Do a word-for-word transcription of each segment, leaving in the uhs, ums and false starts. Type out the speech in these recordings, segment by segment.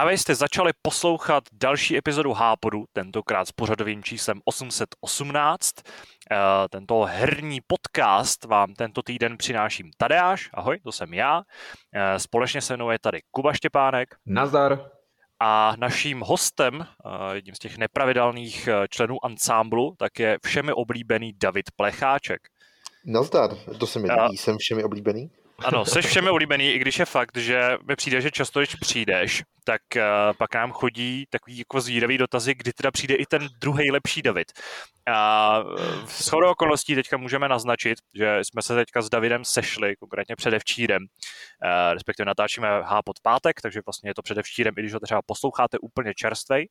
Právě jste začali poslouchat další epizodu Hápodu, tentokrát s pořadovým číslem osm set osmnáct. Tento herní podcast vám tento týden přináším Tadeáš, ahoj, to jsem já. Společně se mnou je tady Kuba Štěpánek. Nazdar. A naším hostem, jedním z těch nepravidelných členů ansámblu, tak je všemi oblíbený David Plecháček. Nazdar, to se mi líbí, jsem všemi oblíbený. Ano, jsi všemi oblíbený, i když je fakt, že mi přijde, že často, když přijdeš, tak uh, pak nám chodí takový jako zvídavý dotazy, kdy teda přijde i ten druhý lepší David. A uh, shodou okolností teďka můžeme naznačit, že jsme se teďka s Davidem sešli, konkrétně předevčírem, uh, respektive natáčíme Hápod pátek, takže vlastně je to předevčírem, i když ho třeba posloucháte úplně čerstvej.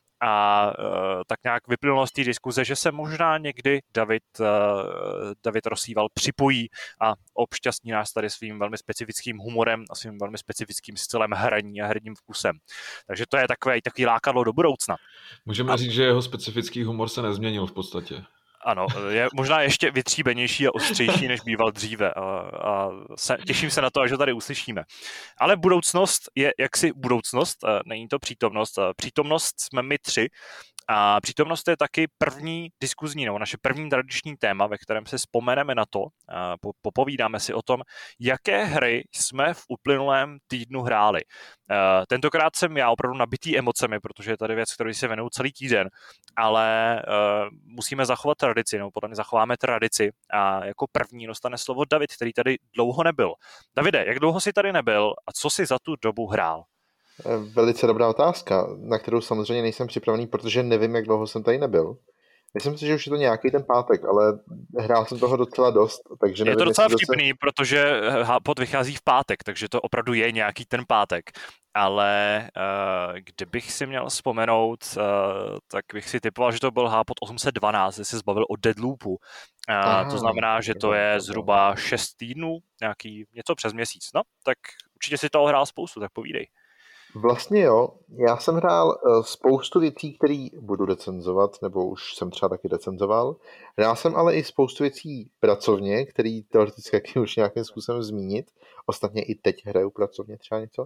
A uh, tak nějak vyplynulo z té diskuze, že se možná někdy David, uh, David Rosíval připojí a obšťastní nás tady svým velmi specifickým humorem a svým velmi specifickým stylem hraní a herním vkusem. Takže to je takové, takový lákadlo do budoucna. Můžeme a... říct, že jeho specifický humor se nezměnil v podstatě. Ano, je možná ještě vytříbenější a ostřejší, než býval dříve. A, a se, těším se na to, až ho tady uslyšíme. Ale budoucnost je jaksi budoucnost, není to přítomnost. Přítomnost jsme my tři. A přítomnost je taky první diskuzní, nebo naše první tradiční téma, ve kterém se vzpomeneme na to, a popovídáme si o tom, jaké hry jsme v uplynulém týdnu hráli. Tentokrát jsem já opravdu nabitý emocemi, protože je tady věc, kterou si věnuju celý týden, ale uh, musíme zachovat tradici, nebo podle mě zachováme tradici a jako první dostane slovo David, který tady dlouho nebyl. Davide, jak dlouho jsi tady nebyl a co jsi za tu dobu hrál? Velice dobrá otázka, na kterou samozřejmě nejsem připravený, protože nevím, jak dlouho jsem tady nebyl. Myslím si, že už je to nějaký ten pátek, ale hrál jsem toho docela dost, takže nevím. Je to docela vtipný, vtipný, se... protože Hápod vychází v pátek, takže to opravdu je nějaký ten pátek. Ale uh, kdybych si měl vzpomenout, uh, tak bych si typoval, že to byl Hápod osm set dvanáct, kdy se zbavil od Deadloopu. Uh, Aha, to znamená, že to je zhruba šest týdnů, nějaký něco přes měsíc. No, tak určitě si toho hrál spoustu, tak povídej. Vlastně jo, já jsem hrál uh, spoustu věcí, které budu recenzovat, nebo už jsem třeba taky recenzoval. Hrál jsem ale i spoustu věcí pracovně, které teoreticky taky už nějakým způsobem zmínit. Ostatně i teď hraju pracovně třeba něco.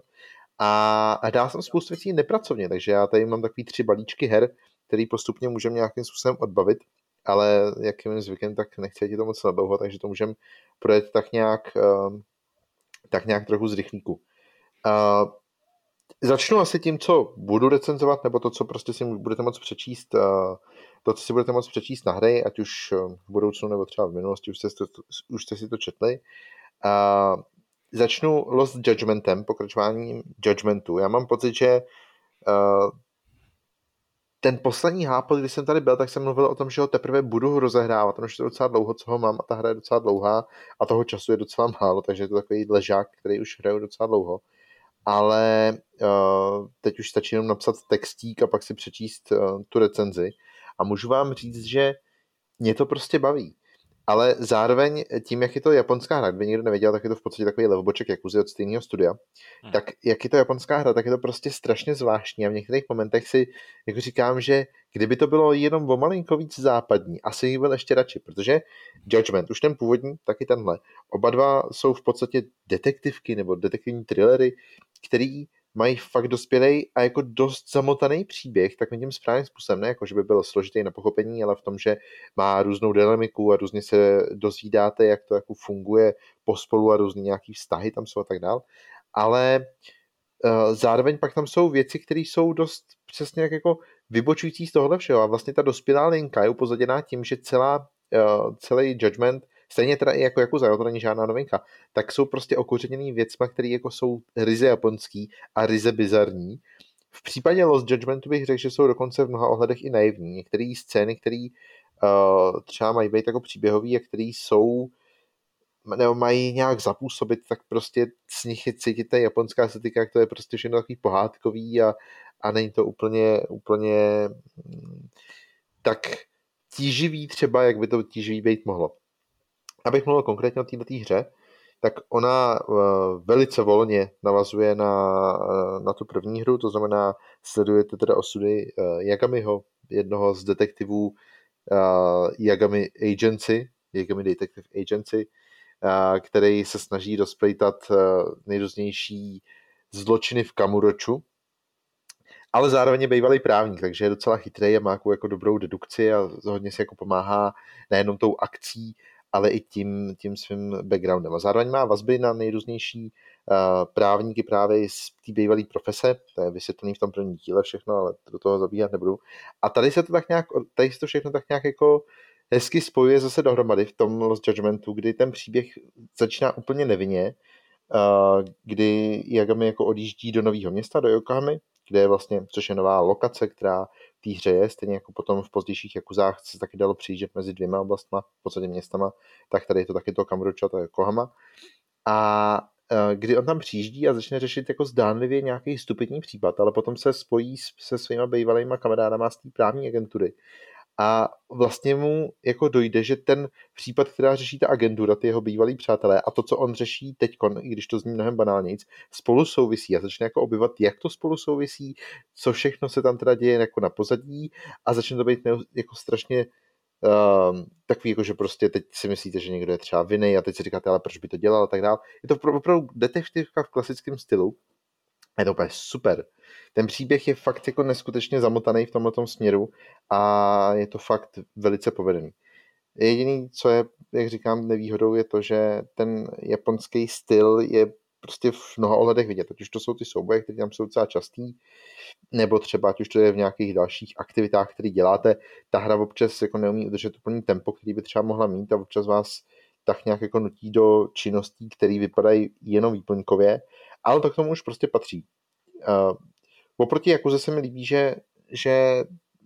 A hrál jsem spoustu věcí nepracovně, takže já tady mám takový tři balíčky her, který postupně můžeme nějakým způsobem odbavit, ale jak je mým zvykem, tak nechci ti to moc dlouho, takže to můžeme projet tak nějak, uh, tak nějak trochu z rychlíku. Uh, Začnu asi tím, co budu recenzovat, nebo to, co prostě si budete moct přečíst, to, co si budete moct přečíst na hry, ať už v budoucnu nebo třeba v minulosti, už jste, to, už jste si to četli. Začnu Lost Judgmentem, pokračováním Judgmentu. Já mám pocit, že ten poslední Hápod, když jsem tady byl, tak jsem mluvil o tom, že ho teprve budu rozehrávat, protože to je docela dlouho, co ho mám, a ta hra je docela dlouhá a toho času je docela málo, takže je to takový ležák, který už hraju docela dlouho. Ale uh, teď už stačí jenom napsat textík a pak si přečíst uh, tu recenzi. A můžu vám říct, že mě to prostě baví. Ale zároveň tím, jak je to japonská hra, kdyby někdo nevěděl, tak je to v podstatě takový levoboček Yakuzy od stejného studia. Hmm. Tak jak je to japonská hra, tak je to prostě strašně zvláštní. A v některých momentech si jako říkám, že kdyby to bylo jenom o malinko víc západní, asi jich byl ještě radši, protože Judgment, už ten původní, taky tenhle. Oba dva jsou v podstatě detektivky nebo detektivní thrillery, který mají fakt dospělej a jako dost zamotaný příběh, tak tím správným způsobem, ne jako, že by byl složitý na pochopení, ale v tom, že má různou dynamiku a různě se dozvídáte, jak to jako funguje pospolu a různý nějaký vztahy tam jsou a tak dál. Ale uh, zároveň pak tam jsou věci, které jsou dost přesně jak jako vybočující z tohohle všeho. A vlastně ta dospělá linka je upozaděná tím, že celá, uh, celý Judgment, stejně teda i jako Yakuza, to není žádná novinka, tak jsou prostě okořeněný věcma, které jako jsou ryze japonský a ryze bizarní. V případě Lost Judgmentu bych řekl, že jsou dokonce v mnoha ohledech i naivní. Některé scény, které uh, třeba mají být jako příběhový a které jsou nebo mají nějak zapůsobit, tak prostě z nich je cítit ta japonská estetika, jak to je prostě všechno takový pohádkový a, a není to úplně, úplně tak tíživý třeba, jak by to tíživý být mohlo. Abych mluvil konkrétně o této hře, tak ona uh, velice volně navazuje na, uh, na tu první hru, to znamená, sledujete teda osudy uh, Yagamiho, jednoho z detektivů uh, Yagami Agency, Yagami Detective Agency, uh, který se snaží rozplejtat uh, nejrůznější zločiny v Kamuroču. ale zároveň je bývalý právník, takže je docela chytrý a má jako dobrou dedukci a hodně si jako pomáhá nejenom tou akcí, ale i tím, tím svým backgroundem. A zároveň má vazby na nejrůznější uh, právníky právě z té bývalé profese, to je vysvětlený v tom prvním díle všechno, ale do toho zabíhat nebudu. A tady se to tak nějak, tady se to všechno tak nějak jako hezky spojuje zase dohromady v tom Lost Judgmentu, kdy ten příběh začíná úplně nevinně, uh, kdy Yagami jako odjíždí do nového města, do Yokohamy, kde je vlastně, což je nová lokace, která v té hře je, stejně jako potom v pozdějších Jakuzách se taky dalo přijíždět mezi dvěma oblastma, v podstatě městama, tak tady je to taky to Kamurocho, to je Yokohama. A kdy on tam přijíždí a začne řešit jako zdánlivě nějaký stupidní případ, ale potom se spojí se svýma bývalýma kamarádama z té právní agentury. A vlastně mu jako dojde, že ten případ, která řeší ta agentura, ty jeho bývalí přátelé a to, co on řeší teďkon, i když to zní mnohem banálnějc, spolu souvisí a začne jako obyvat, jak to spolu souvisí, co všechno se tam teda děje jako na pozadí a začne to být jako strašně uh, takový, jako že prostě teď si myslíte, že někdo je třeba vinný a teď si říkáte, ale proč by to dělal a tak dále. Je to opravdu detektivka v klasickém stylu. Je to úplně super. Ten příběh je fakt jako neskutečně zamotaný v tomhletom směru a je to fakt velice povedený. Jediný, co je, jak říkám, nevýhodou, je to, že ten japonský styl je prostě v mnoha ohledech vidět. Ať už to jsou ty souboje, které tam jsou docela častý, nebo třeba ať už to je v nějakých dalších aktivitách, které děláte. Ta hra občas jako neumí udržet úplný tempo, který by třeba mohla mít a občas vás tak nějak jako nutí do činností, které vypadají jenom výplňkově, ale to k tomu už prostě patří. Uh, oproti Jakuze se mi líbí, že, že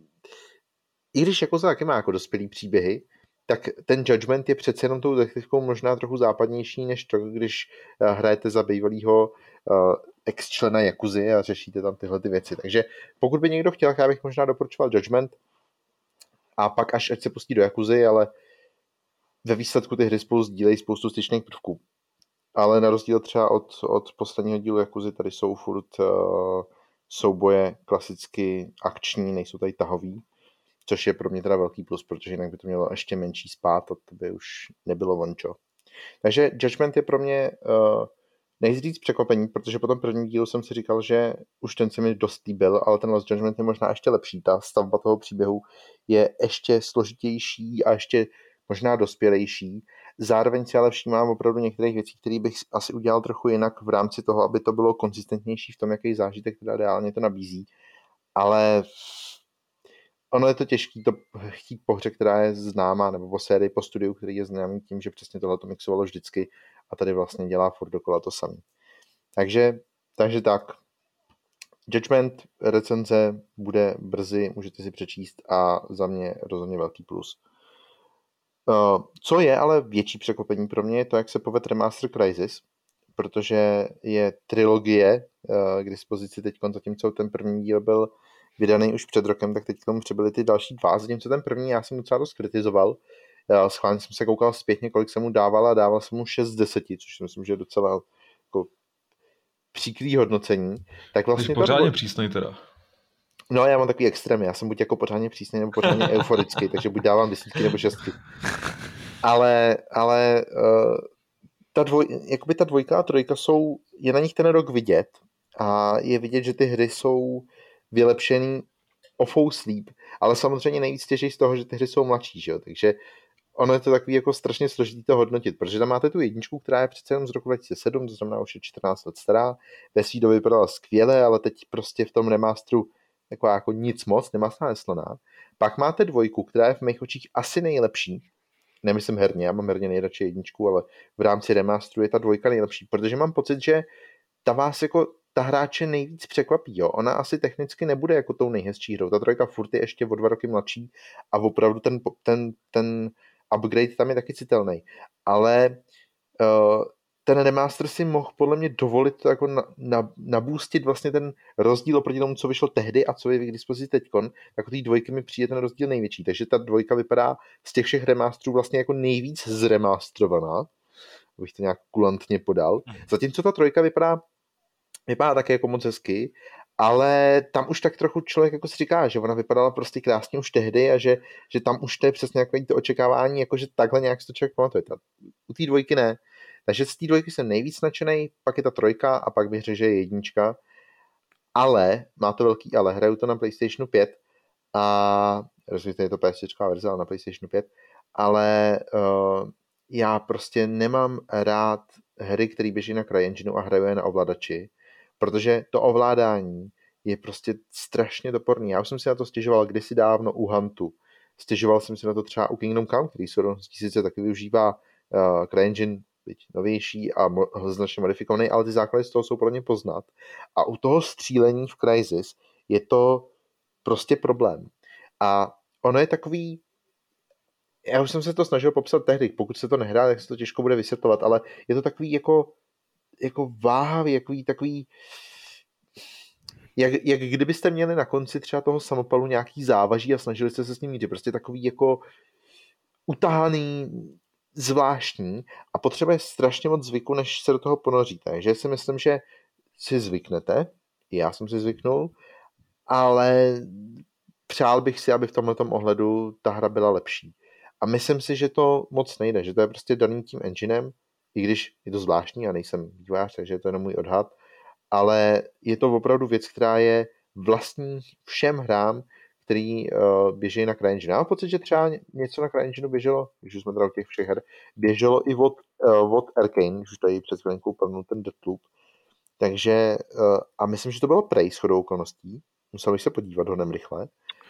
i když Jakuza taky má jako dospělý příběhy, tak ten Judgment je přece jenom tou detektivkou možná trochu západnější, než to, když uh, hrajete za bývalýho uh, ex-člena Jakuzy a řešíte tam tyhle ty věci. Takže pokud by někdo chtěl, já bych možná doporučoval Judgment a pak až ať se pustí do Jakuzy, ale ve výsledku ty hry spolu sdílejí spoustu styčných prvků. Ale na rozdíl třeba od, od posledního dílu Jakuzy, tady jsou furt uh, souboje klasicky akční, nejsou tady tahový, což je pro mě teda velký plus, protože jinak by to mělo ještě menší spát a to by už nebylo vončo. Takže Judgment je pro mě uh, nejvíc překvapení, protože po tom prvním dílu jsem si říkal, že už ten se mi dost líbil, ale ten Lost Judgment je možná ještě lepší. Ta stavba toho příběhu je ještě složitější a ještě možná dospělejší. Zároveň si ale všímám opravdu některých věcí, které bych asi udělal trochu jinak v rámci toho, aby to bylo konzistentnější v tom, jaký zážitek teda reálně to nabízí. Ale ono je to těžké to chtít po hře, která je známá, nebo po sérii, po studiu, který je známý tím, že přesně tohle to mixovalo vždycky a tady vlastně dělá furt dokola to samé. Takže, takže tak. Judgment recenze bude brzy, můžete si přečíst a za mě rozhodně velký plus. Uh, co je ale větší překvapení pro mě je to, jak se povedl Remaster Crysis, protože je trilogie uh, k dispozici teď, zatímco ten první díl byl vydaný už před rokem, tak teď k tomu přibyly ty další dva, zatímco ten první já jsem docela dost kritizoval. Uh, schválně jsem se koukal zpětně, kolik jsem mu dával a dával jsem mu šest z deseti, což myslím, že je docela jako příkrý hodnocení. Tak vlastně Jsi pořádně to... přísnej teda. No, já mám takový extrémy, já jsem buď jako pořádně přísný nebo pořádně euforický, takže buď dávám desítky nebo šestky. Ale, ale uh, ta, dvoj, jakoby ta dvojka a trojka jsou, je na nich ten rok vidět a je vidět, že ty hry jsou vylepšený o fous líp, ale samozřejmě nejvíc těží z toho, že ty hry jsou mladší, že jo? Takže ono je to takový jako strašně složitý to hodnotit, protože tam máte tu jedničku, která je přece jenom z roku dva tisíce sedm, to znamená už je čtrnáct let stará, ve svý době vypadala skvěle, ale teď prostě v tom remasteru jako, jako nic moc, nemá se neslaná. Pak máte dvojku, která je v mých očích asi nejlepší, nemyslím herně, já mám herně nejradši jedničku, ale v rámci remasteru je ta dvojka nejlepší, protože mám pocit, že ta vás jako ta hráče nejvíc překvapí, jo. Ona asi technicky nebude jako tou nejhezčí hrou. Ta trojka furt je ještě o dva roky mladší a opravdu ten, ten, ten upgrade tam je taky citelný. Ale uh, ten remaster si mohl podle mě dovolit to jako na, na, nabůstit vlastně ten rozdíl oproti tomu, co vyšlo tehdy a co je k dispozici teďkon, tak od té dvojky mi přijde ten rozdíl největší. Takže ta dvojka vypadá z těch všech remasterů vlastně jako nejvíc zremastrovaná, abych to nějak kulantně podal. Zatímco ta trojka vypadá vypadá také jako moc hezky, ale tam už tak trochu člověk jako si říká, že ona vypadala prostě krásně už tehdy a že, že tam už to je přesně nějaké to očekávání, jako že takhle nějak si to člověk pamatuje. U té dvojky ne. Takže z té dvojky jsem nejvíc nadšenej, pak je ta trojka a pak bych řekl, že je jednička. ale, má to velký ale, hraju to na PlayStationu pět a respektive je to P S čtyři verze, ale na PlayStationu pět, ale uh, já prostě nemám rád hry, které běží na CryEngineu a hraju je na ovladači, protože to ovládání je prostě strašně toporný. Já už jsem si na to stěžoval kdysi dávno u Huntu. Stěžoval jsem si na to třeba u Kingdom Come, který jsou sice taky využívá uh, CryEngine, byť novější a mo- značně modifikovaný, ale ty základy z toho jsou podle mě poznat. A u toho střílení v Crysis je to prostě problém. A ono je takový, já už jsem se to snažil popsat tehdy, pokud se to nehrá, tak se to těžko bude vysvětlovat, ale je to takový jako, jako váhavý, takový, takový jak, jak kdybyste měli na konci třeba toho samopalu nějaký závaží a snažili jste se s ním jít, prostě takový jako utahaný, zvláštní a potřebuje strašně moc zvyku, než se do toho ponoříte. Takže si myslím, že si zvyknete, já jsem si zvyknul, ale přál bych si, aby v tomhletom ohledu ta hra byla lepší. A myslím si, že to moc nejde, že to je prostě daný tím enginem, i když je to zvláštní, já nejsem vývojář, takže je to jenom můj odhad, ale je to opravdu věc, která je vlastní všem hrám, který uh, běží na CryEngine. Já mám pocit, že třeba něco na CryEngineu běželo, když jsme teda u těch všech her, běželo i od, uh, od Arcane, když už tady před chvílenkou plnul ten Deathloop. Takže, uh, a myslím, že to bylo Prey shodou okolností, musel bych se podívat honem rychle,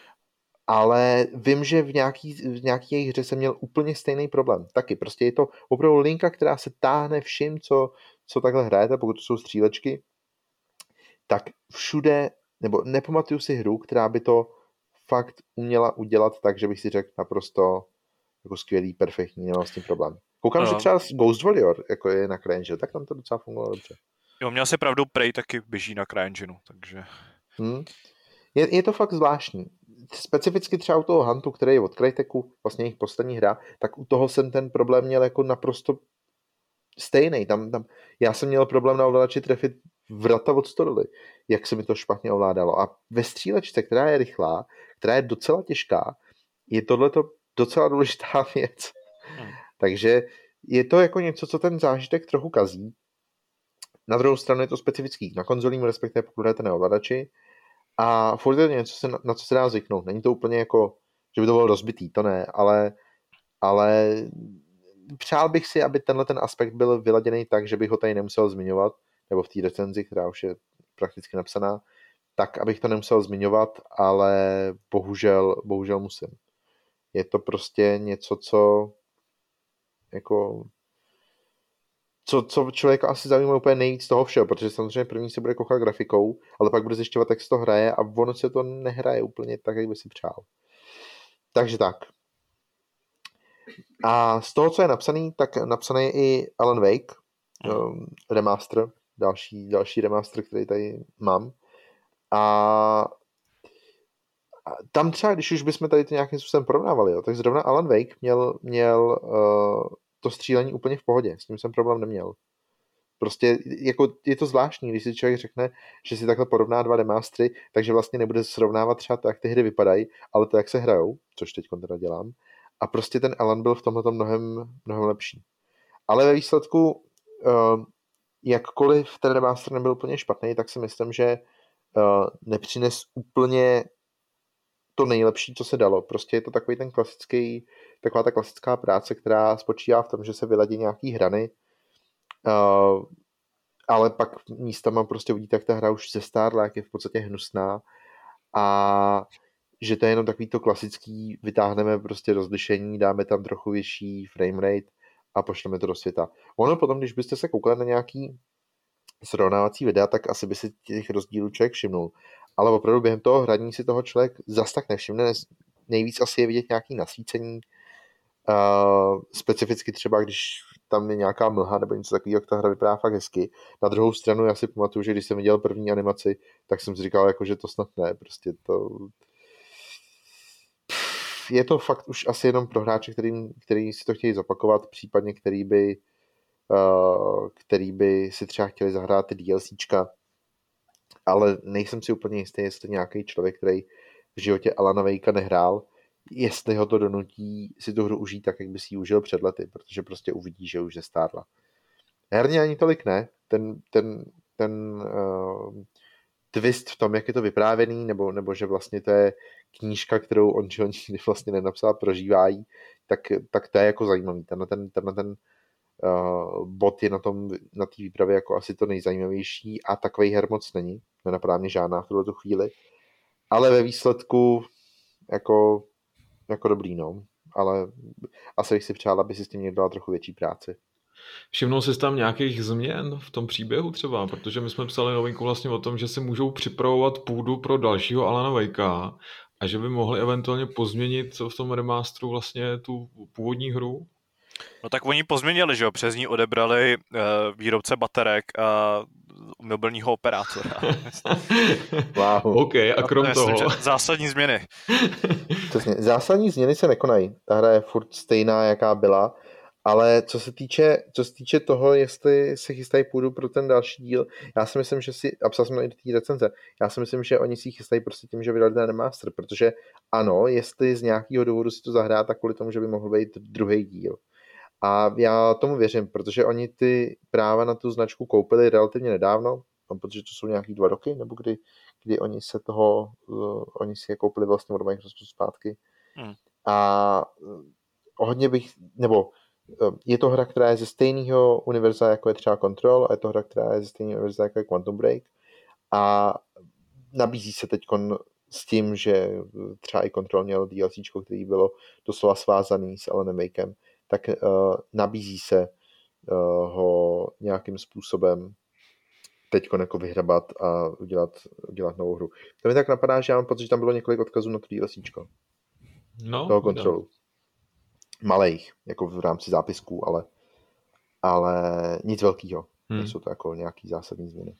ale vím, že v nějaký, v nějaký jejich hře jsem měl úplně stejný problém. Taky, prostě je to opravdu linka, která se táhne vším, co, co takhle hrajete, pokud to jsou střílečky, tak všude, nebo nepamatuju si hru, která by to fakt uměla udělat tak, že bych si řekl naprosto jako skvělý, perfektní, nemám s tím problém. Koukám, uh. že třeba Ghost Warrior jako je na CryEngine, tak tam to docela fungovalo dobře. Jo, měl si pravdu, Prey taky běží na CryEngineu, takže... Hmm. Je, je to fakt zvláštní. Specificky třeba u toho Huntu, který je od Cryteku, vlastně jejich poslední hra, tak u toho jsem ten problém měl jako naprosto stejný. Tam, tam, já jsem měl problém na ovladači trefit vrata od stodoly, jak se mi to špatně ovládalo. A ve střílečce, která je rychlá, která je docela těžká, je tohleto docela důležitá věc. Hmm. Takže je to jako něco, co ten zážitek trochu kazí. Na druhou stranu je to specifický na konzolím, respektive pokud hrajete na ovladači. A furt je to něco, na co se dá zvyknout. Není to úplně jako, že by to bylo rozbitý, to ne, ale, ale přál bych si, aby tenhle ten aspekt byl vyladěný tak, že bych ho tady nemusel zmiňovat, nebo v té recenzi, která už je prakticky napsaná, tak, abych to nemusel zmiňovat, ale bohužel, bohužel musím. Je to prostě něco, co jako co, co člověka asi zajímá úplně nejvíc toho všeho, protože samozřejmě první se bude koukat grafikou, ale pak bude zjišťovat, jak se to hraje a ono se to nehraje úplně tak, jak by si přál. Takže tak. A z toho, co je napsaný, tak napsaný je i Alan Wake, um, remaster, další, další remaster, který tady mám. A tam třeba, když už bychom tady to nějakým způsobem porovnávali, jo, tak zrovna Alan Wake měl, měl uh, to střílení úplně v pohodě, s tím jsem problém neměl. Prostě jako je to zvláštní, když si člověk řekne, že si takhle porovná dva remastery, takže vlastně nebude srovnávat třeba to, jak ty hry vypadají, ale to, jak se hrajou, což teď teda dělám. A prostě ten Alan byl v tomhle mnohem, mnohem lepší. Ale ve výsledku, uh, jakkoliv ten remaster nebyl úplně špatný, tak si myslím, že uh, nepřines úplně to nejlepší, co se dalo. Prostě je to takový ten klasický, taková ta klasická práce, která spočívá v tom, že se vyladí nějaký hrany, uh, ale pak místama prostě vidíte, jak ta hra už zestárla, jak je v podstatě hnusná a že to je jenom takový to klasický, vytáhneme prostě rozlišení, dáme tam trochu vyšší framerate a pošleme to do světa. Ono potom, když byste se koukali na nějaký srovnávací videa, tak asi by si těch rozdílů člověk všimnul. Ale opravdu během toho hraní si toho člověk zas tak nevšimne. Nejvíc asi je vidět nějaký nasvícení. Uh, specificky třeba, když tam je nějaká mlha nebo něco takového, jak ta hra vypadá fakt hezky. Na druhou stranu já si pamatuju, že když jsem viděl první animaci, tak jsem si říkal, jako, že to snad ne. Prostě to... Je to fakt už asi jenom pro hráče, který, který si to chtějí zopakovat, případně který by Uh, který by si třeba chtěli zahrát ty DLCčka, ale nejsem si úplně jistý, jestli nějaký člověk, který v životě Alana Wakea nehrál, jestli ho to donutí si tu hru užít tak, jak by si ji užil před lety, protože prostě uvidí, že už zestárla. Herně ani tolik ne. Ten, ten, ten uh, twist v tom, jak je to vyprávěný, nebo, nebo že vlastně to je knížka, kterou on, že on nikdy vlastně nenapsal, prožívají, tak, tak to je jako zajímavý. Tenhle ten, tenhle ten uh, bod je na tom, na té výpravě jako asi to nejzajímavější a takovej her moc není. Nenapadá mě žádná v tuto chvíli. Ale ve výsledku jako, jako dobrý, no. Ale asi bych si přál, aby si s tím někdo dal trochu větší práci. Všimnul jsi tam nějakých změn v tom příběhu třeba? Protože my jsme psali novinku vlastně o tom, že si můžou připravovat půdu pro dalšího Alana Wakea a že by mohli eventuálně pozměnit v tom remasteru vlastně tu původní hru. No tak oni pozměnili, že jo, přes ní odebrali uh, výrobce baterek a mobilního operátora. Wow. OK, a krom a toho... Myslím, zásadní změny. Přesně. Zásadní změny se nekonají. Ta hra je furt stejná, jaká byla, ale co se týče, co se týče toho, jestli se chystají půdu pro ten další díl, já si myslím, že si, a psal jsem i do té recenze, já si myslím, že oni si ji chystají prostě tím, že vydali ten remaster, protože ano, jestli z nějakého důvodu si to zahrá, tak kvůli tomu, že by mohl být druhý díl. A já tomu věřím, protože oni ty práva na tu značku koupili relativně nedávno, protože to jsou nějaký dva roky, nebo kdy, kdy oni se toho, uh, oni si je koupili vlastně od Microsoftu zpátky. Hmm. A uh, hodně bych, nebo uh, je to hra, která je ze stejného univerza, jako je třeba Control, a je to hra, která je ze stejného univerza, jako je Quantum Break. A nabízí se teď s tím, že třeba i Control měl DLCčko, který bylo doslova svázaný s Alanem Wakem, tak uh, nabízí se uh, ho nějakým způsobem teď jako vyhrabat a udělat, udělat novou hru. To mi tak napadá, že já mám pocit, že tam bylo několik odkazů na to DLCčko. No, toho Kontrolu. No. Malejch, jako v rámci zápisků, ale, ale nic velkého. Hmm. Nejsou to jako nějaký zásadní změny.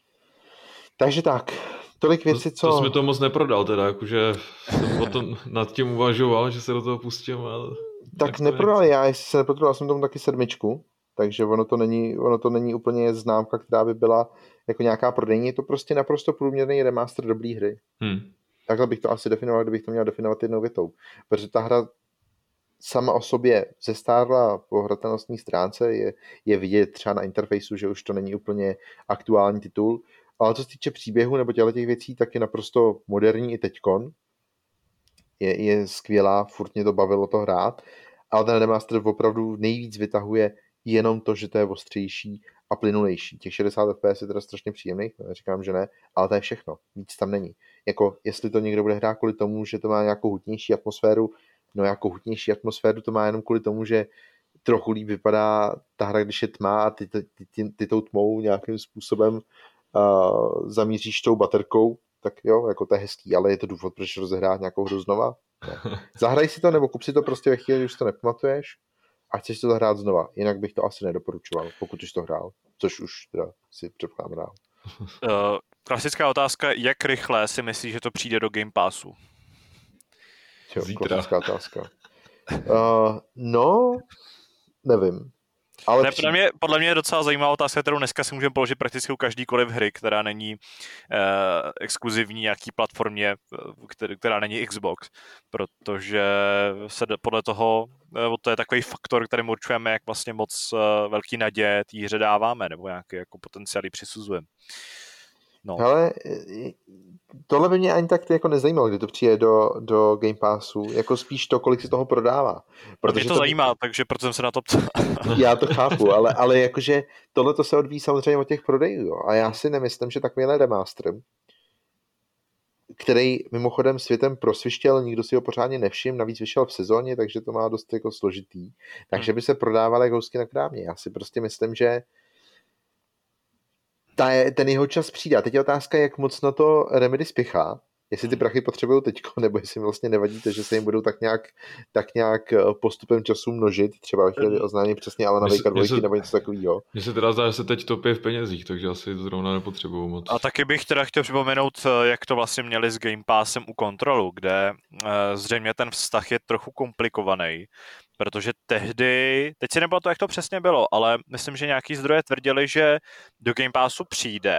Takže tak, tolik věcí, co... To, to jsi mi to moc neprodal teda, jakože jsem o tom nad tím uvažoval, že se do toho pustím, ale... Tak, tak neprodal já, jestli se neprodal, jsem tomu taky sedmičku, takže ono to není, ono to není úplně známka, která by byla jako nějaká prodejní, je to prostě naprosto průměrný remaster dobrý hry. Hmm. Takhle bych to asi definoval, kdybych to měl definovat jednou větou, protože ta hra sama o sobě zestárla po hratelnostní stránce, je, je vidět třeba na interfejsu, že už to není úplně aktuální titul, ale co se týče příběhu nebo těchto těch věcí, tak je naprosto moderní i teďkon. Je, je skvělá, furt mě to bavilo to hrát, ale ten remaster opravdu nejvíc vytahuje jenom to, že to je ostřejší a plynulejší. Těch šedesát F P S je teda strašně příjemných, říkám, že ne, ale to je všechno, víc tam není. Jako, jestli to někdo bude hrát kvůli tomu, že to má nějakou hutnější atmosféru, no jako hutnější atmosféru to má jenom kvůli tomu, že trochu líp vypadá ta hra, když je tma a ty, ty, ty, ty tou tmou nějakým způsobem uh, zamíříš tou baterkou, tak jo, jako to je hezký, ale je to důvod, proč rozehrát nějakou hru znova. Ne. Zahraj si to, nebo kup si to prostě ve chvíli, když to nepamatuješ a chceš to zahrát znova. Jinak bych to asi nedoporučoval, pokud už to hrál, což už teda si předpokládám hrál. Uh, klasická otázka, jak rychle si myslíš, že to přijde do Game Passu? Jo, klasická otázka. Uh, no, nevím. Ale ne, podle, mě, podle mě je docela zajímavá otázka, kterou dneska si můžeme položit prakticky u každýkoliv hry, která není eh, exkluzivní nějaký platformě, který, která není Xbox, protože se podle toho, eh, to je takový faktor, kterým určujeme, jak vlastně moc eh, velký naděje té hře dáváme, nebo nějaký jako potenciály přisuzujeme. No. Ale tohle by mě ani tak jako nezajímalo, kdy to přijde do, do Game Passu, jako spíš to, kolik se toho prodává. Protože mě to, to zajímá, takže proto jsem se na to ptal. Já to chápu, ale, ale jakože tohle to se odvíjí samozřejmě od těch prodejů, jo. A já si nemyslím, že takovýhle remaster, který mimochodem světem prosvištěl, nikdo si ho pořádně nevšiml, navíc vyšel v sezóně, takže to má dost jako složitý, takže by se prodával jako housky na krámě. Já si prostě myslím, že Ta je, ten jeho čas přijde. A teď je otázka, jak moc na to Remedy spěchá. Jestli ty prachy potřebují teďko, nebo jestli vlastně nevadíte, že se jim budou tak nějak, tak nějak postupem času množit. Třeba chtěli oznámit přesně Alana Wakea dvojky nebo něco takového. Mně se teda zdá, že se teď topí v penězích, takže asi to zrovna nepotřebují moc. A taky bych teda chtěl připomenout, jak to vlastně měli s Game Passem u Kontrolu, kde zřejmě ten vztah je trochu komplikovaný, protože tehdy, teď si nebylo to, jak to přesně bylo, ale myslím, že nějaký zdroje tvrdili, že do Game Passu přijde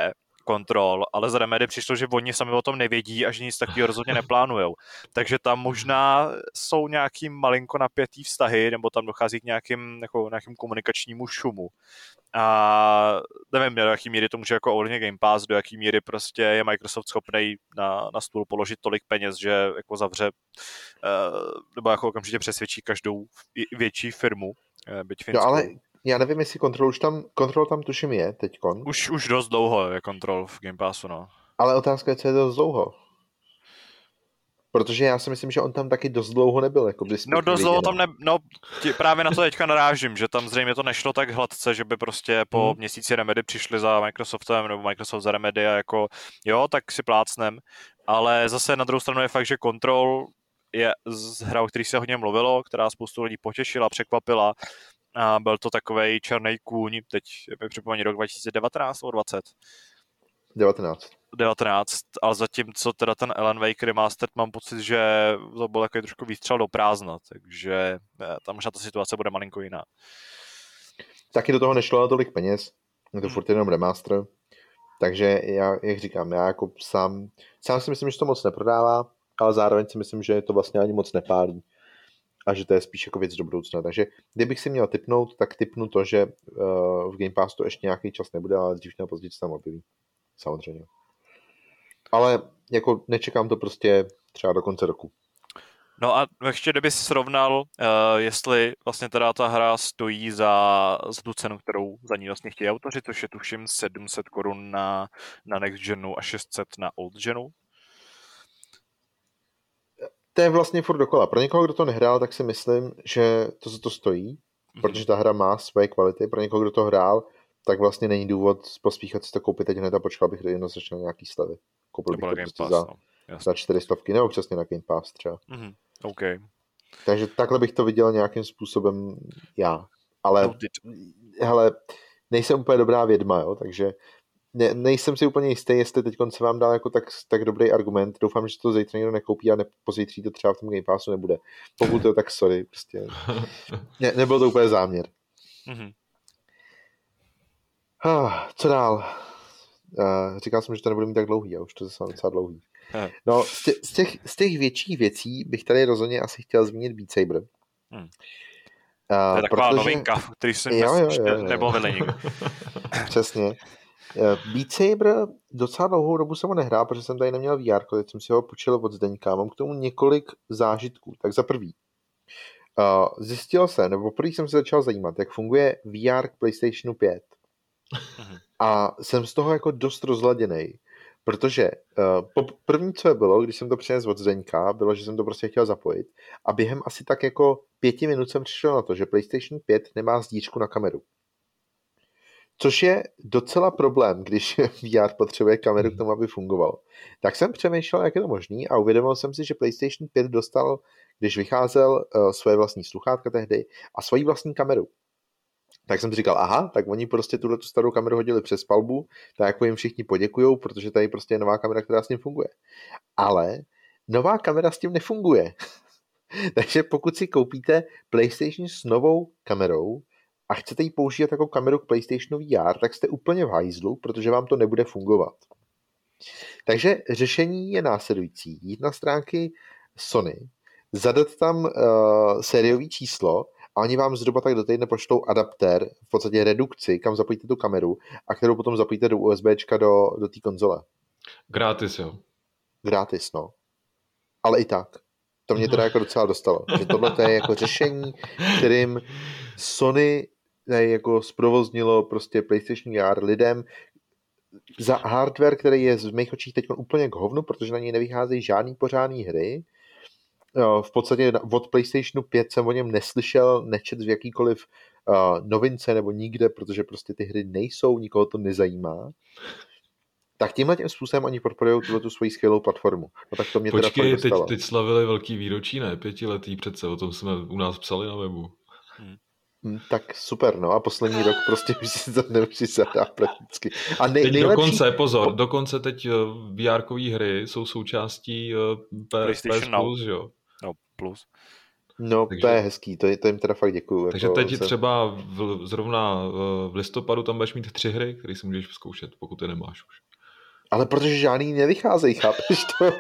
Control, ale z Remedy přišlo, že oni sami o tom nevědí a že nic takového rozhodně neplánujou. Takže tam možná jsou nějaký malinko napětý vztahy, nebo tam dochází k nějakým, jako, nějakým komunikačnímu šumu. A nevím, do jaký míry to může jako ovlivnit Game Pass, do jaký míry prostě je Microsoft schopný na, na stůl položit tolik peněz, že jako zavře nebo jako okamžitě přesvědčí každou větší firmu, byť finskou. No ale já nevím, jestli Control už tam, Control tam tuším je teďkon. Už, už dost dlouho je Control v Game Passu, no. Ale otázka je, co je dost dlouho. Protože já si myslím, že on tam taky dost dlouho nebyl. Jako no dost dlouho tam ne... No tě, právě na to teďka narážím, že tam zřejmě to nešlo tak hladce, že by prostě po hmm. měsíci Remedy přišli za Microsoftem nebo Microsoft za Remedy a jako jo, tak si plácnem. Ale zase na druhou stranu je fakt, že Control je z hra, o který se hodně mluvilo, která spoustu lidí potěšila, překvapila. A byl to takovej černý kůň, teď mi připomíná rok dva tisíce devatenáct nebo dvacet. devatenáct. devatenáct, ale zatímco teda ten Alan Wake Remastered mám pocit, že to byl takový trošku výstřel do prázdna, takže tam možná ta situace bude malinko jiná. Taky do toho nešlo na tolik peněz, je to hmm. furt jenom remaster, takže já, jak říkám, já jako sám, sám si myslím, že to moc neprodává, ale zároveň si myslím, že to vlastně ani moc nepálí a že to je spíš jako věc do budoucna. Takže kdybych si měl tipnout, tak tipnu to, že uh, v Game Pass to ještě nějaký čas nebude, ale dřív nebo později se tam objeví. Samozřejmě. Ale jako nečekám to prostě třeba do konce roku. No a ještě kdyby si srovnal, uh, jestli vlastně teda ta hra stojí za, za tu cenu, kterou za ní vlastně chtějí autoři, což je tuším sedm set korun na, na next genu a šest set na old genu. To je vlastně furt dokola. Pro někoho, kdo to nehrál, tak si myslím, že to za to stojí, mm-hmm. protože ta hra má svoje kvality. Pro někoho, kdo to hrál, tak vlastně není důvod pospíchat si to koupit teď hned a počkal bych, kdy jednoznačně na nějaký slevy. Koupil bych to prostě Pass, za, no. za čtyři stovky, nebo přesně na Game Pass třeba. Mm-hmm. Okay. Takže takhle bych to viděl nějakým způsobem já. Ale no, hele, nejsem úplně dobrá vědma, jo, takže ne, nejsem si úplně jistý, jestli teď se vám dá jako tak, tak dobrý argument. Doufám, že to zítra někdo nekoupí a ne, pozítří to třeba v tom Game Passu nebude. Pokud to tak sorry, prostě. Ne, nebyl to úplně záměr. Mm-hmm. Ah, co dál? Uh, říkal jsem, že to nebude mít tak dlouhý, a už to zase docela dlouhý. No, z těch, z, těch, z těch větších věcí bych tady rozhodně asi chtěl zmínit Beat Saber. Hmm. Uh, to je taková protože... novinka, který jsem jo, jo, jo, jo. nebavili nikdo. Přesně. Uh, Beat Saber docela dlouhou dobu jsem ho nehrál, protože jsem tady neměl V R, teď jsem si ho počil od Zdeňka. Mám k tomu několik zážitků. Tak za prvý. Uh, zjistil jsem, nebo poprvé jsem se začal zajímat, jak funguje V R k PlayStationu pět. A jsem z toho jako dost rozladěnej, protože uh, první, co je bylo, když jsem to přinesl od Zdeňka, bylo, že jsem to prostě chtěl zapojit a během asi tak jako pěti minut jsem přišel na to, že PlayStation pět nemá zdíčku na kameru. Což je docela problém, když V R potřebuje kameru k tomu, aby fungoval. Tak jsem přemýšlel, jak je to možný a uvědomil jsem si, že PlayStation pět dostal, když vycházel, uh, svoje vlastní sluchátka tehdy a svoji vlastní kameru. Tak jsem si říkal, aha, tak oni prostě tuhle tu starou kameru hodili přes palbu, tak jako jim všichni poděkujou, protože tady prostě je nová kamera, která s tím funguje. Ale nová kamera s tím nefunguje. Takže pokud si koupíte PlayStation s novou kamerou a chcete ji používat jako kameru k PlayStationu V R, tak jste úplně v hajzlu, protože vám to nebude fungovat. Takže řešení je následující. Jít na stránky Sony, zadat tam uh, sériový číslo a oni vám zhruba tak do týdne pošlou adaptér, v podstatě redukci, kam zapojíte tu kameru a kterou potom zapojíte do USBčka do, do té konzole. Gratis, jo. Gratis, no. Ale i tak. To mě teda jako docela dostalo. Že tohle je jako řešení, kterým Sony jako zprovoznilo prostě PlayStation V R lidem za hardware, který je v mých očích teď úplně k hovnu, protože na něj nevycházejí žádný pořádný hry. V podstatě od PlayStationu pět jsem o něm neslyšel, nečet v jakýkoliv uh, novince nebo nikde, protože prostě ty hry nejsou, nikoho to nezajímá. Tak tímhle tím způsobem oni podporují tu svoji skvělou platformu. No tak to mě Počkej, teda teď, teď slavili velký výročí, ne? Pětiletý přece, o tom jsme u nás psali na webu. Hmm. Tak super, no a poslední rok prostě už si to nemůžu zahrát prakticky. A nej, teď nejlepší... dokonce, pozor, dokonce teď V R-kový hry jsou součástí P S Plus, jo? No, plus. No, takže, to je hezký, to, to jim teda fakt děkuju. Takže jako teď se... třeba v, zrovna v listopadu tam budeš mít tři hry, které si můžeš zkoušet, pokud je nemáš už. Ale protože žádný nevycházejí, chápeš to?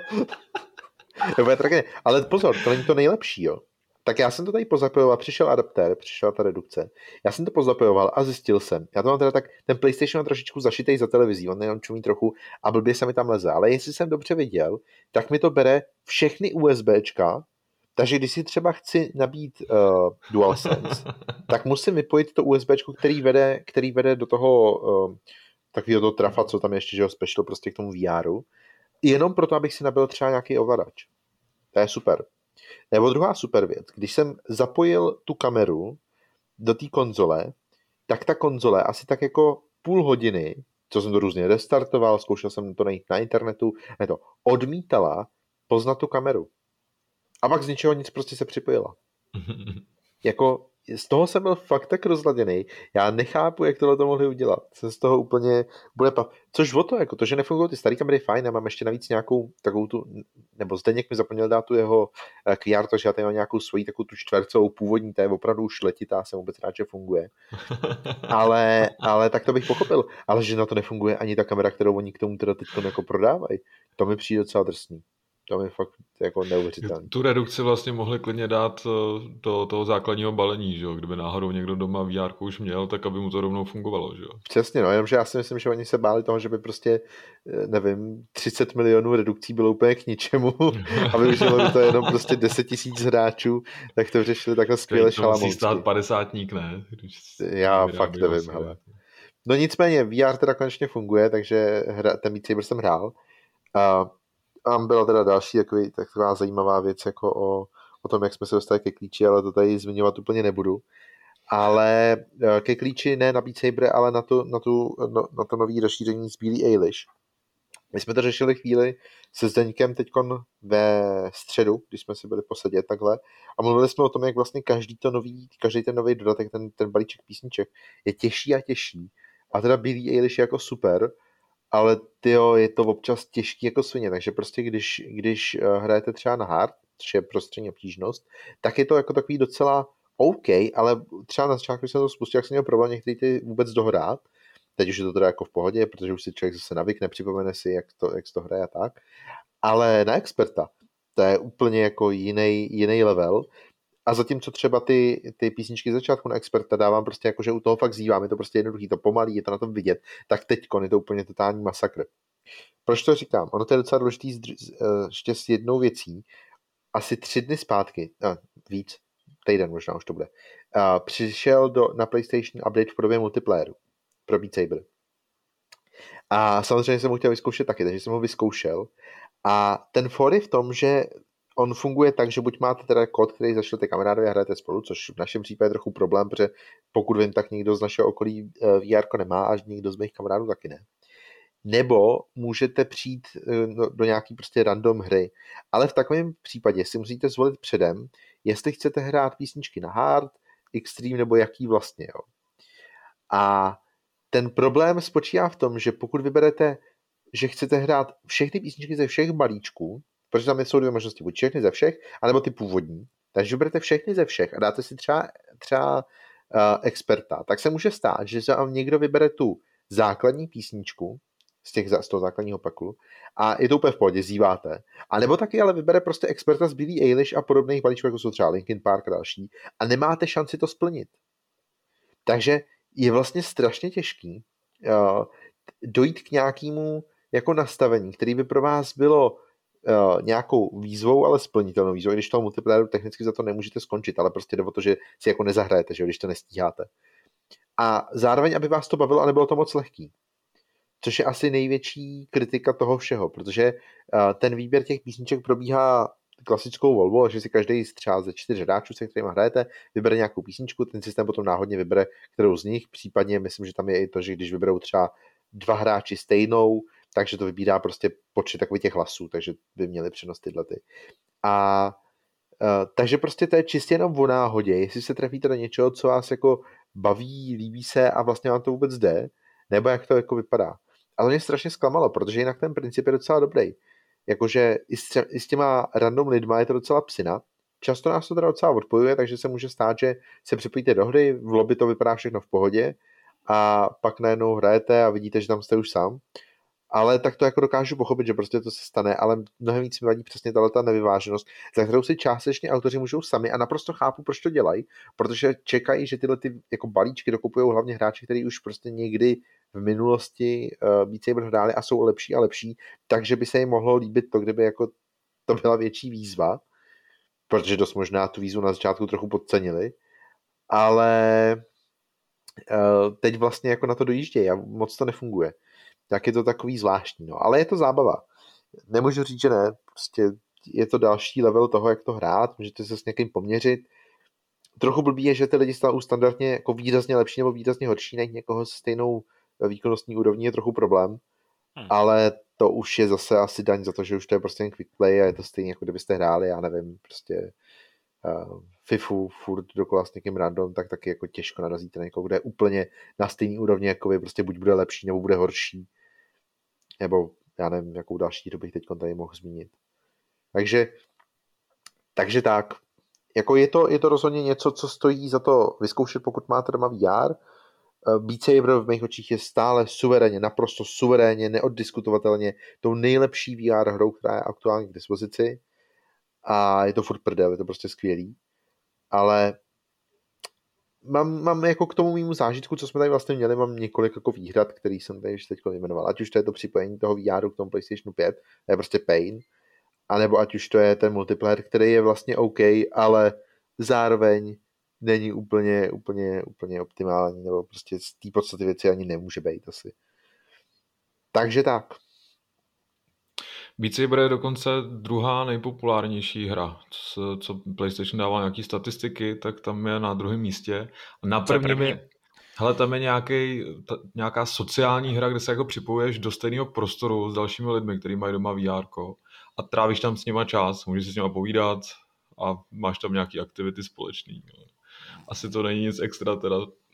Ale pozor, to není to nejlepší, jo. Tak já jsem to tady pozapojoval, přišel adaptér, přišla ta redukce. Já jsem to pozapojoval a zjistil jsem. Já to mám teda tak, ten PlayStation mám trošičku zašitej za televizí, on jenom čumí trochu a blbě se mi tam leze. Ale jestli jsem dobře viděl, tak mi to bere všechny USBčka, takže když si třeba chci nabít uh, DualSense, tak musím vypojit to USBčko, který vede, který vede do toho uh, takového toho trafa, co tam ještě, že ho special prostě k tomu V R u, jenom proto, abych si nabil třeba nějaký ovladač. To je super. Nebo druhá super věc, když jsem zapojil tu kameru do té konzole, tak ta konzole asi tak jako půl hodiny, co jsem to různě restartoval, zkoušel jsem to najít na internetu, ne to, odmítala poznat tu kameru. A pak z ničeho nic prostě se připojila. Jako z toho jsem byl fakt tak rozladěný. Já nechápu, jak tohle to mohli udělat. Jsem z toho úplně bude pav. Což o to, jako to, že nefungují ty staré kamery, fajn. Já mám ještě navíc nějakou takovou tu, nebo Zdeněk mi zapomněl dát tu jeho Q R, takže já tady mám nějakou svoji takovou tu čtvercovou původní, ta je opravdu už letitá, jsem vůbec rád, že funguje. ale, ale tak to bych pochopil. Ale že na to nefunguje ani ta kamera, kterou oni k tomu teda teď jako prodávají. To mi přijde docela drsný. To mi fakt jako neuvěřitelné. Tu redukci vlastně mohli klidně dát do toho základního balení, že jo? Kdyby náhodou někdo doma V R už měl, tak aby mu to rovnou fungovalo, že jo? Přesně, no, jenomže já si myslím, že oni se báli toho, že by prostě, nevím, třicet milionů redukcí bylo úplně k ničemu a využilo to jenom prostě deset tisíc hráčů, tak to řešili takhle skvěle šalamounsky. To musí stát padesátník, ne? Když já fakt nevím, hele. No nicméně, V R teda konečně funguje, takže hra, ten Beat Saber jsem hrál. A tam byla teda další takový, taková zajímavá věc jako o, o tom, jak jsme se dostali ke klíči, ale to tady zmiňovat úplně nebudu. Ale ke klíči ne na Beat Saber, ale na to, na tu, no, na to nový rozšíření z Billie Eilish. My jsme to řešili chvíli se Zdeňkem teďkon ve středu, když jsme si byli posedět takhle a mluvili jsme o tom, jak vlastně každý, to nový, každý ten nový dodatek, ten, ten balíček písniček je těžší a těžší. A teda Billie Eilish je jako super, ale tyjo, je to občas těžký jako svině, takže prostě když, když hrajete třeba na hard, což je prostřední obtížnost, tak je to jako takový docela OK, ale třeba na začátku, když jsem to spustil, jak jsem měl problém některý ty vůbec dohrát, teď už je to teda jako v pohodě, protože už si člověk zase navykne, připomene si, jak to, jak to hraje a tak, ale na experta, to je úplně jako jiný, jiný level. A zatímco třeba ty, ty písničky z začátku na experta dávám prostě jako, že u toho fakt zívám, je to prostě jednoduchý, to pomalý, je to na tom vidět, tak teďkon je to úplně totální masakr. Proč to říkám? Ono to je docela důležitý ještě s jednou věcí. Asi tři dny zpátky, a víc, týden možná už to bude, a přišel do, na PlayStation update v podobě multiplayeru pro Beat Saber. A samozřejmě jsem ho chtěl vyzkoušet taky, takže jsem ho vyzkoušel. A ten for je v tom, že on funguje tak, že buď máte teda kód, který zašlete kamarádovi a hrajete spolu, což v našem případě je trochu problém, protože pokud vím, tak nikdo z našeho okolí V R nemá a nikdo z mých kamarádů taky ne. Nebo můžete přijít do nějaký prostě random hry. Ale v takovém případě si musíte zvolit předem, jestli chcete hrát písničky na hard, extreme nebo jaký vlastně. Jo. A ten problém spočívá v tom, že pokud vyberete, že chcete hrát všechny písničky ze všech balíčků, protože tam jsou dvě možnosti, buď všechny ze všech, anebo ty původní. Takže vyberete všechny ze všech a dáte si třeba, třeba uh, experta. Tak se může stát, že vám někdo vybere tu základní písničku z, těch, z toho základního paku a je to úplně v pohodě, zíváte. A nebo taky ale vybere prostě experta z Billie Eilish a podobných balíčků, jako jsou třeba Linkin Park a další a nemáte šanci to splnit. Takže je vlastně strašně těžký uh, dojít k nějakému jako nastavení, který by pro vás bylo Uh, nějakou výzvou, ale splnitelnou výzvou, i když toho multiplayeru technicky za to nemůžete skončit, ale prostě jde o to, že si jako nezahrajete, že když to nestíháte. A zároveň, aby vás to bavilo a nebylo to moc lehký. Což je asi největší kritika toho všeho, protože uh, ten výběr těch písniček probíhá klasickou volbou, že si každý třeba ze čtyř hráčů, se kterými hrajete, vybere nějakou písničku, ten systém potom náhodně vybere kterou z nich, případně myslím, že tam je i to, že když vyberou třeba dva hráči stejnou, takže to vybírá prostě počet takových těch hlasů, takže by měli přenos tyhle ty. A uh, takže prostě to je čistě jenom o náhodě, jestli se trefíte do něčeho, co vás jako baví, líbí se a vlastně vám to vůbec jde, nebo jak to jako vypadá. Ale mě strašně zklamalo, protože jinak ten princip je docela dobrý. Jakože i s, tře- i s těma random lidma je to docela psina. Často nás to teda docela odpojuje, takže se může stát, že se připojíte do hry, v lobby to vypadá všechno v pohodě a pak najednou hrajete a vidíte, že tam jste už sám. ale tak to jako dokážu pochopit, že prostě to se stane, ale mnohem víc mi vadí přesně tato nevyváženost, za kterou si částečně autoři můžou sami a naprosto chápu, proč to dělají, protože čekají, že tyhle ty jako balíčky dokupují hlavně hráči, kteří už prostě někdy v minulosti uh, Beat Saber hráli a jsou lepší a lepší, takže by se jim mohlo líbit to, kdyby jako to byla větší výzva, protože dost možná tu výzvu na začátku trochu podcenili, ale uh, teď vlastně jako na to dojíždějí a moc to nefunguje. Tak je to takový zvláštní, no. Ale je to zábava. Nemůžu říct, že ne. Prostě je to další level toho, jak to hrát. Můžete se s někým poměřit. Trochu blbý je, že ty lidi jsou standardně jako výrazně lepší nebo výrazně horší, najít někoho s stejnou výkonnostní úrovní je trochu problém. Hmm. Ale to už je zase asi daň za to, že už to je prostě jen quick play a je to stejně, jako kdybyste hráli, já nevím, prostě uh, FIFU furt dokola s někým random, tak taky jako těžko narazíte na někoho, kde je úplně na stejný úrovni, jako vy, prostě buď bude lepší, nebo bude horší. Nebo já nevím, jakou další hru bych teď tady mohl zmínit. Takže, takže tak. Jako je to, je to rozhodně něco, co stojí za to vyzkoušet, pokud máte doma V R. Beat Saber v mých očích je stále suverénně, naprosto suverénně, neoddiskutovatelně tou nejlepší V R hrou, která je aktuálně k dispozici. A je to furt prdel, je to prostě skvělý. Ale mám, mám jako k tomu mému zážitku, co jsme tady vlastně měli, mám několik jako výhrad, který jsem tady už teď jmenoval. Ať už to je to připojení toho V R k tomu PlayStationu pět, to je prostě pain. A nebo ať už to je ten multiplayer, který je vlastně OK, ale zároveň není úplně, úplně, úplně optimální, nebo prostě z té podstaty věci ani nemůže být asi. Takže tak. Beat Saber je dokonce druhá nejpopulárnější hra. Co, co PlayStation dával nějaký statistiky, tak tam je na druhém místě. A na prvním je, hele, tam je nějaký, ta, nějaká sociální hra, kde se jako připojuješ do stejného prostoru s dalšími lidmi, kteří mají doma V R ko a trávíš tam s nima čas, můžeš si s nima povídat a máš tam nějaký aktivity společný. Asi to není nic extra teda.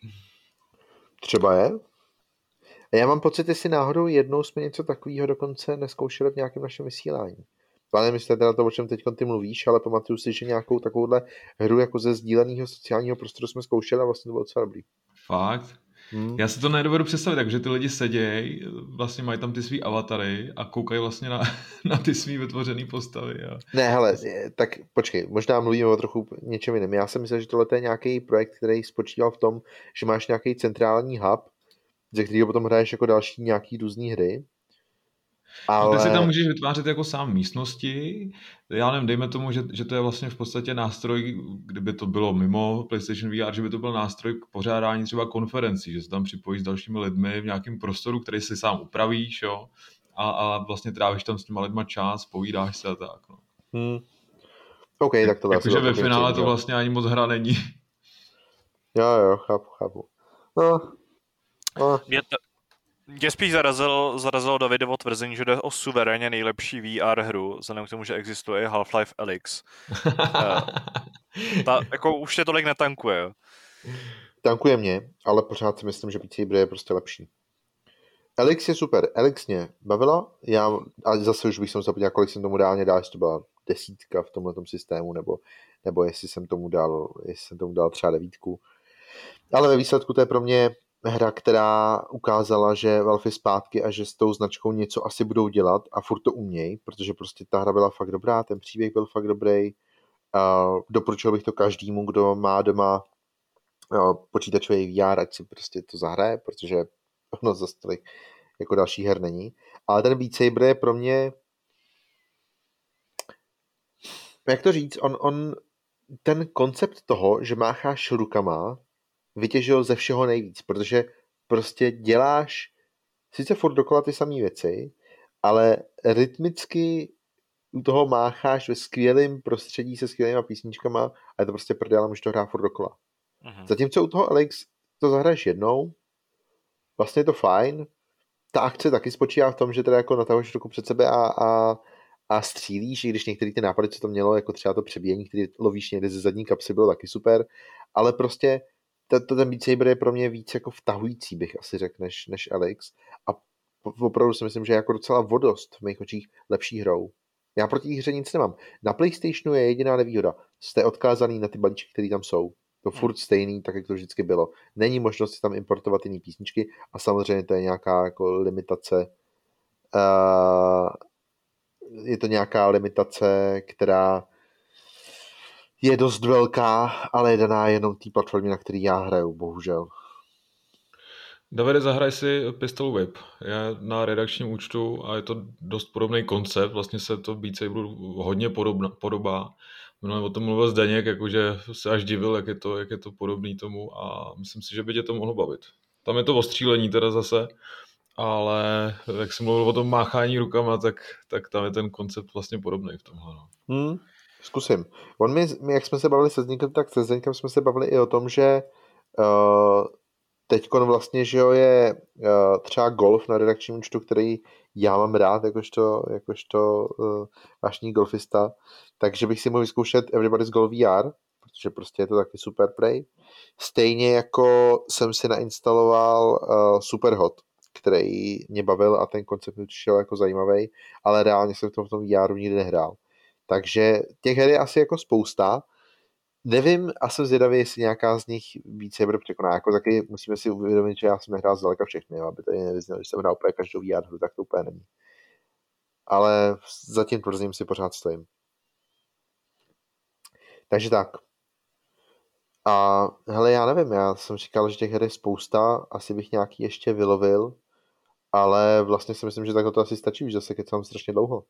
Třeba je. Já mám pocit, jestli náhodou jednou jsme něco takového dokonce neskoušeli v nějakém našem vysílání. Ale nemyslíte teda to, o čem teď ty mluvíš, ale pamatuju si, že nějakou takovouhle hru jako ze sdíleného sociálního prostoru jsme zkoušeli a vlastně to bylo docela dobrý. Fakt? Hmm. Já si to nedovedu představit, takže ty lidi sedějí, vlastně mají tam ty svý avatary a koukají vlastně na, na ty svý vytvořený postavy. A... Ne, hele, tak počkej, možná mluvíme o trochu něčem jiném. Já jsem myslel, že tohle je nějaký projekt, který spočíval v tom, že máš nějaký centrální hub, ze kterého potom hraješ jako další nějaký různý hry. Ale... Ty si tam můžeš vytvářet jako sám místnosti, já nevím, dejme tomu, že, že to je vlastně v podstatě nástroj, kdyby to bylo mimo PlayStation V R, že by to byl nástroj k pořádání třeba konferencí, že se tam připojíš s dalšími lidmi v nějakém prostoru, který si sám upravíš, jo, a, a vlastně trávíš tam s těma lidma čas, povídáš se a tak, no. Hmm. OK, tak to vlastně. Takže ve finále to vlastně ani moc hra není. Jo, jo, chápu, chápu. No, no. Mě, to, mě spíš zarazilo, zarazilo Davidovo tvrzení, že jde o suverénně nejlepší V R hru, vzhledem k tomu, že existuje i Half-Life Alyx. uh, ta, jako už je tolik netankuje. Tankuje mě, ale pořád si myslím, že Beat Saber je prostě lepší. Alyx je super, Alyx mě bavila, já, a zase už bych se musel podívat, kolik jsem tomu reálně dal, jestli to byla desítka v tomhletom systému, nebo, nebo jestli jsem tomu dal, jestli jsem tomu dal třeba devítku. Ale ve výsledku to je pro mě hra, která ukázala, že Valve je zpátky a že s tou značkou něco asi budou dělat a furt to umějí, protože prostě ta hra byla fakt dobrá, ten příběh byl fakt dobrý. Uh, doporučil bych to každému, kdo má doma uh, počítačový V R, ať si prostě to zahraje, protože ono zase tolik jako další her není. Ale ten Beat Saber je pro mě, jak to říct, on, on ten koncept toho, že mácháš rukama, vytěžil ze všeho nejvíc, protože prostě děláš sice furt dokola ty samé věci, ale rytmicky u toho mácháš ve skvělém prostředí se skvělýma písničkama a je to prostě prdel a můžeš to hrát furt dokola. Uh-huh. Zatímco u toho Alyx to zahraješ jednou, vlastně je to fajn, ta akce taky spočívá v tom, že teda jako natahuješ ruku před sebe a, a, a střílíš, i když některé ty nápady, co to mělo, jako třeba to přebíjení, který lovíš někde ze zadní kapsy, bylo taky super, ale prostě ten Beat Saber je pro mě víc jako vtahující, bych asi řekl, než, než Alyx. A opravdu si myslím, že je jako docela vodost v mých očích lepší hrou. Já proti té hře nic nemám. Na PlayStationu je jediná nevýhoda. Jste odkázaný na ty balíčky, které tam jsou. To furt stejný, tak jak to vždycky bylo. Není možnost si tam importovat jiné písničky a samozřejmě to je nějaká jako limitace Uh, je to nějaká limitace, která je dost velká, ale je daná jenom té platformě, na který já hraju, bohužel. Davide, zahraj si Pistol Whip. Je na redakčním účtu a je to dost podobný koncept. Vlastně se to Beat Saberu hodně podobna, podobá. Minule o tom mluvil Zdeněk, jakože se až divil, jak je to, jak je to podobný tomu a myslím si, že by tě to mohlo bavit. Tam je to ostřílení teda zase, ale jak jsem mluvil o tom máchání rukama, tak, tak tam je ten koncept vlastně podobný v tomhle. No. Hmm, zkusím. On mi, my, jak jsme se bavili se Zdeňkem, tak se Zdeňkem jsme se bavili i o tom, že uh, teďkon vlastně, že jo, je uh, třeba golf na redakčním účtu, který já mám rád, jakožto, jakožto uh, vášní golfista, takže bych si mohl vyzkoušet Everybody's Golf V R, protože prostě je to taky super play. Stejně jako jsem si nainstaloval uh, Superhot, který mě bavil a ten koncept mi přišel jako zajímavý, ale reálně jsem v tom, v tom V R nikdy nehrál. Takže těch her je asi jako spousta. Nevím, a jsem zvědavý, jestli nějaká z nich více Saber překoná. Jako taky musíme si uvědomit, že já jsem nehrál zdaleka všechny, aby tady nevyznal, že jsem hrál úplně každou V R hru, tak to úplně není. Ale za tím tvrzením si pořád stojím. Takže tak. A hele, já nevím, já jsem říkal, že těch her je spousta, asi bych nějaký ještě vylovil, ale vlastně si myslím, že takhle to asi stačí, už zase kecám strašně dlouho.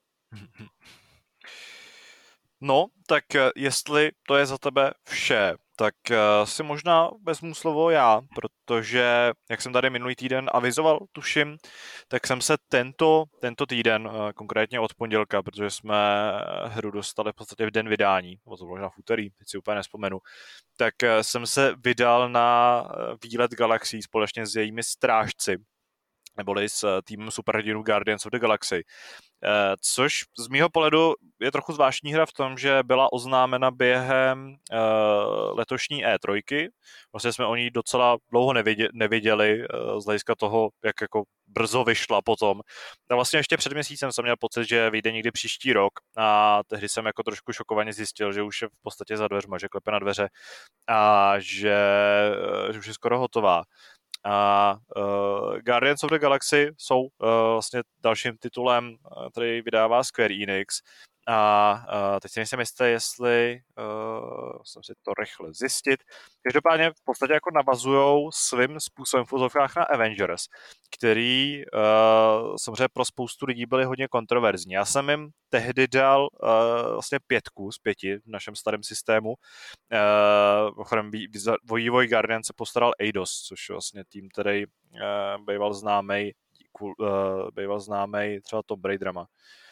No, tak jestli to je za tebe vše, tak si možná vezmu slovo já, protože, jak jsem tady minulý týden avizoval, tuším, tak jsem se tento, tento týden, konkrétně od pondělka, protože jsme hru dostali v podstatě v den vydání, nebo to možná v úterý, teď si úplně nespomenu, tak jsem se vydal na výlet Galaxií společně s jejími strážci, neboli s týmem superhrdinů Guardians of the Galaxy. Což z mýho pohledu je trochu zvláštní hra v tom, že byla oznámena během letošní E tři. Vlastně jsme o ní docela dlouho neviděli z hlediska toho, jak jako brzo vyšla potom. A vlastně ještě před měsícem jsem měl pocit, že vyjde někdy příští rok a tehdy jsem jako trošku šokovaně zjistil, že už je v podstatě za dveřma, že klepe na dveře a že, že už je skoro hotová. A uh, Guardians of the Galaxy jsou uh, vlastně dalším titulem, uh, který vydává Square Enix. A uh, teď si nejsem jistý, jestli uh, jsem si to rychle zjistit. Každopádně v podstatě jako navazujou svým způsobem v úzovkách na Avengers, který uh, samozřejmě pro spoustu lidí byly hodně kontroverzní. Já jsem jim tehdy dal uh, vlastně pětku z pěti v našem starém systému. Uh, vývoj Guardian se postaral Eidos, což je vlastně tým, který uh, býval známej, uh, býval známej třeba Tomb Raiderama.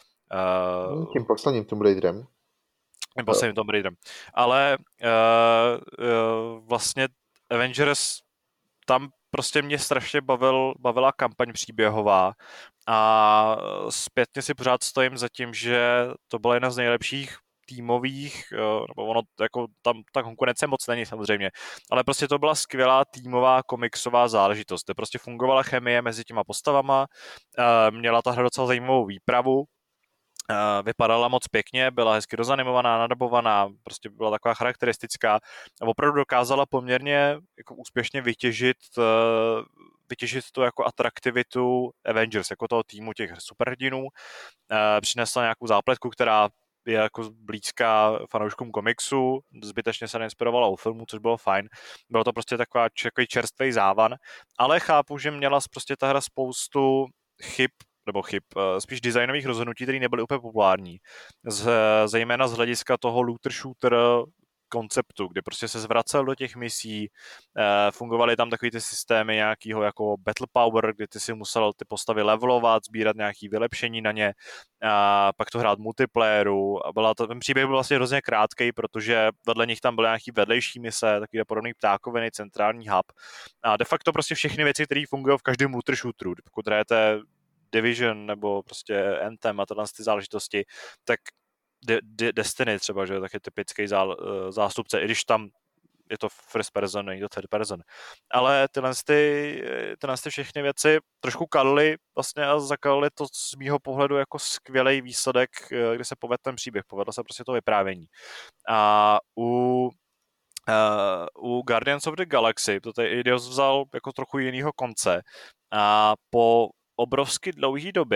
Uh, tím posledním Tomb Raiderem. Tím posledním Tomb Raiderem. Ale uh, uh, vlastně Avengers, tam prostě mě strašně bavil, bavila kampaň příběhová a zpětně si pořád stojím za tím, že to byla jedna z nejlepších týmových, nebo ono jako tam ta konkurence moc není samozřejmě, ale prostě to byla skvělá týmová komiksová záležitost, kde prostě fungovala chemie mezi těma postavama, měla ta hra docela zajímavou výpravu, vypadala moc pěkně, byla hezky rozanimovaná, nadabovaná, prostě byla taková charakteristická a opravdu dokázala poměrně jako úspěšně vytěžit vytěžit to jako atraktivitu Avengers, jako toho týmu těch superhrdinů. Přinesla nějakou zápletku, která je jako blízká fanouškům komiksu, zbytečně se neinspirovala u filmu, což bylo fajn. Bylo to prostě taková, takový čerstvý závan, ale chápu, že měla prostě ta hra spoustu chyb, nebo chyb, spíš designových rozhodnutí, které nebyly úplně populární. Z, zejména z hlediska toho looter-shooter konceptu, kdy prostě se zvracel do těch misí, fungovaly tam takový ty systémy nějakýho jako battle power, kdy ty si musel ty postavy levelovat, sbírat nějaký vylepšení na ně, a pak to hrát multiplayeru. A byla to, ten příběh byl vlastně hrozně krátkej, protože vedle nich tam byly nějaký vedlejší mise, takový podobný ptákoviny, centrální hub. A de facto prostě všechny věci, které fungují v každém looter shooteru. Pokud hrajete Division nebo prostě Anthem a tyhle ty záležitosti, tak De- De- Destiny třeba, že je taky typický zá- zástupce, i když tam je to first person, není to third person. Ale tyhle, ty, tyhle ty všechny věci trošku kalily vlastně a zakalily to z mýho pohledu jako skvělý výsledek, kdy se povedl ten příběh, povedlo se prostě to vyprávění. A u Uh, u Guardians of the Galaxy to tady Eidos vzal jako trochu jinýho konce a po obrovsky dlouhý době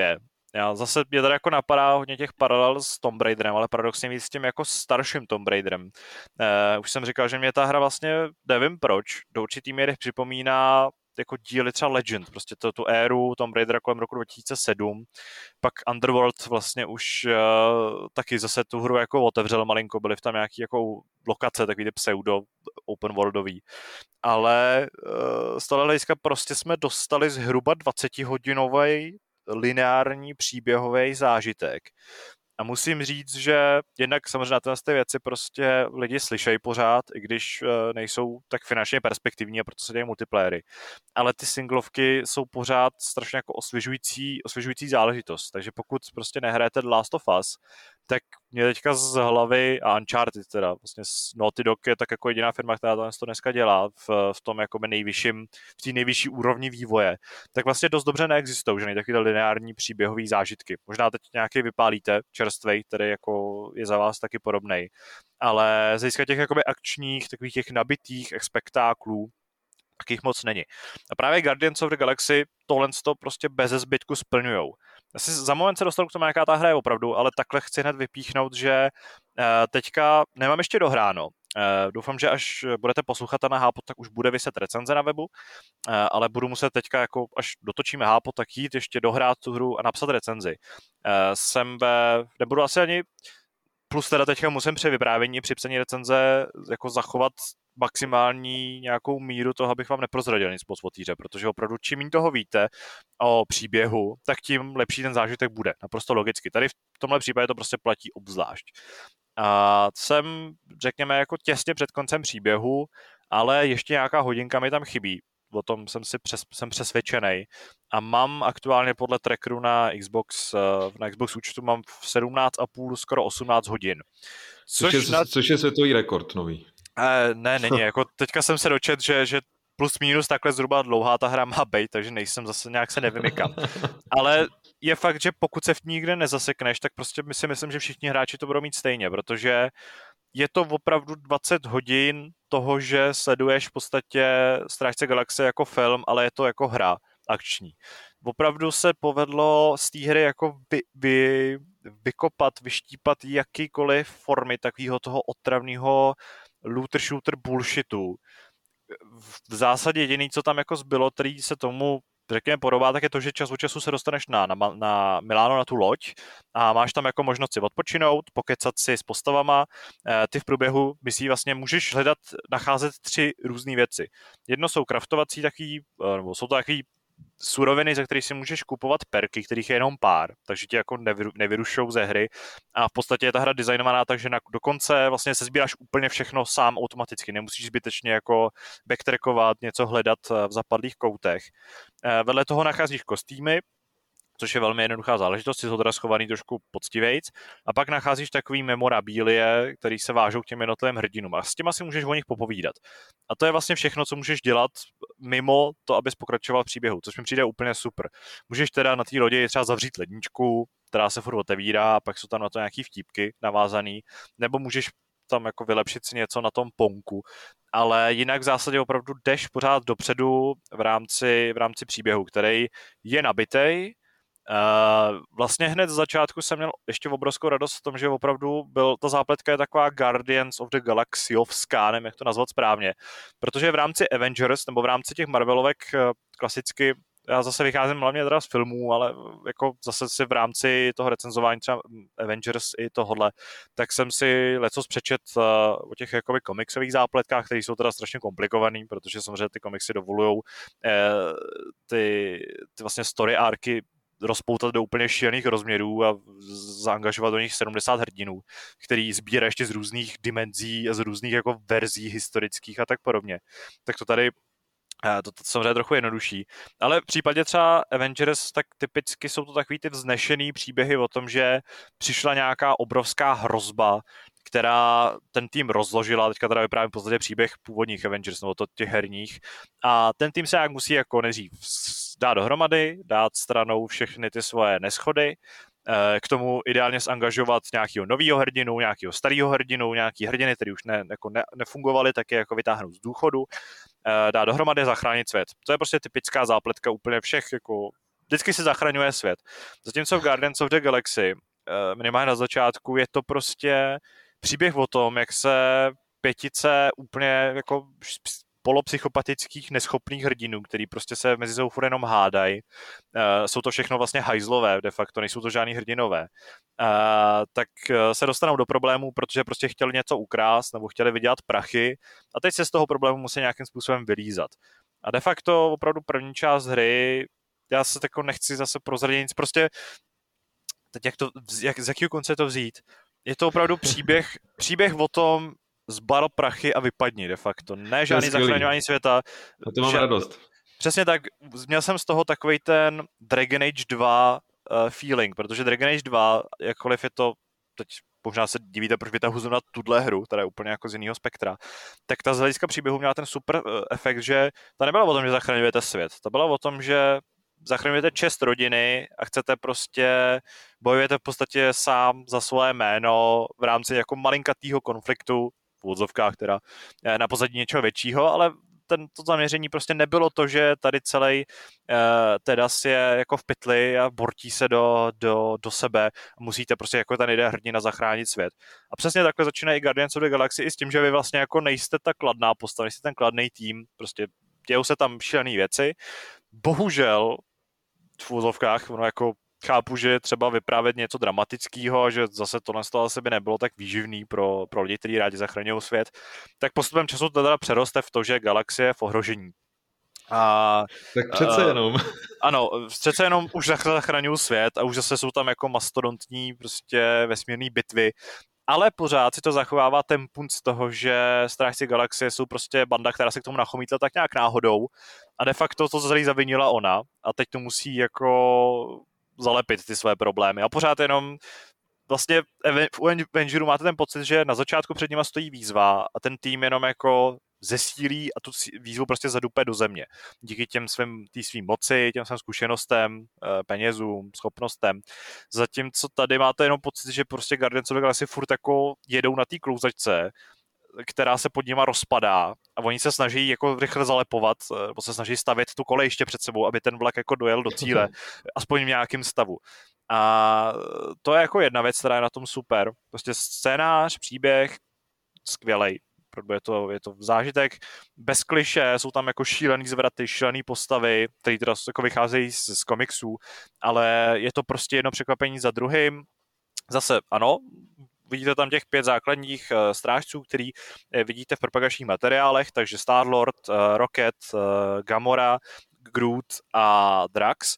Já zase mě tady jako napadá hodně těch paralel s Tomb Raiderem, ale paradoxně víc s tím jako starším Tomb Raiderem. Uh, už jsem říkal, že mě ta hra vlastně, nevím proč, do určitý míry připomíná jako díly třeba Legend, prostě to, tu éru Tomb Raidera kolem roku dva tisíce sedm. Pak Underworld vlastně už uh, taky zase tu hru jako otevřel malinko, byly v tam nějaký jako lokace, takový ty pseudo open worldový. Ale uh, z toho hlediska prostě jsme dostali zhruba dvacetihodinový lineární příběhový zážitek. A musím říct, že jednak samozřejmě na tyhle věci prostě lidi slyšejí pořád, i když nejsou tak finančně perspektivní a proto se dějí multiplayery. Ale ty singlovky jsou pořád strašně jako osvěžující, osvěžující záležitost. Takže pokud prostě nehrajete The Last of Us, tak mě teďka z hlavy, a Uncharted teda, vlastně Naughty Dog je tak jako jediná firma, která to dneska dělá v, v tom jakoby nejvyšším, v té nejvyšší úrovni vývoje, tak vlastně dost dobře neexistují, že nej takovýhle lineární příběhový zážitky. Možná teď nějaký vypálíte, čerstvej, který jako je za vás taky podobnej. Ale z hlediska těch jakoby akčních, takových těch nabitých spektáklů, takých moc není. A právě Guardians of the Galaxy tohle to prostě bez zbytku splňujou. Asi za moment se dostanu k tomu, jaká ta hra je opravdu, ale takhle chci hned vypíchnout, že teďka nemám ještě dohráno. Doufám, že až budete poslouchat na Hápot, tak už bude vyset recenze na webu, ale budu muset teďka, jako až dotočíme Hápot, tak jít ještě dohrát tu hru a napsat recenzi. Jsem ve, nebudu asi ani, plus teda teďka musím při vyprávění, při psaní recenze jako zachovat maximální nějakou míru toho, abych vám neprozradil nic moc o té hře, protože opravdu čím méně toho víte o příběhu, tak tím lepší ten zážitek bude. Naprosto logicky. Tady v tomhle případě to prostě platí obzvlášť. A jsem, řekněme, jako těsně před koncem příběhu, ale ještě nějaká hodinka mi tam chybí. O tom jsem si přes, jsem přesvědčený. A mám aktuálně podle trackeru na Xbox, na Xbox účtu mám v sedmnáct a půl, skoro osmnáct hodin. Což, což, je, na... což je světový rekord nový. E, ne, není. Jako teďka jsem se dočet, že, že plus minus takhle zhruba dlouhá ta hra má být, takže nejsem zase nějak se nevymykám. Ale je fakt, že pokud se v ní nikde nezasekneš, tak prostě my si myslím, že všichni hráči to budou mít stejně, protože je to opravdu dvacet hodin toho, že sleduješ v podstatě Strážce galaxie jako film, ale je to jako hra akční. Opravdu se povedlo z té hry jako vy, vy, vykopat, vyštípat jakýkoliv formy takového toho otravného looter shooter bullshitu. V zásadě jediný, co tam jako zbylo, který se tomu řekněme podobá, tak je to, že čas od času se dostaneš na, na, na Miláno, na tu loď a máš tam jako možnost si odpočinout, pokecat si s postavama. Ty v průběhu misí vlastně můžeš hledat, nacházet tři různé věci. Jedno jsou craftovací takový, nebo jsou to takový suroviny, ze kterých si můžeš kupovat perky, kterých je jenom pár, takže ti jako nevyru, nevyrušou ze hry a v podstatě je ta hra designovaná tak, že na, dokonce vlastně se sbíráš úplně všechno sám automaticky, nemusíš zbytečně jako backtrackovat, něco hledat v zapadlých koutech. Vedle toho nacházíš kostýmy, což je velmi jednoduchá záležitost, je to teda schovaný trošku poctivejc, a pak nacházíš takový memorabilie, který se vážou k těm jednotlivým hrdinům a s těma si můžeš o nich popovídat. A to je vlastně všechno, co můžeš dělat mimo to, abys pokračoval v příběhu, což mi přijde úplně super. Můžeš teda na té lodi třeba zavřít ledničku, která se furt otevírá, a pak jsou tam na to nějaký vtípky navázaný, nebo můžeš tam jako vylepšit si něco na tom ponku, ale jinak v zásadě opravdu jdeš pořád dopředu v rámci, v rámci příběhu, který je nabitej. Uh, vlastně hned z začátku jsem měl ještě obrovskou radost v tom, že opravdu byl, ta zápletka je taková Guardians of the Galaxyovská, nevím, jak to nazvat správně, protože v rámci Avengers, nebo v rámci těch Marvelovek klasicky, já zase vycházím hlavně teda z filmů, ale jako zase si v rámci toho recenzování třeba Avengers i tohodle, tak jsem si lecos přečet uh, o těch jakoby komiksových zápletkách, které jsou teda strašně komplikovaný, protože samozřejmě ty komiksy dovolujou eh, ty, ty vlastně story arky rozpoutat do úplně šílených rozměrů a zaangažovat do nich sedmdesát hrdinů, který sbírá ještě z různých dimenzí a z různých jako verzí historických a tak podobně. Tak to tady to, to samozřejmě trochu jednodušší. Ale v případě třeba Avengers, tak typicky jsou to takový ty vznešený příběhy o tom, že přišla nějaká obrovská hrozba, která ten tým rozložila, teďka teda vyprávím v podstatě příběh původních Avengers, nebo to těch herních, a ten tým se jak musí jako nejdřív dát dohromady, dát stranou všechny ty svoje neschody, k tomu ideálně zangažovat nějakého nového hrdinu, nějakého starého hrdinu, nějaký hrdiny, který už ne, jako ne, nefungovaly, tak je jako vytáhnout z důchodu, dát dohromady, zachránit svět. To je prostě typická zápletka úplně všech jako vždycky si zachraňuje svět. Zatímco v Guardians of the Galaxy, minimálně na začátku, je to prostě příběh o tom, jak se pětice úplně jako polopsychopatických, neschopných hrdinů, který prostě se mezi sebou furt jenom hádají. Uh, jsou to všechno vlastně hajzlové, de facto, nejsou to žádný hrdinové. Uh, tak se dostanou do problémů, protože prostě chtěli něco ukrást nebo chtěli vydělat prachy a teď se z toho problému musí nějakým způsobem vylízat. A de facto opravdu první část hry, já se tako nechci zase prozradit nic, prostě teď jak to, jak, z jakého konce to vzít? Je to opravdu příběh, příběh o tom, zbal prachy a vypadni de facto. Ne žádný zachraňování světa. A to mám že... radost. Přesně tak, měl jsem z toho takovej ten Dragon Age dva uh, feeling, protože Dragon Age dva, jakkoliv je to, teď možná se divíte, proč vytahu zrovna tuhle hru, která je úplně jako z jiného spektra, tak ta z hlediska příběhu měla ten super uh, efekt, že ta nebyla o tom, že zachraňujete svět, ta byla o tom, že zachraňujete čest rodiny a chcete prostě, bojujete v podstatě sám za svoje jméno v rámci jako malinkatýho konfliktu, v úvodzovkách teda, na pozadí něčeho většího, ale ten, to zaměření prostě nebylo to, že tady celý uh, Tedas je jako v pytli a bortí se do, do, do sebe a musíte prostě jako ten jeden hrdina zachránit svět. A přesně takhle začínají i Guardians of the Galaxy i s tím, že vy vlastně jako nejste ta kladná postava, nejste ten kladný tým, prostě dějou se tam šílené věci. Bohužel v úvozovkách, ono jako chápu, že je třeba vyprávět něco dramatického a že zase tohle z toho by nebylo tak výživný pro, pro lidi, kteří rádi zachraňují svět, tak postupem času to teda přeroste v to, že galaxie je v ohrožení. A, tak přece uh, jenom. Ano, přece jenom už zachraňují svět a už zase jsou tam jako mastodontní prostě vesmírné bitvy, ale pořád si to zachovává ten punt z toho, že Strážci galaxie jsou prostě banda, která se k tomu nachomítla tak nějak náhodou a de facto to celý zavinila ona a teď to musí jako zalepit ty své problémy a pořád jenom vlastně v Avengeru máte ten pocit, že na začátku před nima stojí výzva a ten tým jenom jako zesílí a tu výzvu prostě zadupe do země. Díky těm svým, tý svým moci, těm svým zkušenostem, penězům, schopnostem. Zatímco tady máte jenom pocit, že prostě Guardians of the Galaxy furt jako jedou na té klouzačce, která se pod nima rozpadá a oni se snaží jako rychle zalepovat, nebo se snaží stavět tu kolejiště před sebou, aby ten vlak jako dojel do cíle, aspoň v nějakém stavu. A to je jako jedna věc, která je na tom super. Prostě scénář, příběh, skvělej. Je to, je to zážitek bez kliše, jsou tam jako šílený zvraty, šílený postavy, které teda jako vycházejí z, z komiksů, ale je to prostě jedno překvapení za druhým. Zase ano, vidíte tam těch pět základních uh, strážců, který uh, vidíte v propagačních materiálech, takže Star-Lord, uh, Rocket, uh, Gamora, Groot a Drax,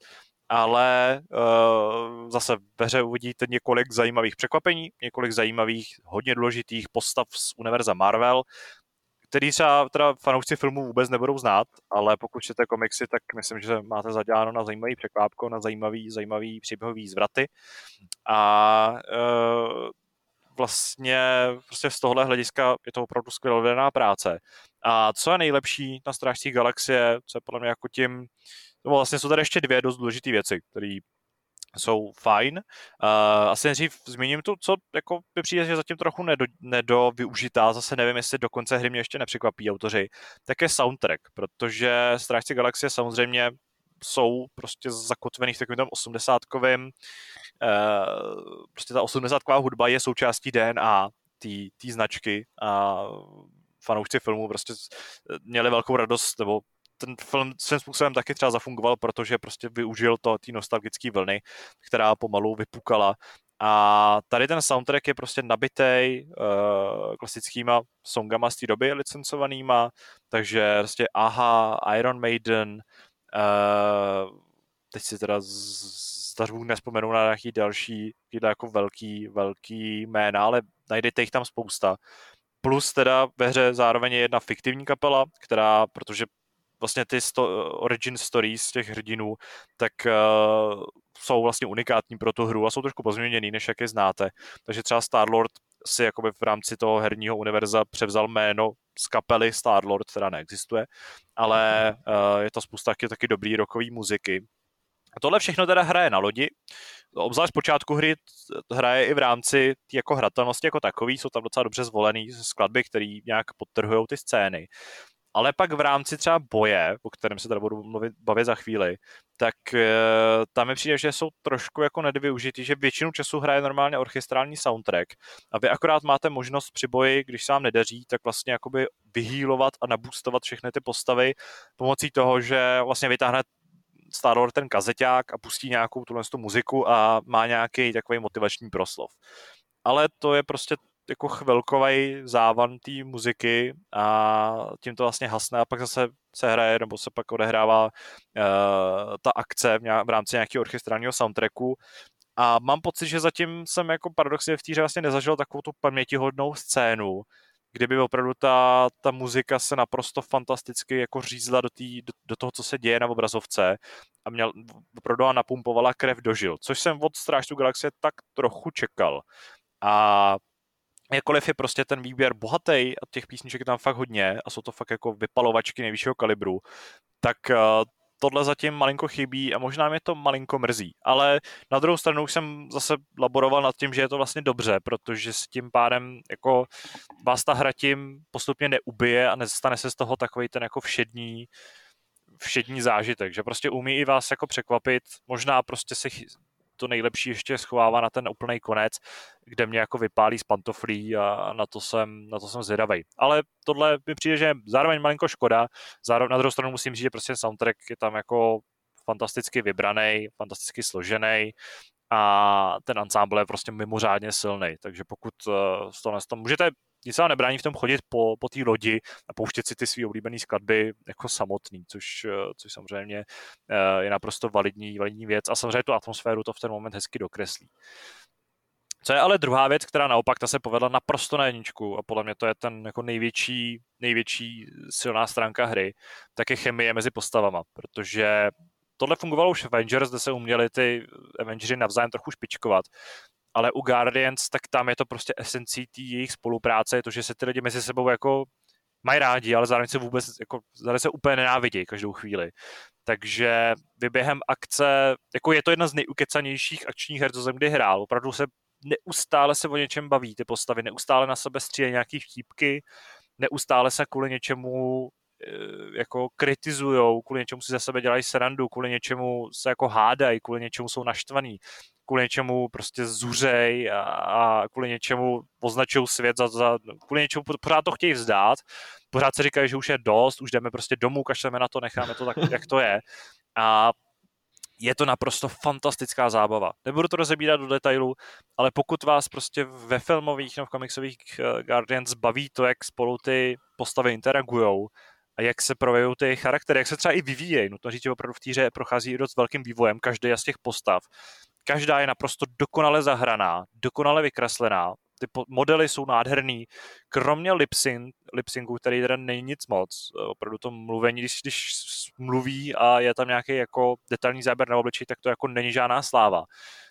ale uh, zase ve hře uvidíte několik zajímavých překvapení, několik zajímavých, hodně důležitých postav z univerza Marvel, který třeba teda fanoušci filmů vůbec nebudou znát, ale pokud čtete komiksy, tak myslím, že máte zaděláno na zajímavý překvápko, na zajímavý, zajímavý příběhový zvraty a uh, vlastně prostě z tohohle hlediska je to opravdu skvěle vedená práce. A co je nejlepší na Strážcích galaxie, co je podle mě jako tím, no vlastně jsou tady ještě dvě dost důležité věci, které jsou fajn. Uh, asi nejdřív zmíním tu, co jako mi přijde, že zatím trochu nedo, nedovyužitá, zase nevím, jestli do konce hry mě ještě nepřekvapí autoři, tak je soundtrack, protože Strážci galaxie samozřejmě jsou prostě zakotvený v takovým tam osmdesátkovým, uh, prostě ta osmdesátková hudba je součástí D N A té značky a fanoušci filmů prostě měli velkou radost, nebo ten film svým způsobem taky třeba zafungoval, protože prostě využil to ty nostalgické vlny, která pomalu vypukala. A tady ten soundtrack je prostě nabitej uh, klasickýma songama z té doby licencovanýma, takže prostě Aha, Iron Maiden, uh, teď si teda z dařů nespomenu na nějaký další jako velký, velký jména, ale najdete jich tam spousta. Plus teda ve hře zároveň je jedna fiktivní kapela, která, protože vlastně ty sto- origin stories těch hrdinů, tak uh, jsou vlastně unikátní pro tu hru a jsou trošku pozměněný, než jak je znáte. Takže třeba Star-Lord si jakoby v rámci toho herního univerza převzal jméno z kapely Star-Lord, která neexistuje, ale uh, je to spousta taky, taky dobrý rockový muziky. A tohle všechno teda hraje na lodi. Obzvlášť počátku hry hraje i v rámci tý jako hratelnosti jako takový, jsou tam docela dobře zvolený skladby, které nějak podtrhujou ty scény. Ale pak v rámci třeba boje, o kterém se tady budu mluvit, bavit za chvíli, tak tam mi přijde, že jsou trošku jako nevyužitý, že většinu času hraje normálně orchestrální soundtrack a vy akorát máte možnost při boji, když se vám nedaří, tak vlastně jakoby vyhýlovat a naboostovat všechny ty postavy pomocí toho, že vlastně vytáhne Star-Lord ten kazeťák a pustí nějakou tuhle tu muziku a má nějaký takový motivační proslov. Ale to je prostě jako chvilkový závan té muziky a tím to vlastně hasne a pak zase se hraje nebo se pak odehrává uh, ta akce v, nějak, v rámci nějakého orchestrálního soundtracku a mám pocit, že zatím jsem jako paradoxně v té hře vlastně nezažil takovou tu pamětihodnou scénu, kdyby opravdu ta, ta muzika se naprosto fantasticky jako řízla do, tý, do, do toho, co se děje na obrazovce a měl, opravdu napumpovala krev do žil, což jsem od Strážců galaxie tak trochu čekal. A jakkoliv je prostě ten výběr bohatý a těch písniček je tam fakt hodně a jsou to fakt jako vypalovačky nejvyššího kalibru, tak uh, tohle zatím malinko chybí a možná mě to malinko mrzí. Ale na druhou stranu už jsem zase laboroval nad tím, že je to vlastně dobře, protože s tím pádem jako vás ta hra tím postupně neubije a nestane se z toho takovej ten jako všední všední zážitek, že prostě umí i vás jako překvapit, možná prostě se to nejlepší ještě schovává na ten úplný konec, kde mě jako vypálí z pantoflí a na to jsem, na to jsem zvědavej. Ale tohle mi přijde, že zároveň malinko škoda, zároveň na druhou stranu musím říct, že prostě soundtrack je tam jako fantasticky vybraný, fantasticky složený a ten ensemble je prostě mimořádně silný, takže pokud z toho tom můžete, nic vám nebrání v tom chodit po, po té lodi a pouštět si ty svý oblíbené skladby jako samotný, což, což samozřejmě je naprosto validní, validní věc a samozřejmě tu atmosféru to v ten moment hezky dokreslí. Co je ale druhá věc, která naopak ta se povedla naprosto na jedničku a podle mě to je ten jako největší, největší silná stránka hry, tak je chemie mezi postavama, protože tohle fungovalo už v Avengers, kde se uměli ty Avengeri navzájem trochu špičkovat, ale u Guardians, tak tam je to prostě esencí té jejich spolupráce, je to, že se ty lidi mezi sebou jako mají rádi, ale zároveň se vůbec, jako, zároveň se úplně nenávidí každou chvíli. Takže vy během akce, jako je to jedna z nejukecanějších akčních her, co jsem kdy hrál, opravdu se neustále se o něčem baví ty postavy, neustále na sebe střílejí nějaký vtípky, neustále se kvůli něčemu jako kritizujou, kvůli něčemu si za sebe dělají srandu, kvůli něčemu se jako hádají, kvůli něčemu jsou naštvaný, kvůli něčemu prostě zuřej a, a kvůli něčemu označují svět za, za, kvůli něčemu pořád to chtějí vzdát, pořád se říkají, že už je dost, už jdeme prostě domů, kašleme na to, necháme to tak, jak to je. A je to naprosto fantastická zábava. Nebudu to rozebírat do detailu, ale pokud vás prostě ve filmových nebo v komiksových Guardians baví to, jak spolu ty postavy interagujou a jak se projevují ty charaktery, jak se třeba i vyvíjejí. Nutno říct, že opravdu v té hře prochází i dost velkým vývojem každý z těch postav. Každá je naprosto dokonale zahraná, dokonale vykreslená. Ty modely jsou nádherný, kromě lip-sync, lip-syncu, který teda není nic moc. Opravdu to mluvení, když, když mluví a je tam nějaký jako detailní záběr na obličeji, tak to jako není žádná sláva.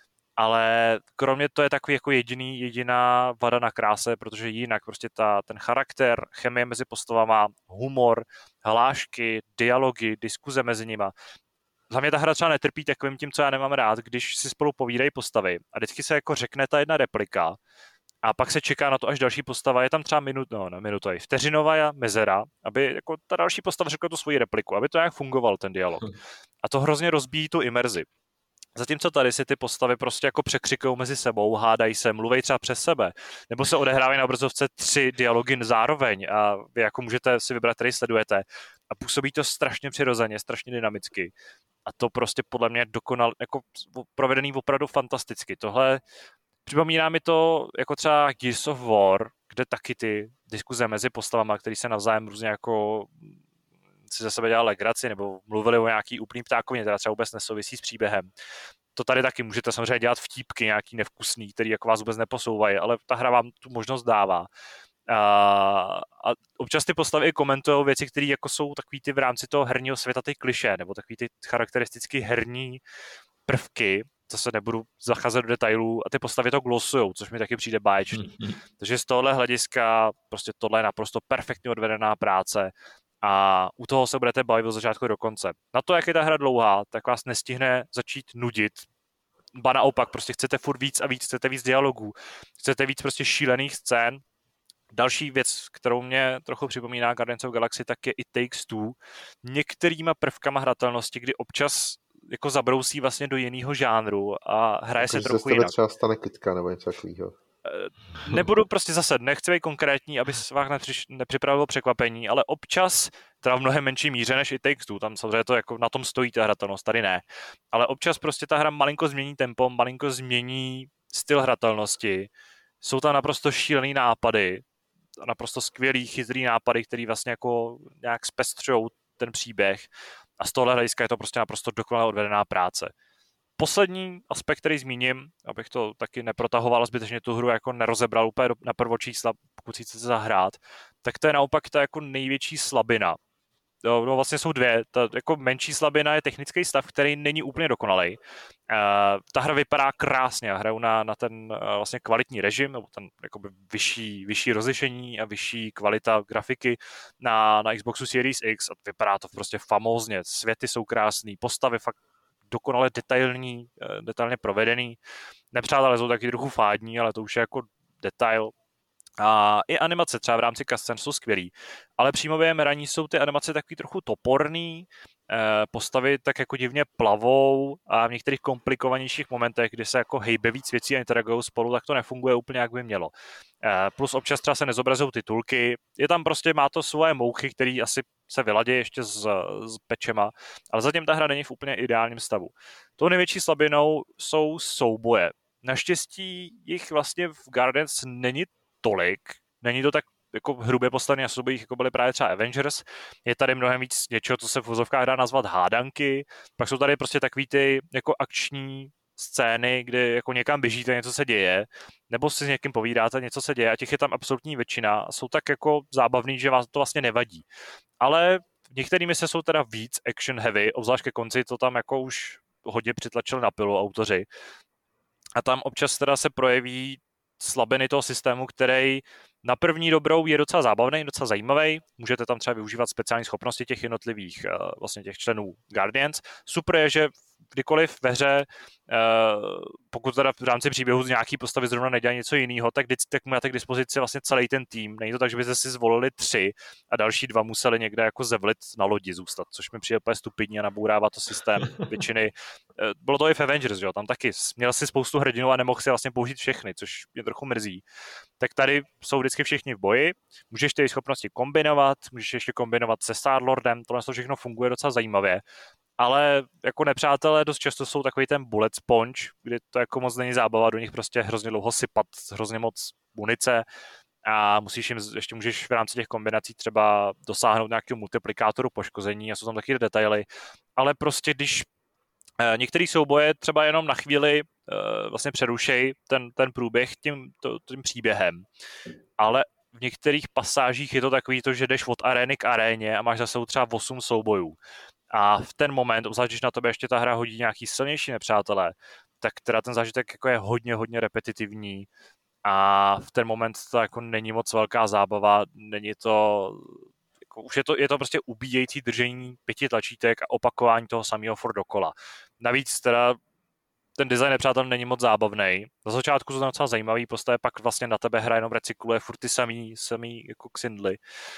Ale kromě to je takový jako jediný, jediná vada na kráse, protože jinak prostě ta, ten charakter, chemie mezi postavama, humor, hlášky, dialogy, diskuze mezi nima. Za mě ta hra třeba netrpí takovým tím, co já nemám rád, když si spolu povídají postavy a vždycky se jako řekne ta jedna replika a pak se čeká na to, až další postava, je tam třeba minut, no, ne, minuta, vteřinová mezera, aby jako ta další postava řekla tu svoji repliku, aby to nějak fungoval ten dialog. A to hrozně rozbíjí tu imerzi. Zatímco tady si ty postavy prostě jako překřikují mezi sebou, hádají se, mluví třeba přes sebe, nebo se odehrávají na obrazovce tři dialogy zároveň a vy jako můžete si vybrat, který sledujete a působí to strašně přirozeně, strašně dynamicky. A to prostě podle mě dokonal, jako provedený opravdu fantasticky. Tohle připomíná mi to jako třeba Gears of War, kde taky ty diskuze mezi postavama, které se navzájem různě jako si za sebe dělali legraci nebo mluvili o nějaký úplný ptákovině, teda třeba vůbec nesouvisí s příběhem. To tady taky můžete samozřejmě dělat vtípky nějaký nevkusný, který jako vás vůbec neposouvají, ale ta hra vám tu možnost dává. A, a občas ty postavy komentují věci, které jako jsou takový ty v rámci toho herního světa ty klišé, nebo takový ty charakteristicky herní prvky, zase nebudu zacházet do detailů, a ty postavy to glosujou, což mi taky přijde báječný. Mm-hmm. Takže z tohohle hlediska prostě tohle je naprosto perfektně odvedená práce a u toho se budete bavit od začátku do konce. Na to, jak je ta hra dlouhá, tak vás nestihne začít nudit. Ba naopak, prostě chcete furt víc a víc, chcete víc dialogů, chcete víc prostě šílených scén. Další věc, kterou mě trochu připomíná Guardians of Galaxy, tak je i Takes Two. Některýma prvkama hratelnosti, kdy občas jako zabrousí vlastně do jiného žánru a hraje jako, se že trochu se z tebe jinak. třeba stane kytka nebo něco takového. Nebudu prostě zase, nechci být konkrétní, aby se vás nepřiš, nepřipravilo překvapení, ale občas, teda v mnohem menší míře než i Takes Two, tam samozřejmě to jako na tom stojí ta hratelnost, tady ne, ale občas prostě ta hra malinko změní tempo, malinko změní styl hratelnosti, jsou tam naprosto šílený nápady, naprosto skvělý, chytrý nápady, který vlastně jako nějak zpestřujou ten příběh a z tohohle hlediska je to prostě naprosto dokonale odvedená práce. Poslední aspekt, který zmíním, abych to taky neprotahoval, zbytečně tu hru jako nerozebral úplně na prvočísla, pokud si chcete zahrát, tak to je naopak ta jako největší slabina. No, no vlastně jsou dvě. Ta jako menší slabina je technický stav, který není úplně dokonalý. Uh, ta hra vypadá krásně, hrajou na, na ten uh, vlastně kvalitní režim, nebo ten jakoby vyšší, vyšší rozlišení a vyšší kvalita grafiky na, na Xboxu Series X a vypadá to prostě famózně. Světy jsou krásný, postavy fakt dokonale detailní, detailně provedený. Nepřátelé jsou taky trochu fádní, ale to už je jako detail. A i animace třeba v rámci cutscén jsou skvělý, ale přímo během hraní jsou ty animace takový trochu toporný, postavy tak jako divně plavou a v některých komplikovanějších momentech, kdy se jako hejbe víc věcí a interagují spolu, tak to nefunguje úplně, jak by mělo. Plus občas třeba se nezobrazují titulky, je tam prostě, má to svoje mouchy, který asi se vyladí ještě s, s pečema, ale zatím ta hra není v úplně ideálním stavu. Tou největší slabinou jsou souboje. Naštěstí jich vlastně v Guardians není tolik, není to tak jako hrubě postavený na soubojích, jako byly právě třeba Avengers. Je tady mnohem víc něčeho, co se v vozovkách dá nazvat hádanky. Pak jsou tady prostě takový ty jako akční scény, kdy jako někam běžíte, něco se děje, nebo si s někým povídáte, něco se děje a těch je tam absolutní většina a jsou tak jako zábavný, že vás to vlastně nevadí. Ale některé mise jsou teda víc action heavy, obzvlášť ke konci to tam jako už hodně přitlačili na pilu autoři. A tam občas teda se projeví slabiny toho systému, který na první dobrou je docela zábavný, docela zajímavý. Můžete tam třeba využívat speciální schopnosti těch jednotlivých vlastně těch členů Guardians. Super je, že kdykoliv ve hře, pokud teda v rámci příběhu z nějaký postavy zrovna nedělá něco jiného, tak, tak máte k dispozici vlastně celý ten tým. Není to tak, že byste si zvolili tři a další dva museli někde jako zevlit na lodi zůstat, což mi přijde úplně stupidní a nabourává to systém většiny. Bylo to i v Avengers, jo? Tam taky měl si spoustu hrdinů a nemohl si vlastně použít všechny, což mě trochu mrzí. Tak tady jsou vždycky všichni v boji, můžeš ty schopnosti kombinovat, můžeš ještě kombinovat se Star-Lordem, tohle to všechno funguje docela zajímavě. Ale jako nepřátelé dost často jsou takový ten bullet sponge, kdy to jako moc není zábava, do nich prostě hrozně dlouho sypat, hrozně moc munice a musíš jim, ještě můžeš v rámci těch kombinací třeba dosáhnout nějakého multiplikátoru poškození a jsou tam taky detaily, ale prostě když eh, některý souboje třeba jenom na chvíli eh, vlastně přerušej ten, ten průběh tím, to, tím příběhem, ale v některých pasážích je to takový to, že jdeš od arény k aréně a máš zase třeba osm soubojů. A v ten moment, obzvlášť když na tebe ještě ta hra hodí nějaký silnější nepřátelé, tak teda ten zážitek jako je hodně, hodně repetitivní a v ten moment to jako není moc velká zábava, není to, jako, už je to, je to prostě ubíjející držení pěti tlačítek a opakování toho samého furt dokola. Navíc teda ten design nepřátel není moc zábavný. Na začátku jsou tam docela zajímavý postavy, pak vlastně na tebe hra jenom recykluje furt ty samý, samý jako ksindly.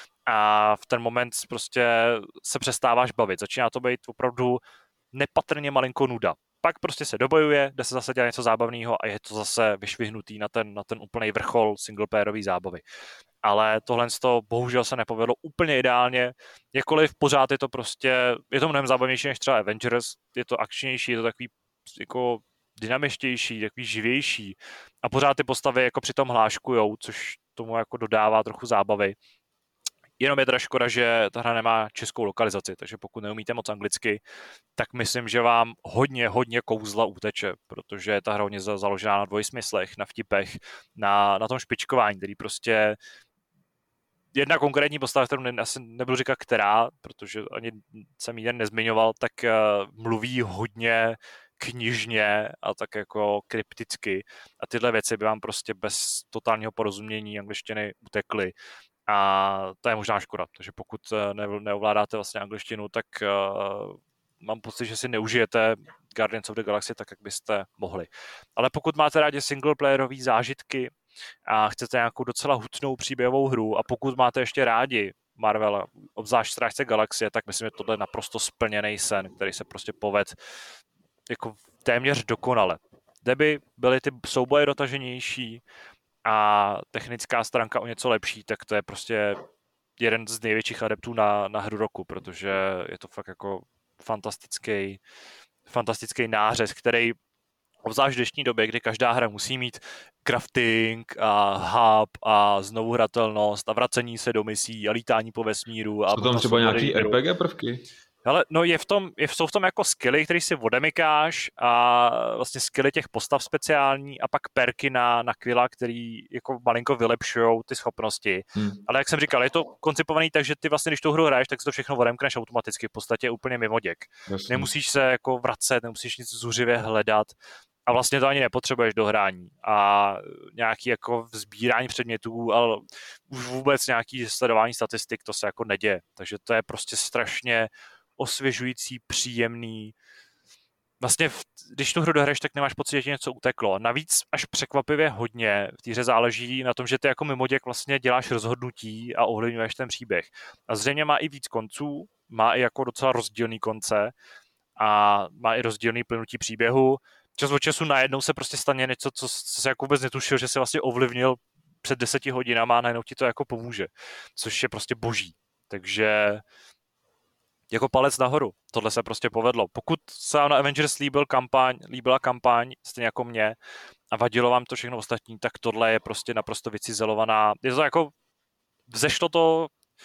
A v ten moment prostě se přestáváš bavit. Začíná to být opravdu nepatrně malinko nuda. Pak prostě se dobojuje, jde se zase dělat něco zábavného a je to zase vyšvihnutý na ten, na ten úplný vrchol singleplayerový zábavy. Ale tohle z toho bohužel se nepovedlo úplně ideálně, jakkoliv pořád je to prostě, je to mnohem zábavnější než třeba Avengers, je to akčnější, je to takový jako dynamičtější, takový živější a pořád ty postavy jako přitom hláškujou, což tomu jako dodává trochu zábavy. Jenom je teda škoda, že ta hra nemá českou lokalizaci, takže pokud neumíte moc anglicky, tak myslím, že vám hodně, hodně kouzla uteče, protože je ta hra hodně založená na dvojsmyslech, na vtipech, na, na tom špičkování, který prostě jedna konkrétní postava, kterou ne, asi nebudu říkat která, protože ani jsem ji nezmiňoval, tak uh, mluví hodně knižně a tak jako krypticky a tyhle věci by vám prostě bez totálního porozumění angličtiny utekly. A to je možná škoda, takže pokud ne, neovládáte vlastně angličtinu, tak uh, mám pocit, že si neužijete Guardians of the Galaxy tak, jak byste mohli. Ale pokud máte rádi singleplayerové zážitky a chcete nějakou docela hutnou příběhovou hru a pokud máte ještě rádi Marvela, obzvlášť Strážce galaxie, tak myslím, že tohle je naprosto splněný sen, který se prostě poved jako téměř dokonale. Kdyby byly ty souboje dotaženější a technická stránka o něco lepší, tak to je prostě jeden z největších adeptů na, na hru roku, protože je to fakt jako fantastický, fantastický nářez, který obzvlášť v dnešní době, kdy každá hra musí mít crafting a hub a znovu hratelnost a vracení se do misí a lítání po vesmíru. A jsou tam třeba nějaký R P G prvky? Ale no je v tom, je, jsou v tom jako skilly, který si odemykáš a vlastně skilly těch postav speciální a pak perky na, na Quilla, který jako malinko vylepšujou ty schopnosti. Hmm. Ale jak jsem říkal, je to koncipovaný tak, že ty vlastně, když tu hru hraješ, tak si to všechno odemkneš automaticky, v podstatě úplně mimoděk. Jasně. Nemusíš se jako vracet, nemusíš nic zuřivě hledat a vlastně to ani nepotřebuješ do hrání. A nějaký jako sbírání předmětů, ale už vůbec nějaký sledování statistik, to se jako neděje. Takže to je prostě strašně osvěžující, příjemný. Vlastně, v, když tu hru dohraješ, tak nemáš pocit, že ti něco uteklo. Navíc až překvapivě hodně v té hře záleží na tom, že ty jako mimoděk vlastně děláš rozhodnutí a ovlivňuješ ten příběh. A zřejmě má i víc konců, má i jako docela rozdílný konce a má i rozdílný plynutí příběhu. Čas od času najednou se prostě stane něco, co, co se jako vůbec netušil, že se vlastně ovlivnil před deseti hodinama a najednou ti to jako pomůže. Což je prostě boží. Takže jako palec nahoru. Tohle se prostě povedlo. Pokud se vám na Avengers líbil kampaň, líbila kampaň, stejně jako mě, a vadilo vám to všechno ostatní, tak tohle je prostě naprosto vycizelovaná. Je to jako, vzešlo to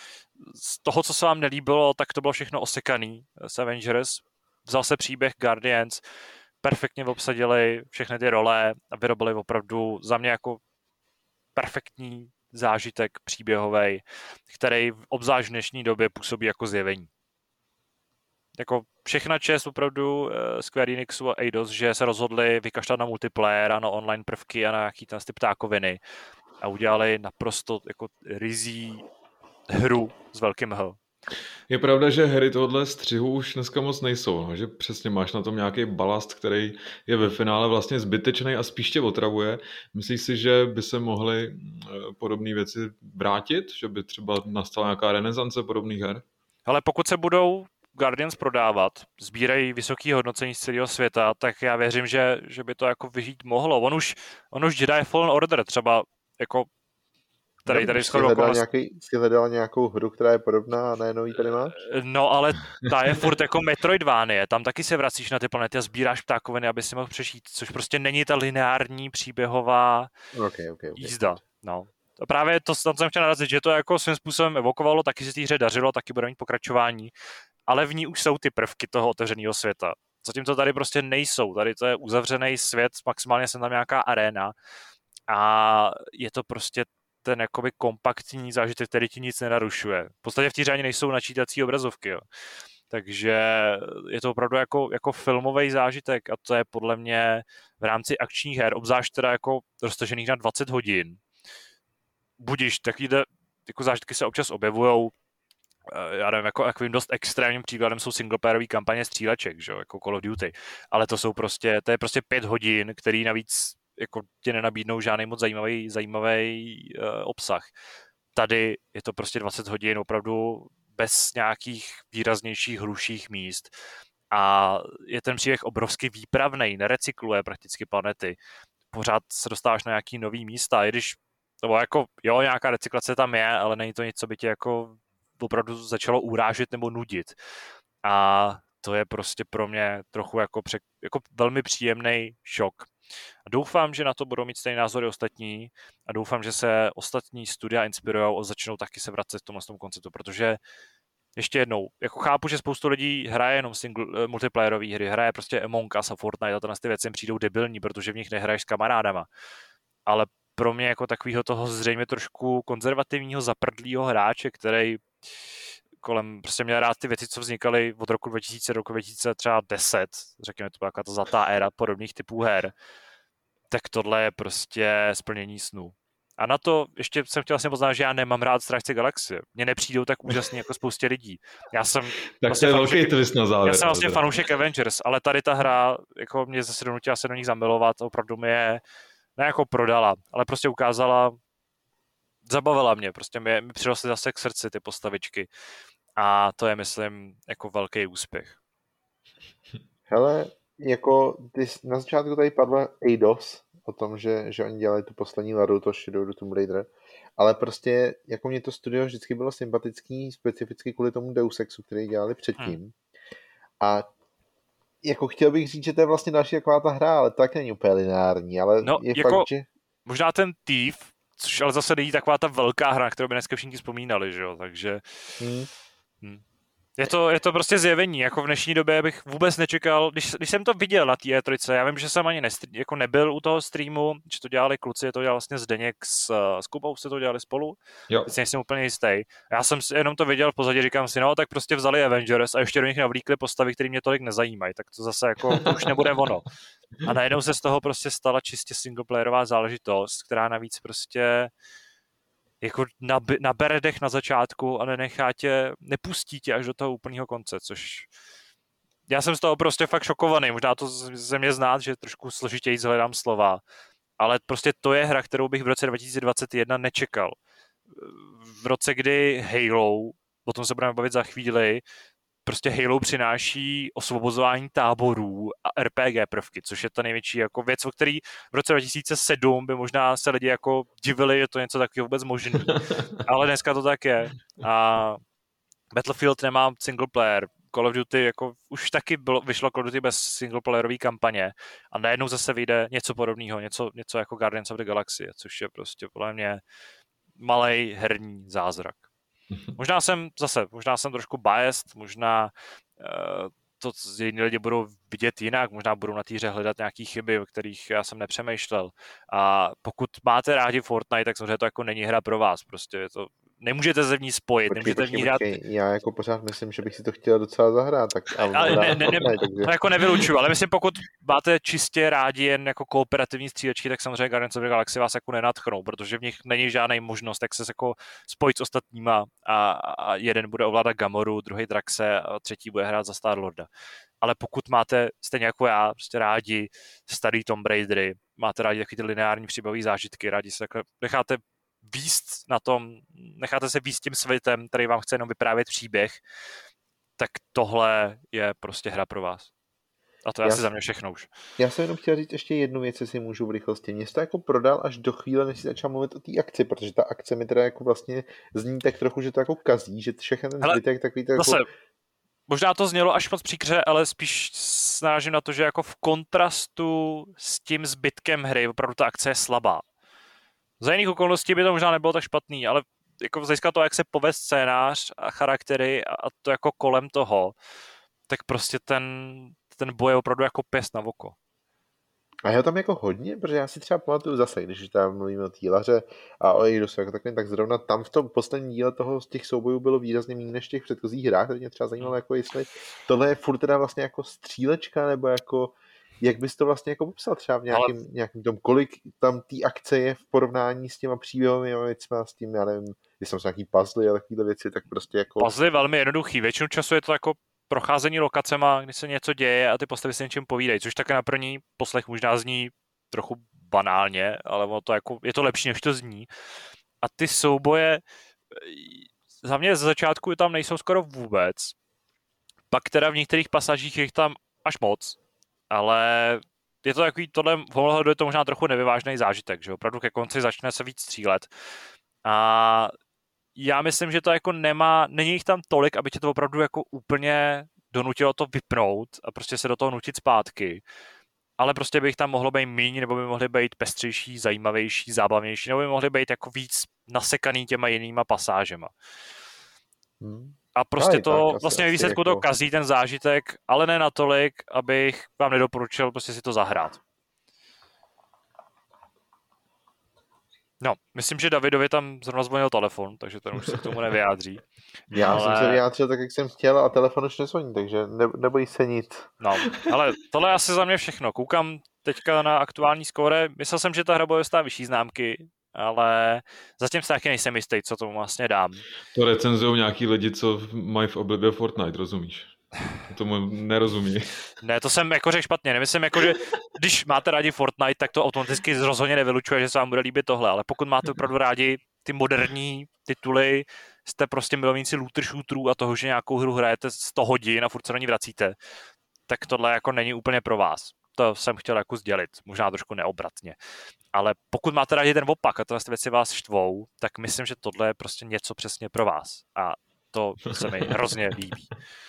z toho, co se vám nelíbilo, tak to bylo všechno osekaný z Avengers. Vzal se příběh Guardians, perfektně obsadili všechny ty role a vyrobili opravdu za mě jako perfektní zážitek příběhovej, který obzvlášť v dnešní době působí jako zjevení. Jako všechna čest opravdu uh, Square Enixu a Eidos, že se rozhodli vykašlat na multiplayer a na online prvky a na nějaký ty ptákoviny a udělali naprosto jako rizí hru s velkým H. Je pravda, že hry tohohle střihu už dneska moc nejsou, no, že přesně máš na tom nějaký balast, který je ve finále vlastně zbytečný a spíš tě otravuje. Myslíš si, že by se mohly podobné věci vrátit? Že by třeba nastala nějaká renesance podobných her? Ale pokud se budou Guardians prodávat, sbírají vysoké hodnocení z celého světa, tak já věřím, že, že by to jako vyžít mohlo. On už, on už Jedi Fallen Order třeba jako tady, tady jsi hledal, nějaký, jsi hledal nějakou hru, která je podobná a najednou ji tady máš? No ale ta je furt jako Metroidvanie, tam taky se vracíš na ty planety a sbíráš ptákoviny, aby si mohl přežít, což prostě není ta lineární příběhová okay, okay, okay. jízda. No. A právě to tam jsem chtěl narazit, že to jako svým způsobem evokovalo, taky se té hře dařilo, taky bude mít pokračování, ale v ní už jsou ty prvky toho otevřeného světa. Zatímco tady prostě nejsou, tady to je uzavřený svět, maximálně jsem tam nějaká aréna a je to prostě ten jakoby kompaktní zážitek, který ti nic nenarušuje. V podstatě v té hře ani nejsou načítací obrazovky, jo. Takže je to opravdu jako, jako filmový zážitek a to je podle mě v rámci akčních her, obzvlášť teda jako roztažených na dvacet hodin. Budiš, takovýhle jako zážitky se občas objevujou. Já nevím, jako takovým dost extrémním příkladem jsou singleplayerové kampaně stříleček, že jo, jako Call of Duty. Ale to jsou prostě, to je prostě pět hodin, který navíc jako ti nenabídnou žádný moc zajímavý, zajímavý uh, obsah. Tady je to prostě dvacet hodin opravdu bez nějakých výraznějších hluších míst a je ten příběh obrovsky výpravnej, nerecykluje prakticky planety. Pořád se dostáváš na nějaký nový místa, i když to jako, jo, nějaká recyklace tam je, ale není to nic, co by tě jako opravdu začalo urážet nebo nudit. A to je prostě pro mě trochu jako, přek, jako velmi příjemný šok. A doufám, že na to budou mít stejné názory ostatní a doufám, že se ostatní studia inspirujou a začnou taky se vracet v tomhle tom konceptu, protože ještě jednou, jako chápu, že spoustu lidí hraje jenom single, multiplayerové hry, hraje prostě Among Us a Fortnite a tenhle ty věci přijdou debilní, protože v nich nehraješ s kamarádama. Ale pro mě jako takového toho zřejmě trošku konzervativního zaprdlýho hráče, který kolem, prostě měl rád ty věci, co vznikaly od roku dva tisíce do roku dva tisíce deset, řekněme, to byla taková ta zlatá éra podobných typů her, tak tohle je prostě splnění snů. A na to ještě jsem chtěl vlastně poznat, že já nemám rád Strážce galaxie. Mně nepřijdou tak úžasně jako spoustě lidí. Já jsem tak vlastně to je velký twist na závěr. Já jsem vlastně fanoušek Avengers, ale tady ta hra jako mě zase donutila se do nich zamilovat, opravdu mě je ne jako prodala, ale prostě ukázala, zabavila mě, prostě mi, mi přirostly zase k srdci ty postavičky. a to je, myslím, jako velký úspěch. Hele, jako ty na začátku tady padla Eidos o tom, že, že oni dělali tu poslední Lara to Shadow do Tomb Raider, ale prostě jako mě to studio vždycky bylo sympatický, specificky kvůli tomu Deus Exu, který dělali předtím. Hmm. A jako chtěl bych říct, že to je vlastně další taková ta hra, ale to tak není úplně lineární, ale no, je jako fakt, že... Možná ten Thief, což ale zase není taková ta velká hra, kterou by dneska všichni vzpomínali, že jo, takže... Hmm. Hmm. Je to, je to prostě zjevení, jako v dnešní době bych vůbec nečekal, když, když jsem to viděl na té E tři, já vím, že jsem ani nestr- jako nebyl u toho streamu, že to dělali kluci, to dělal vlastně Zdeněk s, s Kubou, se to dělali spolu, teď nejsem úplně jistý. Já jsem jenom to viděl v pozadí, říkám si, no tak prostě vzali Avengers a ještě do nich navlíkli postavy, které mě tolik nezajímají, tak to zase jako to už nebude ono. A najednou se z toho prostě stala čistě singleplayerová záležitost, která navíc prostě jako nabere dech na začátku a nenechá tě, nepustí tě až do toho úplného konce, což já jsem z toho prostě fakt šokovaný, možná to ze mě znát, že trošku složitěji hledám slova, ale prostě to je hra, kterou bych v roce dva tisíce dvacet jedna nečekal. V roce, kdy Halo, o tom se budeme bavit za chvíli, prostě Halo přináší osvobozování táborů a R P G prvky, což je ta největší jako věc, o který v roce dva tisíce sedm by možná se lidi jako divili, že to něco takového vůbec možný. Ale dneska to tak je. A Battlefield nemá single player, Call of Duty jako už taky bylo, vyšlo Call of Duty bez singleplayerové kampaně a najednou zase vyjde něco podobného, něco, něco jako Guardians of the Galaxy, což je prostě podle mě malej herní zázrak. Možná jsem zase, možná jsem trošku biased, možná uh, to jiní lidi budou vidět jinak, možná budou na té hře hledat nějaké chyby, o kterých já jsem nepřemýšlel. A pokud máte rádi Fortnite, tak samozřejmě to jako není hra pro vás. Prostě je to, nemůžete se v ní spojit, počkej, nemůžete počkej, v ní hrát... Počkej. Já jako pořád myslím, že bych si to chtěl docela zahrát. Tak, ale ne, ne, ne, Fortnite, takže... to jako nevylučuju, ale myslím, pokud máte čistě rádi jen jako kooperativní střílečky, tak samozřejmě Guardians of the Galaxy vás jako nenadchnou, protože v nich není žádná možnost, jak se jako spojit s ostatníma a, a jeden bude ovládat Gamoru, druhý Draxe a třetí bude hrát za Star-Lorda. Ale pokud máte, stejně jako já, prostě rádi starý Tomb Raidery, máte rádi takový ty lineární příběhové zážitky, rádi se takhle necháte víst na tom, necháte se víst tím světem, který vám chce jenom vyprávět příběh, tak tohle je prostě hra pro vás. A to je já asi za mě všechno už. Já jsem jenom chtěl říct ještě jednu věc, jestli můžu v rychlosti. Mě to jako prodal až do chvíle, než si začal mluvit o té akci, protože ta akce mi teda jako vlastně zní tak trochu, že to jako kazí, že všechny ten zbytek takový to jako... Zase, možná to znělo až moc příkře, ale spíš snažím na to, že jako v kontrastu s tím zbytkem hry opravdu ta akce je slabá. Za jiných okolností by to možná nebylo tak špatný, ale jako získat to, jak se povést scénář a charaktery a to jako kolem toho, tak prostě ten, ten boj je opravdu jako pěst na oko. A je tam jako hodně, protože já si třeba pamatuju zase, když tam mluvíme o Týlaře a o Eidosu jako takovým, tak zrovna tam v tom posledním díle toho z těch soubojů bylo výrazně méně než v těch předchozích hrách, takže mě třeba zajímalo, jako jestli tohle je furt teda vlastně jako střílečka, nebo jako jak bys to vlastně jako popsal třeba v nějakým, Ale... nějakým tom, kolik tam té akce je v porovnání s těma příběhovými věcmi a s tím, já nevím, když jsou nějaký puzzle a takovéhle věci, tak prostě jako... Puzzle je velmi jednoduchý, většinu času je to jako procházení lokacema, kdy se něco děje a ty postavy se něčím povídají, což také na první poslech možná zní trochu banálně, ale to jako, je to lepší, než to zní. A ty souboje za mě ze začátku tam nejsou skoro vůbec, pak teda v některých pasažích je tam až moc, ale je to takový, tohle v ohledu je to možná trochu nevyvážný zážitek, že opravdu ke konci začne se víc střílet. A já myslím, že to jako nemá, není jich tam tolik, aby tě to opravdu jako úplně donutilo to vypnout a prostě se do toho nutit zpátky. Ale prostě by jich tam mohlo být míň, nebo by mohly být pestřejší, zajímavější, zábavnější, nebo by mohly být jako víc nasekaný těma jinýma pasážema. Hmm. A prostě to tak, vlastně výsledku jako... to kazí ten zážitek, ale ne natolik, abych vám nedoporučil prostě si to zahrát. No, myslím, že Davidovi tam zrovna zvonil telefon, takže ten už se k tomu nevyjádří. Já ale... jsem se vyjádřil tak, jak jsem chtěl a telefon už nezvoní, takže ne, nebojí se nic. No, ale tohle je asi za mě všechno. Koukám teďka na aktuální skóre. Myslel jsem, že ta hra bude dostat vyšší známky, ale zatím se taky nejsem jistý, co tomu vlastně dám. To recenzují nějaký lidi, co mají v oblibě Fortnite, rozumíš? Tomu nerozumí. Ne, to jsem jako řekl špatně. Nemyslím, jako, že když máte rádi Fortnite, tak to automaticky rozhodně nevylučuje, že se vám bude líbit tohle, ale pokud máte opravdu rádi ty moderní tituly, jste prostě milovníci looter shooterů a toho, že nějakou hru hrajete sto hodin a furt se do ní vracíte, tak tohle jako není úplně pro vás. To jsem chtěl jako sdělit, možná trošku neobratně. Ale pokud máte rádi ten opak a tyhle věci vás štvou, tak myslím, že tohle je prostě něco přesně pro vás. A to se mi hrozně líbí.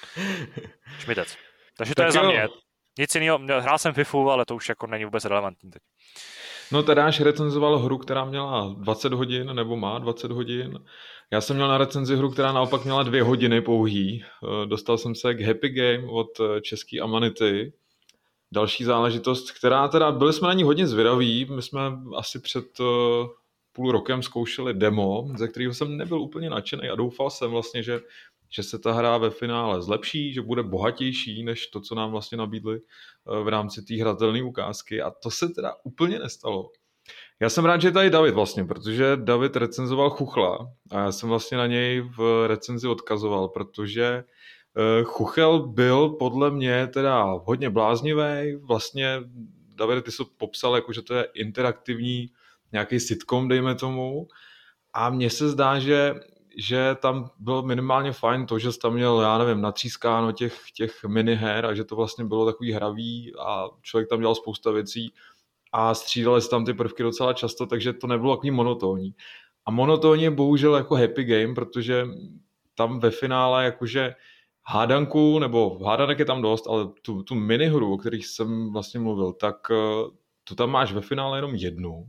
Šmitec. Takže to tak je za mě. Nic jiného, hrál jsem FIFU, ale to už jako není vůbec relevantní teď. No Tadáš recenzoval hru, která měla dvacet hodin, nebo má dvacet hodin. Já jsem měl na recenzi hru, která naopak měla dvě hodiny pouhý. Dostal jsem se k Happy Game od české Amanity. Další záležitost, která teda, byli jsme na ní hodně zvědaví. My jsme asi před půl rokem zkoušeli demo, ze kterého jsem nebyl úplně nadšený a doufal jsem vlastně, že že se ta hra ve finále zlepší, že bude bohatější než to, co nám vlastně nabídli v rámci té hratelné ukázky a to se teda úplně nestalo. Já jsem rád, že je tady David vlastně, protože David recenzoval Chuchla a já jsem vlastně na něj v recenzi odkazoval, protože Chuchel byl podle mě teda hodně bláznivý, vlastně David, ty jsi popsal, jako, že to je interaktivní nějaký sitcom, dejme tomu, a mně se zdá, že že tam bylo minimálně fajn to, že jsi tam měl, já nevím, natřískáno těch, těch miniher a že to vlastně bylo takový hravý a člověk tam dělal spousta věcí a střídali se tam ty prvky docela často, takže to nebylo takový monotónní. A monotónní je bohužel jako happy game, protože tam ve finále jakože hádanku, nebo hádanek je tam dost, ale tu, tu minihru, o kterých jsem vlastně mluvil, tak tu tam máš ve finále jenom jednu.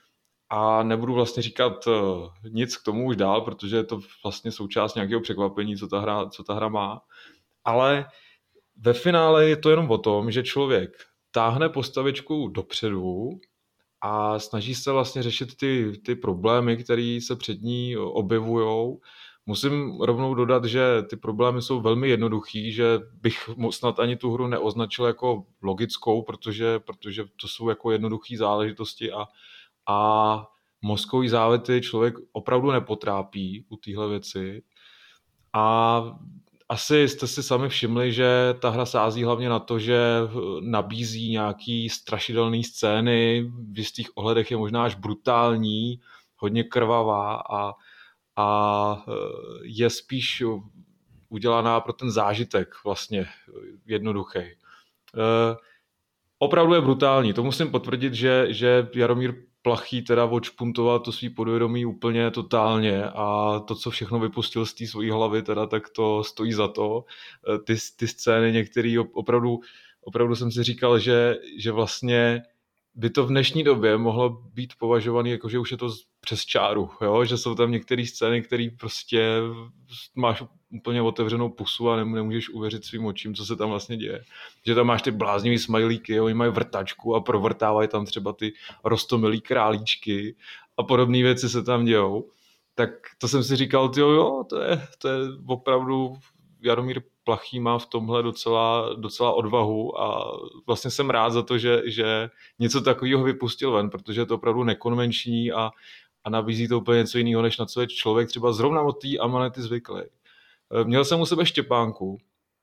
A nebudu vlastně říkat nic k tomu už dál, protože je to vlastně součást nějakého překvapení, co ta hra, co ta hra má. Ale ve finále je to jenom o tom, že člověk táhne postavičku dopředu a snaží se vlastně řešit ty, ty problémy, které se před ní objevujou. Musím rovnou dodat, že ty problémy jsou velmi jednoduchý, že bych snad ani tu hru neoznačil jako logickou, protože, protože to jsou jako jednoduché záležitosti a a mozkový závety člověk opravdu nepotrápí u téhle věci. A asi jste si sami všimli, že ta hra sází hlavně na to, že nabízí nějaký strašidelné scény, v jistých ohledech je možná až brutální, hodně krvavá a, a je spíš udělaná pro ten zážitek vlastně jednoduchý. Opravdu je brutální, to musím potvrdit, že, že Jaromír Plachý teda odšpuntoval to svý podvědomí úplně totálně a to, co všechno vypustil z té svojí hlavy, teda, tak to stojí za to. Ty, ty scény některé opravdu, opravdu jsem si říkal, že, že vlastně by to v dnešní době mohlo být považované jako, že už je to přes čáru, jo? Že jsou tam některé scény, které prostě máš úplně otevřenou pusu a nemůžeš uvěřit svým očím, co se tam vlastně děje. Že tam máš ty bláznivý smajlíky, oni mají vrtačku a provrtávají tam třeba ty roztomilý králíčky a podobné věci se tam dějou. Tak to jsem si říkal, tyjo, jo, to je, to je opravdu Jaromír Plachý má v tomhle docela, docela odvahu a vlastně jsem rád za to, že, že něco takového vypustil ven, protože je to opravdu nekonvenční a, a nabízí to úplně něco jiného, než na co je člověk třeba zrovna od té Amanity zvyklý. Měl jsem u sebe Štěpánku,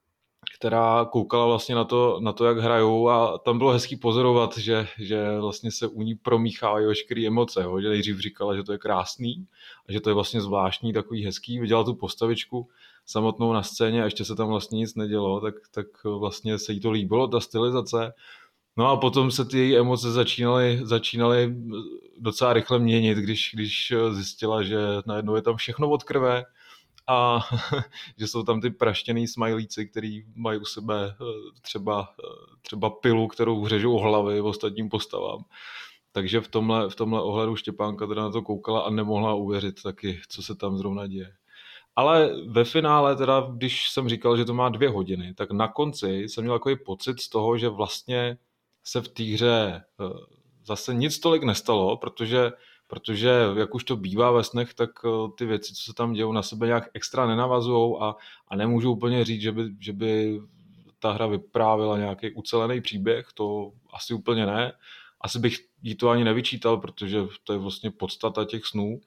která koukala vlastně na to, na to, jak hrajou a tam bylo hezký pozorovat, že, že vlastně se u ní promíchávají veškeré emoce, jo? Že nejdřív říkala, že to je krásný a že to je vlastně zvláštní, takový hezký, viděla tu postavičku samotnou na scéně a ještě se tam vlastně nic nedělo, tak, tak vlastně se jí to líbilo, ta stylizace. No a potom se ty její emoce začínaly, začínaly docela rychle měnit, když, když zjistila, že najednou je tam všechno od krve a že jsou tam ty praštěný smajlíci, který mají u sebe třeba, třeba pilu, kterou řežou hlavy v ostatním postavám. Takže v tomhle, v tomhle ohledu Štěpánka teda na to koukala a nemohla uvěřit taky, co se tam zrovna děje. Ale ve finále teda, když jsem říkal, že to má dvě hodiny, tak na konci jsem měl takový pocit z toho, že vlastně se v té hře zase nic tolik nestalo, protože, protože jak už to bývá ve snech, tak ty věci, co se tam dějou, na sebe nějak extra nenavazujou a, a nemůžu úplně říct, že by, že by ta hra vyprávěla nějaký ucelený příběh, to asi úplně ne. Asi bych jí to ani nevyčítal, protože to je vlastně podstata těch snů.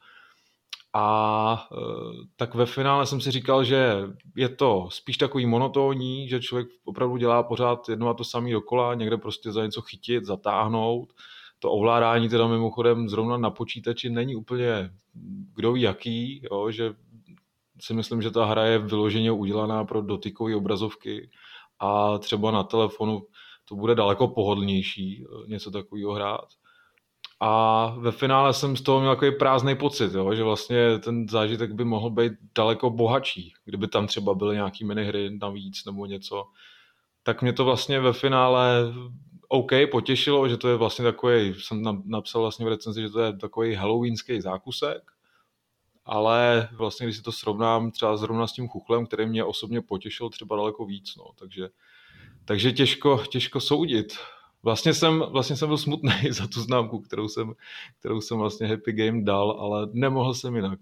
A tak ve finále jsem si říkal, že je to spíš takový monotónní, že člověk opravdu dělá pořád jedno a to samé dokola, někde prostě za něco chytit, zatáhnout. To ovládání teda mimochodem zrovna na počítači není úplně kdo ví jaký, jo, že si myslím, že ta hra je vyloženě udělaná pro dotykové obrazovky a třeba na telefonu to bude daleko pohodlnější něco takového hrát. A ve finále jsem z toho měl takový prázdný pocit, jo, že vlastně ten zážitek by mohl být daleko bohatší, kdyby tam třeba byly nějaký minihry navíc nebo něco. Tak mě to vlastně ve finále OK potěšilo, že to je vlastně takový, jsem napsal vlastně v recenzi, že to je takový halloweenský zákusek, ale vlastně když si to srovnám třeba zrovna s tím chuchlem, který mě osobně potěšil třeba daleko víc, no, takže, takže těžko, těžko soudit. Vlastně jsem, vlastně jsem byl smutný za tu známku, kterou jsem, kterou jsem vlastně Happy Game dal, ale nemohl jsem jinak.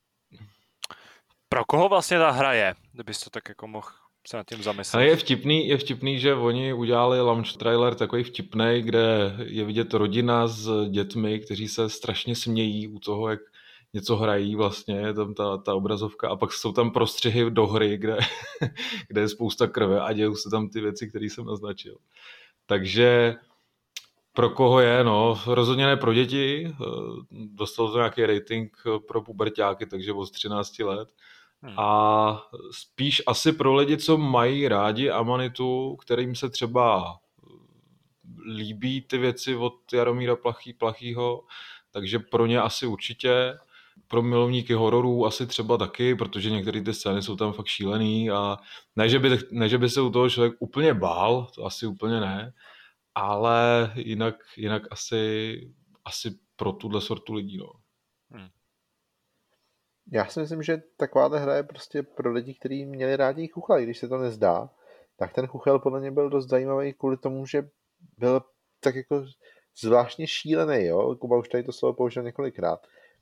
Pro koho vlastně ta hra je? Kdybys to tak jako mohl se nad tím zamyslet. Ale je vtipný, je vtipný, že oni udělali launch trailer takový vtipnej, kde je vidět rodina s dětmi, kteří se strašně smějí u toho, jak něco hrají vlastně, je tam ta, ta obrazovka a pak jsou tam prostřihy do hry, kde, kde je spousta krve a dějou se tam ty věci, které jsem naznačil. Takže pro koho je, no, rozhodně ne pro děti, dostal to nějaký rating pro puberťáky, takže od třinácti let. Hmm. A spíš asi pro lidi, co mají rádi Amanitu, kterým se třeba líbí ty věci od Jaromíra Plachý, Plachýho, takže pro ně asi určitě, pro milovníky hororů asi třeba taky, protože některé ty scény jsou tam fakt šílený a ne, že by, ne, že by se u toho člověk úplně bál, to asi úplně ne, ale jinak, jinak asi, asi pro tuhle sortu lidí, no. Hmm. Já si myslím, že takováhle hra je prostě pro lidi, kteří měli rádi chuchla, když se to nezdá, tak ten chuchel podle mě byl dost zajímavý kvůli tomu, že byl tak jako zvláštně šílený, jo? Kuba už tady to slovo použil několikrát.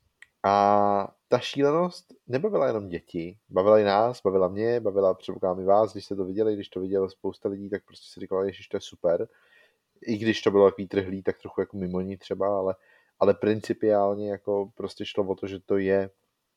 A ta šílenost nebavila jenom děti, bavila i nás, bavila mě, bavila předpokládám i vás, když jste to viděli, když to vidělo spousta lidí, tak prostě si říkalo, ježiš, to je super. I když to bylo takový trhlý, tak trochu jako mimo ní třeba, ale, ale principiálně jako prostě šlo o to, že to je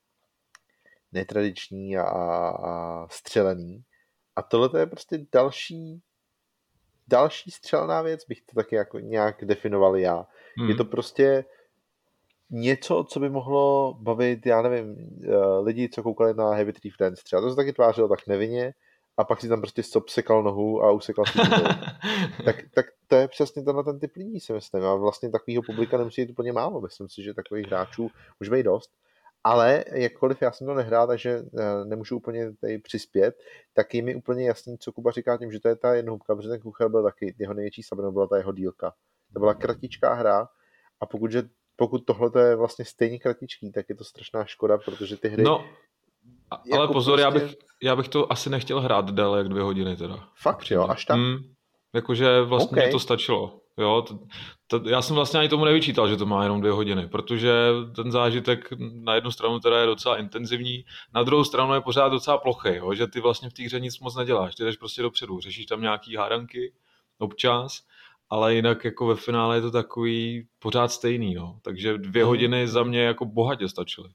netradiční a, a střelený. A tohle je prostě další další střelná věc, bych to taky jako nějak definoval já. Hmm. Je to prostě něco, co by mohlo bavit, já nevím, lidi, co koukali na Heavy Tree Friends třeba. To se taky tvářilo tak nevinně a pak si tam prostě stop sekal nohu a usekal si tak, tak to je přesně tenhle ten typ lidí, si myslím. A vlastně takovýho publika nemusí být úplně málo. Myslím si, že takových hráčů už být dost. Ale jakkoliv já jsem to nehrál, takže nemůžu úplně tady přispět, tak je mi úplně jasný, co Kuba říká tím, že to je ta jednohubka, protože ten Kuchel byl taky, jeho největší sabrnou byla ta jeho dílka. To byla kratičká hra a pokud, že, pokud tohle je vlastně stejně kratičký, tak je to strašná škoda, protože ty hry... No, ale jako pozor, prostě... já, bych, já bych to asi nechtěl hrát déle jak dvě hodiny teda. Fakt, jo, až tak? Hmm, jakože vlastně okay. mě to stačilo. Jo, to, to, já jsem vlastně ani tomu nevyčítal, že to má jenom dvě hodiny, protože ten zážitek na jednu stranu teda je docela intenzivní, na druhou stranu je pořád docela plochý, jo, že ty vlastně v té hře nic moc neděláš, ty jdeš prostě dopředu, řešíš tam nějaký hádanky občas, ale jinak jako ve finále je to takový pořád stejný, no, takže dvě hodiny za mě jako bohatě stačily.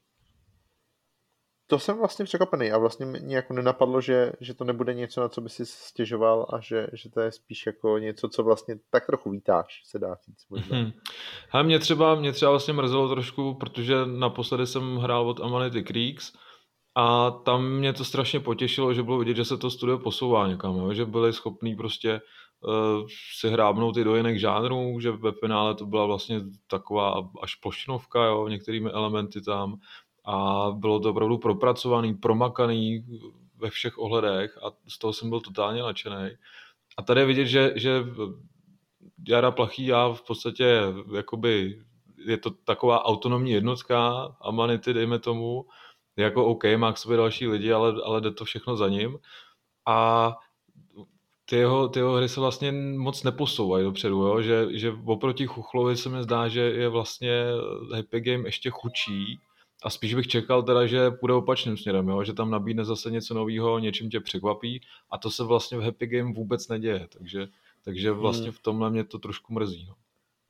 To jsem vlastně překvapený a vlastně mě jako nenapadlo, že, že to nebude něco, na co by si stěžoval a že, že to je spíš jako něco, co vlastně tak trochu vítáš, se dá říct možná. Hmm. Hele, mě třeba, mě třeba vlastně mrzelo trošku, protože naposledy jsem hrál od Amanity Creeks a tam mě to strašně potěšilo, že bylo vidět, že se to studio posouvá někam, jo? Že byli schopní prostě uh, si hrábnout i do jiných žánrů, že ve finále to byla vlastně taková až ploštinovka, jo? Některými elementy tam. A bylo to opravdu propracovaný, promakaný ve všech ohledech a z toho jsem byl totálně nadšený. A tady je vidět, že, že Jara Plachý já v podstatě jakoby je to taková autonomní jednotka Amanity, dejme tomu, jako OK, má k sobě další lidi, ale, ale jde to všechno za ním. A ty jeho, ty jeho hry se vlastně moc neposouvají dopředu, jo? Že, že oproti Chuchlovi se mi zdá, že je vlastně Happy Game ještě chudší. A spíš bych čekal teda, že půjde opačným směrem, jo? Že tam nabídne zase něco nového, něčím tě překvapí a to se vlastně v Happy Game vůbec neděje, takže, takže vlastně v tomhle mě to trošku mrzí. No.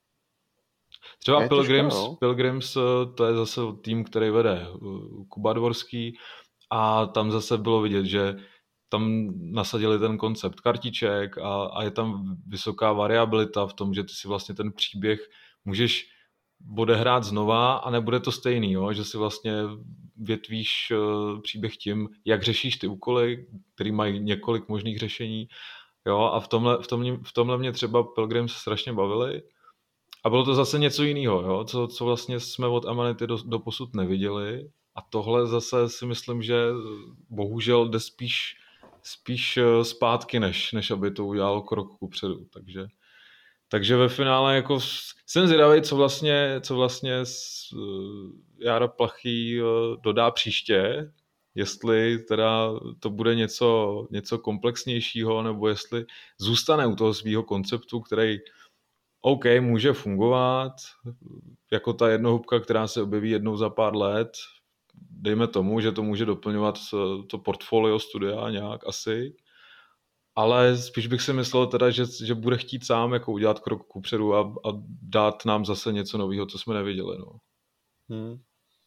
Třeba Pilgrims, škoda, no? Pilgrims, to je zase tým, který vede Kuba Dvorský a tam zase bylo vidět, že tam nasadili ten koncept kartiček a, a je tam vysoká variabilita v tom, že ty si vlastně ten příběh můžeš bude hrát znova a nebude to stejný, jo? Že si vlastně větvíš uh, příběh tím, jak řešíš ty úkoly, který mají několik možných řešení. Jo? A v tomhle, v, tomhle, v tomhle mě třeba Pilgrims strašně bavili. A bylo to zase něco jiného, jo? Co, co vlastně jsme od Amanity do, do posud neviděli. A tohle zase si myslím, že bohužel jde spíš, spíš zpátky, než, než aby to udělalo krok kupředu. Takže, takže ve finále jako jsem zvědavý, co vlastně, co vlastně Jára Plachý dodá příště, jestli teda to bude něco, něco komplexnějšího, nebo jestli zůstane u toho svého konceptu, který OK, může fungovat jako ta jednohubka, která se objeví jednou za pár let. Dejme tomu, že to může doplňovat to portfolio studia nějak asi. Ale spíš bych si myslel teda, že, že bude chtít sám jako udělat krok kupředu a, a dát nám zase něco nového, co jsme neviděli. No. Hmm.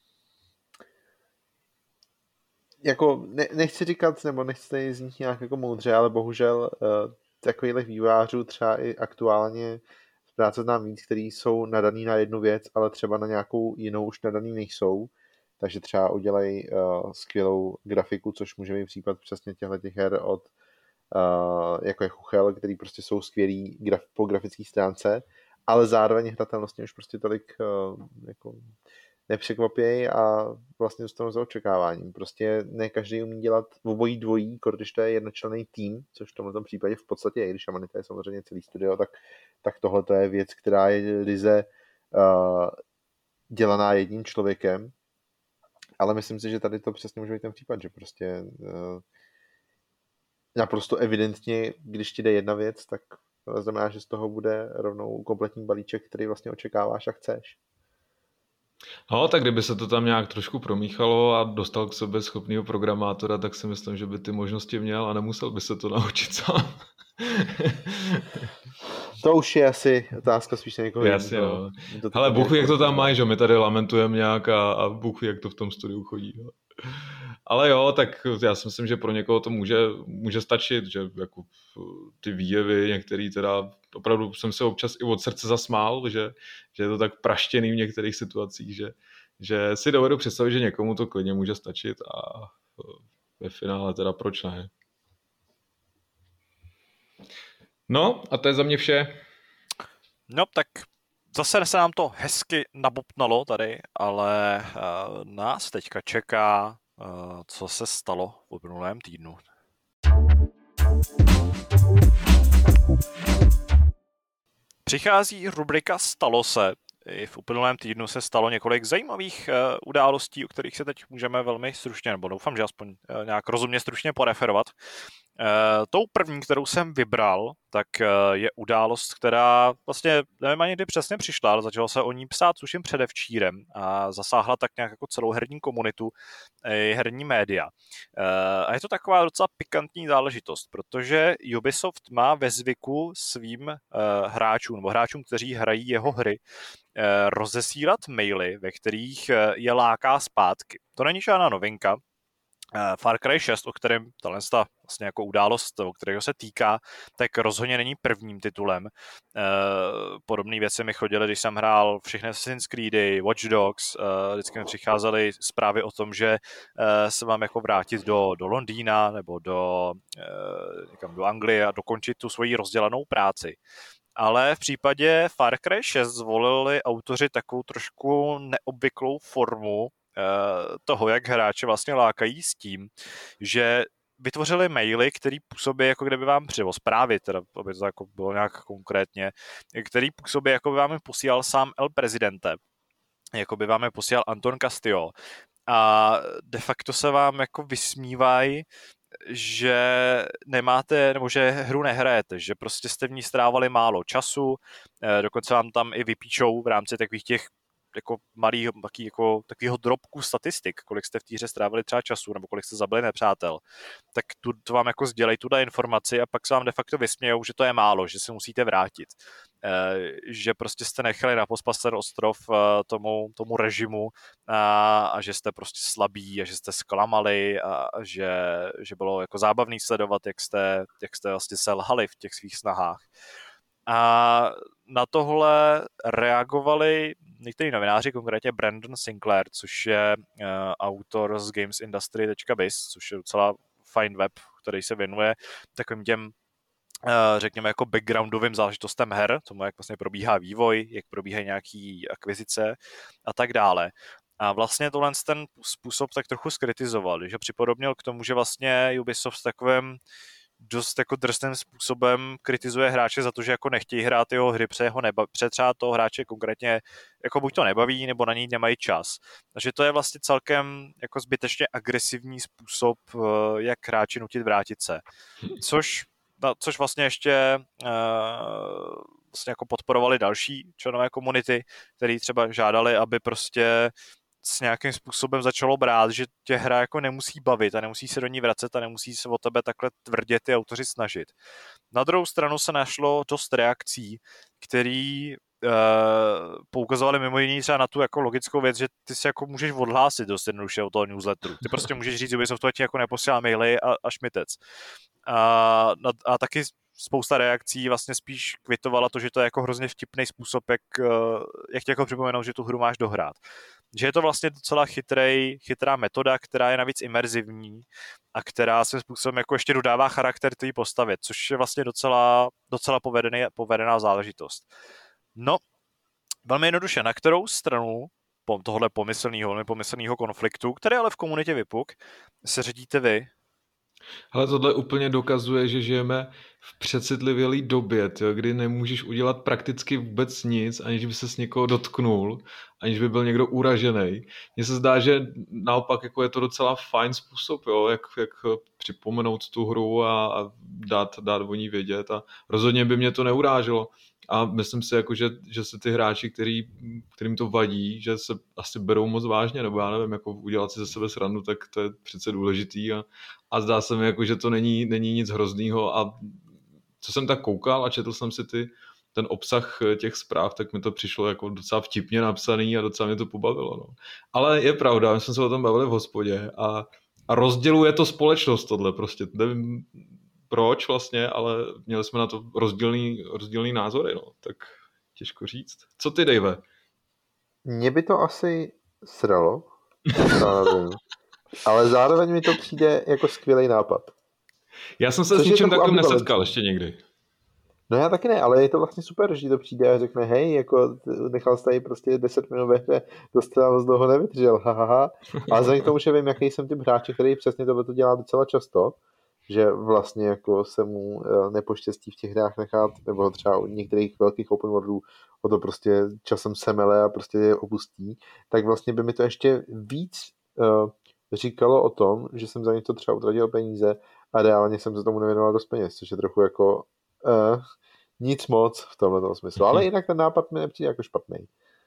Jako ne, nechci říkat, nebo nechci tady znít nějak jako moudře, ale bohužel uh, takových vývojářů třeba i aktuálně práce znám víc, který jsou nadaný na jednu věc, ale třeba na nějakou jinou už nadaný nejsou. Takže třeba udělají uh, skvělou grafiku, což může být případ přesně těchto her od uh, jako je Chuchel, který prostě jsou skvělý graf, po grafické stránce, ale zároveň hratelnostně už prostě tolik uh, jako nepřekvapějí a vlastně dostanou za očekáváním. Prostě ne každý umí dělat obojí dvojí, když to je jednočlenný tým, což v tomto případě v podstatě je, když Amanita je samozřejmě celý studio, tak, tak tohle to je věc, která je ryze uh, dělaná jedním člověkem. Ale myslím si, že tady to přesně může být ten případ, že prostě uh, naprosto evidentně, když ti jde jedna věc, tak to znamená, že z toho bude rovnou kompletní balíček, který vlastně očekáváš a chceš. No, tak kdyby se to tam nějak trošku promíchalo a dostal k sobě schopného programátora, tak si myslím, že by ty možnosti měl a nemusel by se to naučit sám. To už je asi otázka spíš na někoho. Jasně, no. Hele, Bůh ví, jak to tam mají, že my tady lamentujeme nějak a, a Bůh ví, jak to v tom studiu chodí. Jo. Ale jo, tak já si myslím, že pro někoho to může, může stačit, že jako ty výjevy některý teda, opravdu jsem se občas i od srdce zasmál, že, že je to tak praštěný v některých situacích, že, že si dovedu představit, že někomu to klidně může stačit a ve finále teda proč ne. No a to je za mě vše. No tak zase se nám to hezky nabopnalo tady, ale uh, nás teďka čeká, uh, co se stalo v uplynulém týdnu. Přichází rubrika Stalo se. I v uplynulém týdnu se stalo několik zajímavých uh, událostí, o kterých se teď můžeme velmi stručně, nebo doufám, že aspoň uh, nějak rozumně stručně poreferovat. Uh, tou první, kterou jsem vybral, tak uh, je událost, která vlastně nevím ani kdy přesně přišla, ale začalo se o ní psát tuším předevčírem a zasáhla tak nějak jako celou herní komunitu i herní média. Uh, a je to taková docela pikantní záležitost, protože Ubisoft má ve zvyku svým uh, hráčům, nebo hráčům, kteří hrají jeho hry, uh, rozesílat maily, ve kterých uh, je láká zpátky. To není žádná novinka. Far Cry šest, o kterém tahle vlastně jako událost, o kterého se týká, tak rozhodně není prvním titulem. Podobné věci mi chodily, když jsem hrál všechny Assassin's Creedy, Watch Dogs, vždycky mi přicházely zprávy o tom, že se mám jako vrátit do, do Londýna nebo do, někam do Anglie a dokončit tu svoji rozdělanou práci. Ale v případě Far Cry šest zvolili autoři takovou trošku neobvyklou formu toho, jak hráče vlastně lákají s tím, že vytvořili maily, které působí, jako kdyby vám přivo zprávy, teda aby to jako bylo nějak konkrétně, který působí, jako by vám je posílal sám El Presidente, jako by vám je posílal Anton Castillo a de facto se vám jako vysmívají, že nemáte, nebo že hru nehrajete, že prostě jste v ní strávali málo času, dokonce vám tam i vypíčou v rámci takových těch jako malý, taký, jako, takovýho drobku statistik, kolik jste v té hře strávili třeba času, nebo kolik jste zabili nepřátel, tak tu, to vám jako sdělej tuhle informaci a pak se vám de facto vysmějou, že to je málo, že se musíte vrátit. E, že prostě jste nechali na pospas ten ostrov e, tomu, tomu režimu a, a že jste prostě slabí a že jste zklamali a, a že, že bylo jako zábavný sledovat, jak jste, jak jste vlastně selhali v těch svých snahách. A na tohle reagovali některý novináři, konkrétně Brandon Sinclair, což je uh, autor z gamesindustry tečka biz, což je docela fajn web, který se věnuje takovým těm řekněme jako backgroundovým záležitostem her, tomu jak vlastně probíhá vývoj, jak probíhají nějaký akvizice a tak dále. A vlastně tohle ten způsob tak trochu skritizoval, že připodobnil k tomu, že vlastně Ubisoft takovým dost jako drsným způsobem kritizuje hráče za to, že jako nechtějí hrát jeho hry, protože ho nebaví, protože třeba toho hráče konkrétně jako buď to nebaví, nebo na něj nemají čas. Takže to je vlastně celkem jako zbytečně agresivní způsob, jak hráči nutit vrátit se. Což No, což vlastně ještě uh, vlastně jako podporovali další členové komunity, kteří třeba žádali, aby prostě s nějakým způsobem začalo brát, že tě hra jako nemusí bavit a nemusí se do ní vracet a nemusí se o tebe takhle tvrdě ty autoři snažit. Na druhou stranu se našlo dost reakcí, který Uh, poukazovali mimo jiný třeba na tu jako logickou věc, že ty si jako můžeš odhlásit dost jednoduše od toho newsletteru. Ty prostě můžeš říct, Ubisoft ti jako neposílá maily a, a šmitec. A, a taky spousta reakcí vlastně spíš kvitovala to, že to je jako hrozně vtipný způsob, jak, jak tě jako připomenout, že tu hru máš dohrát. Že je to vlastně docela chytrej, chytrá metoda, která je navíc imerzivní a která svým způsobem jako ještě dodává charakter té postavě, což je vlastně docela, docela povedený, povedená záležitost. No, velmi jednoduše, na kterou stranu tohohle pomyslného, velmi pomyslného konfliktu, který ale v komunitě vypuk, se řadíte vy? Ale tohle úplně dokazuje, že žijeme v přecitlivělé době, tyjo, kdy nemůžeš udělat prakticky vůbec nic, aniž by se s někoho dotknul, aniž by byl někdo uražený. Mně se zdá, že naopak jako je to docela fajn způsob, jo, jak, jak připomenout tu hru a, a dát, dát o ní vědět a rozhodně by mě to neuráželo. A myslím si, jako, že, že se ty hráči, který, kterým to vadí, že se asi berou moc vážně, nebo já nevím, jako udělat si ze sebe srandu, tak to je přece důležitý a, a zdá se mi, jako, že to není, není nic hroznýho a co jsem tak koukal a četl jsem si ty, ten obsah těch zpráv, tak mi to přišlo jako docela vtipně napsaný a docela mě to pobavilo. No. Ale je pravda, my jsme se o tom bavili v hospodě a, a rozděluje to společnost tohle prostě, nevím, proč vlastně, ale měli jsme na to rozdílný, rozdílný názory, no. Tak těžko říct. Co ty, Dave? Mně by to asi sralo, ale zároveň mi to přijde jako skvělý nápad. Já jsem se Což s ničím takovým nesetkal ještě někdy. No já taky ne, ale je to vlastně super, že to přijde a řekne, hej, jako nechal jsi tady prostě deset minut ve hře, dostal z toho nevydržel, hahaha. A vzhledem k tomu, že vím, jaký jsem typ hráče, který přesně tohle dělá docela často, že vlastně jako se mu nepoštěstí v těch hrách nechat, nebo třeba u některých velkých open worldů o to prostě časem semele a prostě je opustí, tak vlastně by mi to ještě víc uh, říkalo o tom, že jsem za něco třeba utratil peníze a reálně jsem se tomu nevěnoval dost peněz, což je trochu jako uh, nic moc v tomhle smyslu. Ale jinak ten nápad mi nepřijde jako špatný.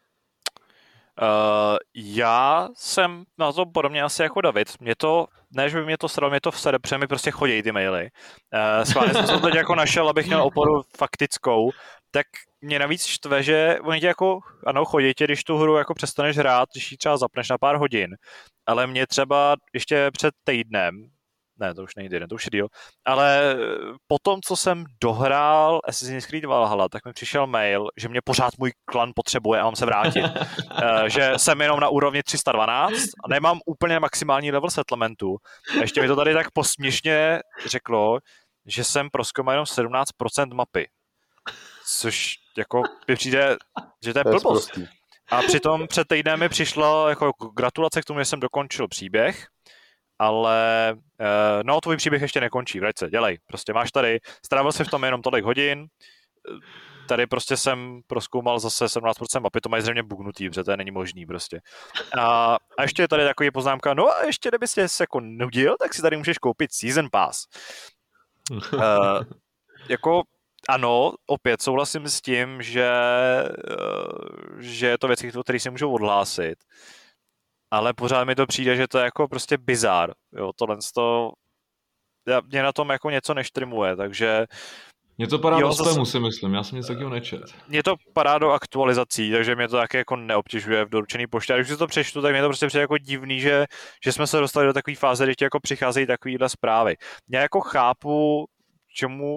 Uh, já jsem na to podobně asi jako David. Mě to, ne, že by mě to sralo, mě to vsede, protože mi prostě chodí ty maily. Uh, schválně jsem to teď jako našel, abych měl oporu faktickou, tak mě navíc štve, že oni tě jako, ano, chodí tě, když tu hru jako přestaneš hrát, když ji třeba zapneš na pár hodin, ale mě třeba ještě před týdnem, ne, to už nejde, ne, to už je díl, ale potom, co jsem dohrál Assassin's Creed Valhalla, tak mi přišel mail, že mě pořád můj klan potřebuje a mám se vrátit. Že jsem jenom na úrovni tři sta dvanáct a nemám úplně maximální level settlementu. A ještě mi to tady tak posměšně řeklo, že jsem prozkoumal jenom sedmnáct procent mapy. Což jako mi přijde, že to je blbost. A přitom před týdnem mi přišlo jako gratulace k tomu, že jsem dokončil příběh, ale no, tvůj příběh ještě nekončí, vrať se, dělej, prostě máš tady, strávil jsi v tom jenom tolik hodin, tady prostě jsem prozkoumal zase sedmnáct procent mapy, to mají zřejmě bugnutý, protože to není možný prostě. A, a ještě je tady takový poznámka, no a ještě kdyby jsi se jako nudil, tak si tady můžeš koupit Season Pass. uh, jako ano, opět souhlasím s tím, že, že je to věci, které si můžou odhlásit, ale pořád mi to přijde, že to je jako prostě bizár. Jo, tohle to mě na tom jako něco neštrimuje, takže Mně to padá do spamu, si myslím, já jsem něco takového nečet. Mně to padá do aktualizací, takže mě to taky jako neobtěžuje v doručený poště. A když si to přečtu, tak mě to prostě přijde jako divný, že, že jsme se dostali do takové fáze, kdy ti jako přicházejí takovýhle zprávy. Já jako chápu, čemu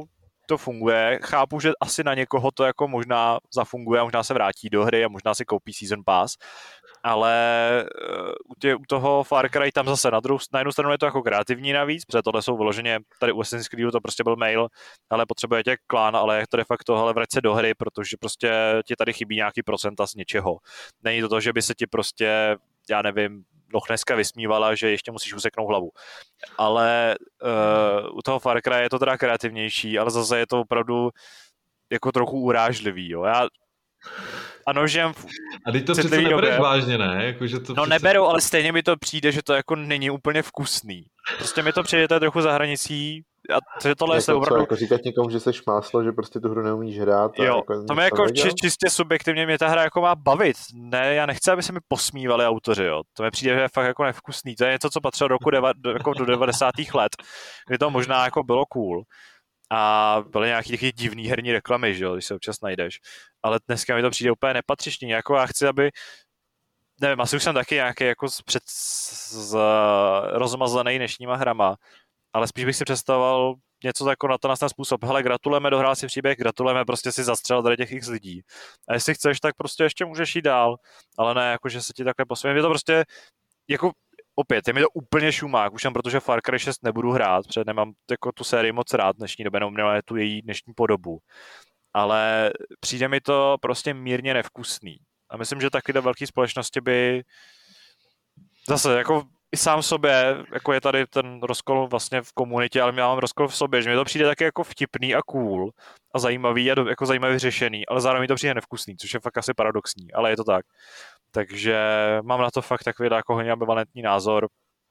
to funguje. Chápu, že asi na někoho to jako možná zafunguje a možná se vrátí do hry a možná si koupí Season Pass, ale u, tě, u toho Far Cry tam zase na, druhou, na jednu stranu je to jako kreativní navíc, protože tohle jsou vyloženě, tady u Assassin's Creedu to prostě byl mail, ale potřebujete klán, ale je to de facto, hele, vrať se do hry, protože prostě ti tady chybí nějaký procenta z něčeho. Není to to, že by se ti prostě, já nevím, Loch Nesska vysmívala, že ještě musíš useknout hlavu. Ale uh, u toho Far Cry je to teda kreativnější, ale zase je to opravdu jako trochu urážlivý, jo. Já a nožem a teď to přece nebereš vážně, ne? Jako, že to no přece... neberu, ale stejně mi to přijde, že to jako není úplně vkusný. Prostě mi to přijde, to je trochu za hranicí. A že tohle jako se opravdu... Jako říkat někomu, že seš máslo, že prostě tu hru neumíš hrát. Jo, jako to mě jako či, čistě subjektivně mě ta hra jako má bavit. Ne, já nechci, aby se mi posmívali autoři, jo. To mi přijde, že je fakt jako nevkusný. To je něco, co patřilo roku deva, jako do devadesátých let, kdy to možná jako bylo cool. A byly nějaký taky divný herní reklamy, že jo, když se občas najdeš. Ale dneska mi to přijde úplně nepatřičný. Jako já chci, aby, nevím, asi už jsem taky nějaký jako před z, rozmazaný dnešníma hrama, ale spíš bych si představoval něco jako na to na ten způsob. Hele, gratulujeme, dohrál si příběh, gratulujeme, prostě si zastřel tady těch x lidí. A jestli chceš, tak prostě ještě můžeš jít dál, ale ne, jako že se ti takhle posvědí. Je to prostě, jako opět, je mi to úplně šumák, už jen protože Far Cry šest nebudu hrát, protože nemám jako tu sérii moc rád dnešní době, nemám tu její dnešní podobu. Ale přijde mi to prostě mírně nevkusný. A myslím, že taky do velké společnosti by zase jako i sám sobě, jako je tady ten rozkol vlastně v komunitě, ale já mám rozkol v sobě, že mi to přijde taky jako vtipný a cool a zajímavý a do, jako zajímavě řešený, ale zároveň mi to přijde nevkusný, což je fakt asi paradoxní, ale je to tak. Takže mám na to fakt takový jako hodně ambivalentní názor.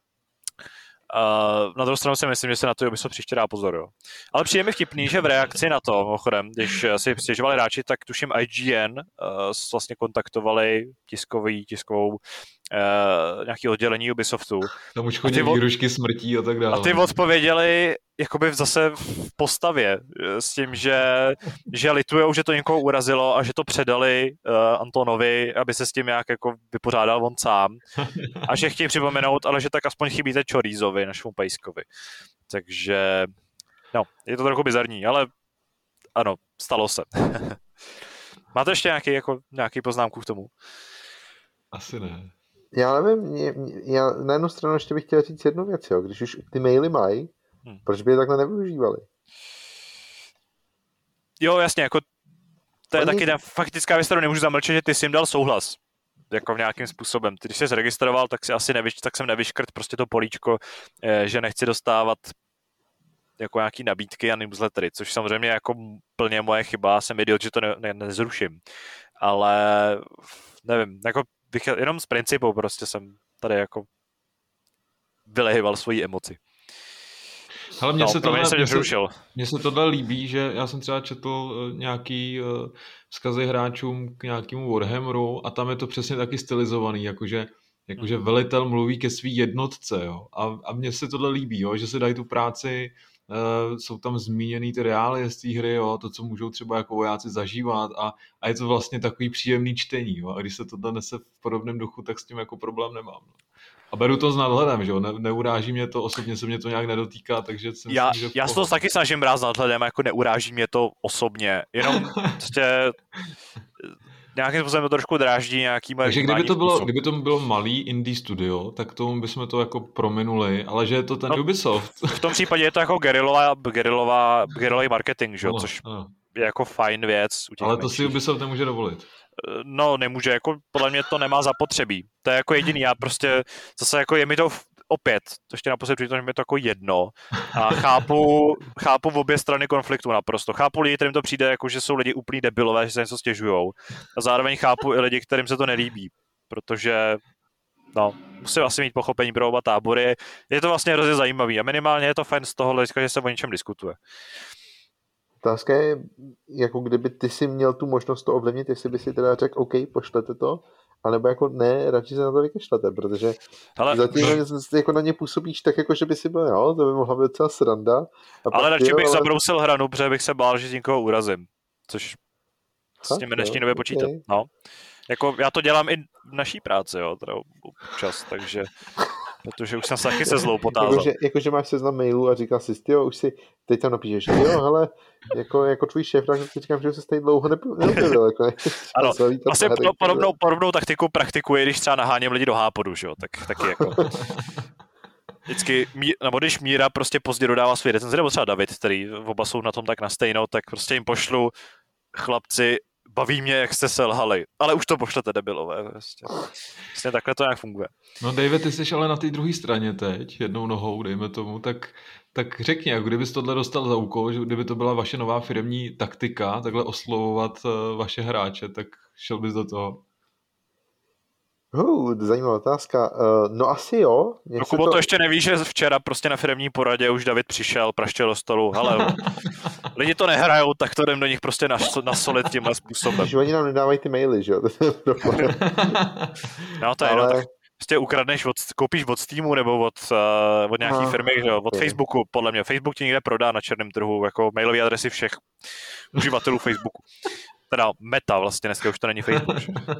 Uh, na druhou stranu si myslím, že se na to Ubisoft příště dá pozor. Jo. Ale přijde mi vtipný, že v reakci na to, mimochodem, když si stěžovali hráči, tak tuším I G N uh, vlastně kontaktovali tiskový, tiskovou uh, nějaký oddělení Ubisoftu. Tam už chodí výrušky smrtí a tak dále. A ty odpověděli jakoby zase v postavě s tím, že, že litujou, že to někoho urazilo a že to předali uh, Antonovi, aby se s tím nějak jako vypořádal on sám. A že chtějí připomenout, ale že tak aspoň chybíte Chorizovi, našemu pejskovi. Takže, no, je to trochu bizarní, ale ano, stalo se. Máte ještě nějaký, jako, nějaký poznámku k tomu? Asi ne. Já nevím, já na jednu stranu ještě bych chtěl říct jednu věc, jo. Když už ty maily mají, hmm. proč by je takhle nevyužívali? Jo, jasně, jako to je Oni... taky ta faktická věc, kterou nemůžu zamlčet, že ty jsi jim dal souhlas. Jako v nějakým způsobem. Ty, když jsi zaregistroval, tak si asi nevyš, tak jsem nevyškrt prostě to políčko, že nechci dostávat jako nějaký nabídky a newslettery, což samozřejmě jako plně moje chyba, jsem idiot, že to ne, ne, nezruším. Ale nevím, jako bych, jenom z principu prostě jsem tady jako vylehyval svoji emoci. Ale mně no, se, tohle, mě, se, mě, mně se tohle líbí, že já jsem třeba četl uh, nějaký uh, vzkazy hráčům k nějakému Warhammeru a tam je to přesně taky stylizovaný, jakože, jakože velitel mluví ke svý jednotce, jo. A, a mně se tohle líbí, jo, že se dají tu práci, uh, jsou tam zmíněný ty reálie z té hry, jo, to, co můžou třeba jako vojáci zažívat a, a je to vlastně takový příjemný čtení, jo. A když se tohle nese v podobném duchu, tak s tím jako problém nemám. No. A beru to s nadhledem, že jo, ne, neuráží mě to, osobně se mě to nějak nedotýká, takže si myslím, já, že... Já se to taky snažím brát s nadhledem, jako neuráží mě to osobně, jenom prostě nějakým způsobem to trošku dráždí nějaký moje... Takže kdyby to, bylo, kdyby to bylo malý indie studio, tak tomu bychom to jako prominuli, ale že je to ten no, Ubisoft. V tom případě je to jako guerrillová, guerrillová, guerrillový marketing, že jo, což ano. je jako fajn věc. Ale to menších. Si Ubisoft nemůže dovolit. No, nemůže, jako podle mě to nemá zapotřebí. To je jako jediný, já prostě zase jako je mi to opět, ještě naposled přijde, že mi to jako jedno a chápu, chápu v obě strany konfliktu naprosto. Chápu lidi, kterým to přijde, jako že jsou lidi úplný debilové, že se něco stěžujou a zároveň chápu i lidi, kterým se to nelíbí, protože no, musí asi mít pochopení pro oba tábory. Je to vlastně hrozně zajímavý a minimálně je to fajn z toho hlediska, že se o něčem diskutuje. Otázka je, jako kdyby ty si měl tu možnost to ovlivnit, jestli by si teda řekl, OK, pošlete to, anebo jako ne, radši se na to vykašlete, protože ale, zatím no, jako na ně působíš tak, jako že by si byl, jo, to by mohla být docela sranda. A ale radši jo, bych ale... zabrousil hranu, protože bych se bál, že někoho urazím, což ha, s tím dnešní době počítat. Okay. No. Jako já to dělám i v naší práci, jo, teda občas, takže protože už jsem se taky se zlou potázal. Jakože jako, že máš seznam mailů a říkal si, jo, už si, teď tam napíšeš, jo, hele, jako, jako tvůj šéf, tak si říkám, že se tady dlouho neupěvil. Jako, ano, vlastně podobnou, podobnou taktiku praktikuje, když třeba naháněm lidi do hápodu, že jo, tak taky jako... Vždycky, nebo když Míra prostě pozdě dodává svůj recenzi, nebo třeba David, který oba jsou na tom tak na stejno, tak prostě jim pošlu, chlapci, baví mě, jak jste selhali, ale už to pošlete, debilové. Prostě. Vlastně takhle to nějak funguje. No David, ty jsi ale na té druhé straně teď, jednou nohou, dejme tomu, tak, tak řekni, jak kdybys tohle dostal za úkol, že kdyby to byla vaše nová firemní taktika, takhle oslovovat vaše hráče, tak šel bys do toho? Uh, zajímavá otázka. Uh, no asi jo. No Kubo, to... to ještě nevíš, že včera prostě na firemní poradě už David přišel, praštěl do stolu. Hele, lidi to nehrajou, tak to jdem do nich prostě nasolit tímhle způsobem. Že oni nám nedávají ty maily, že jo? No to je Ale... no, tak prostě ukradneš, od, koupíš od Steamu nebo od, uh, od nějaký no, firmy, že jo? Od okay. Facebooku, podle mě. Facebook ti někde prodá na černém trhu, jako mailové adresy všech uživatelů Facebooku. Teda Meta vlastně, dneska už to není Facebook.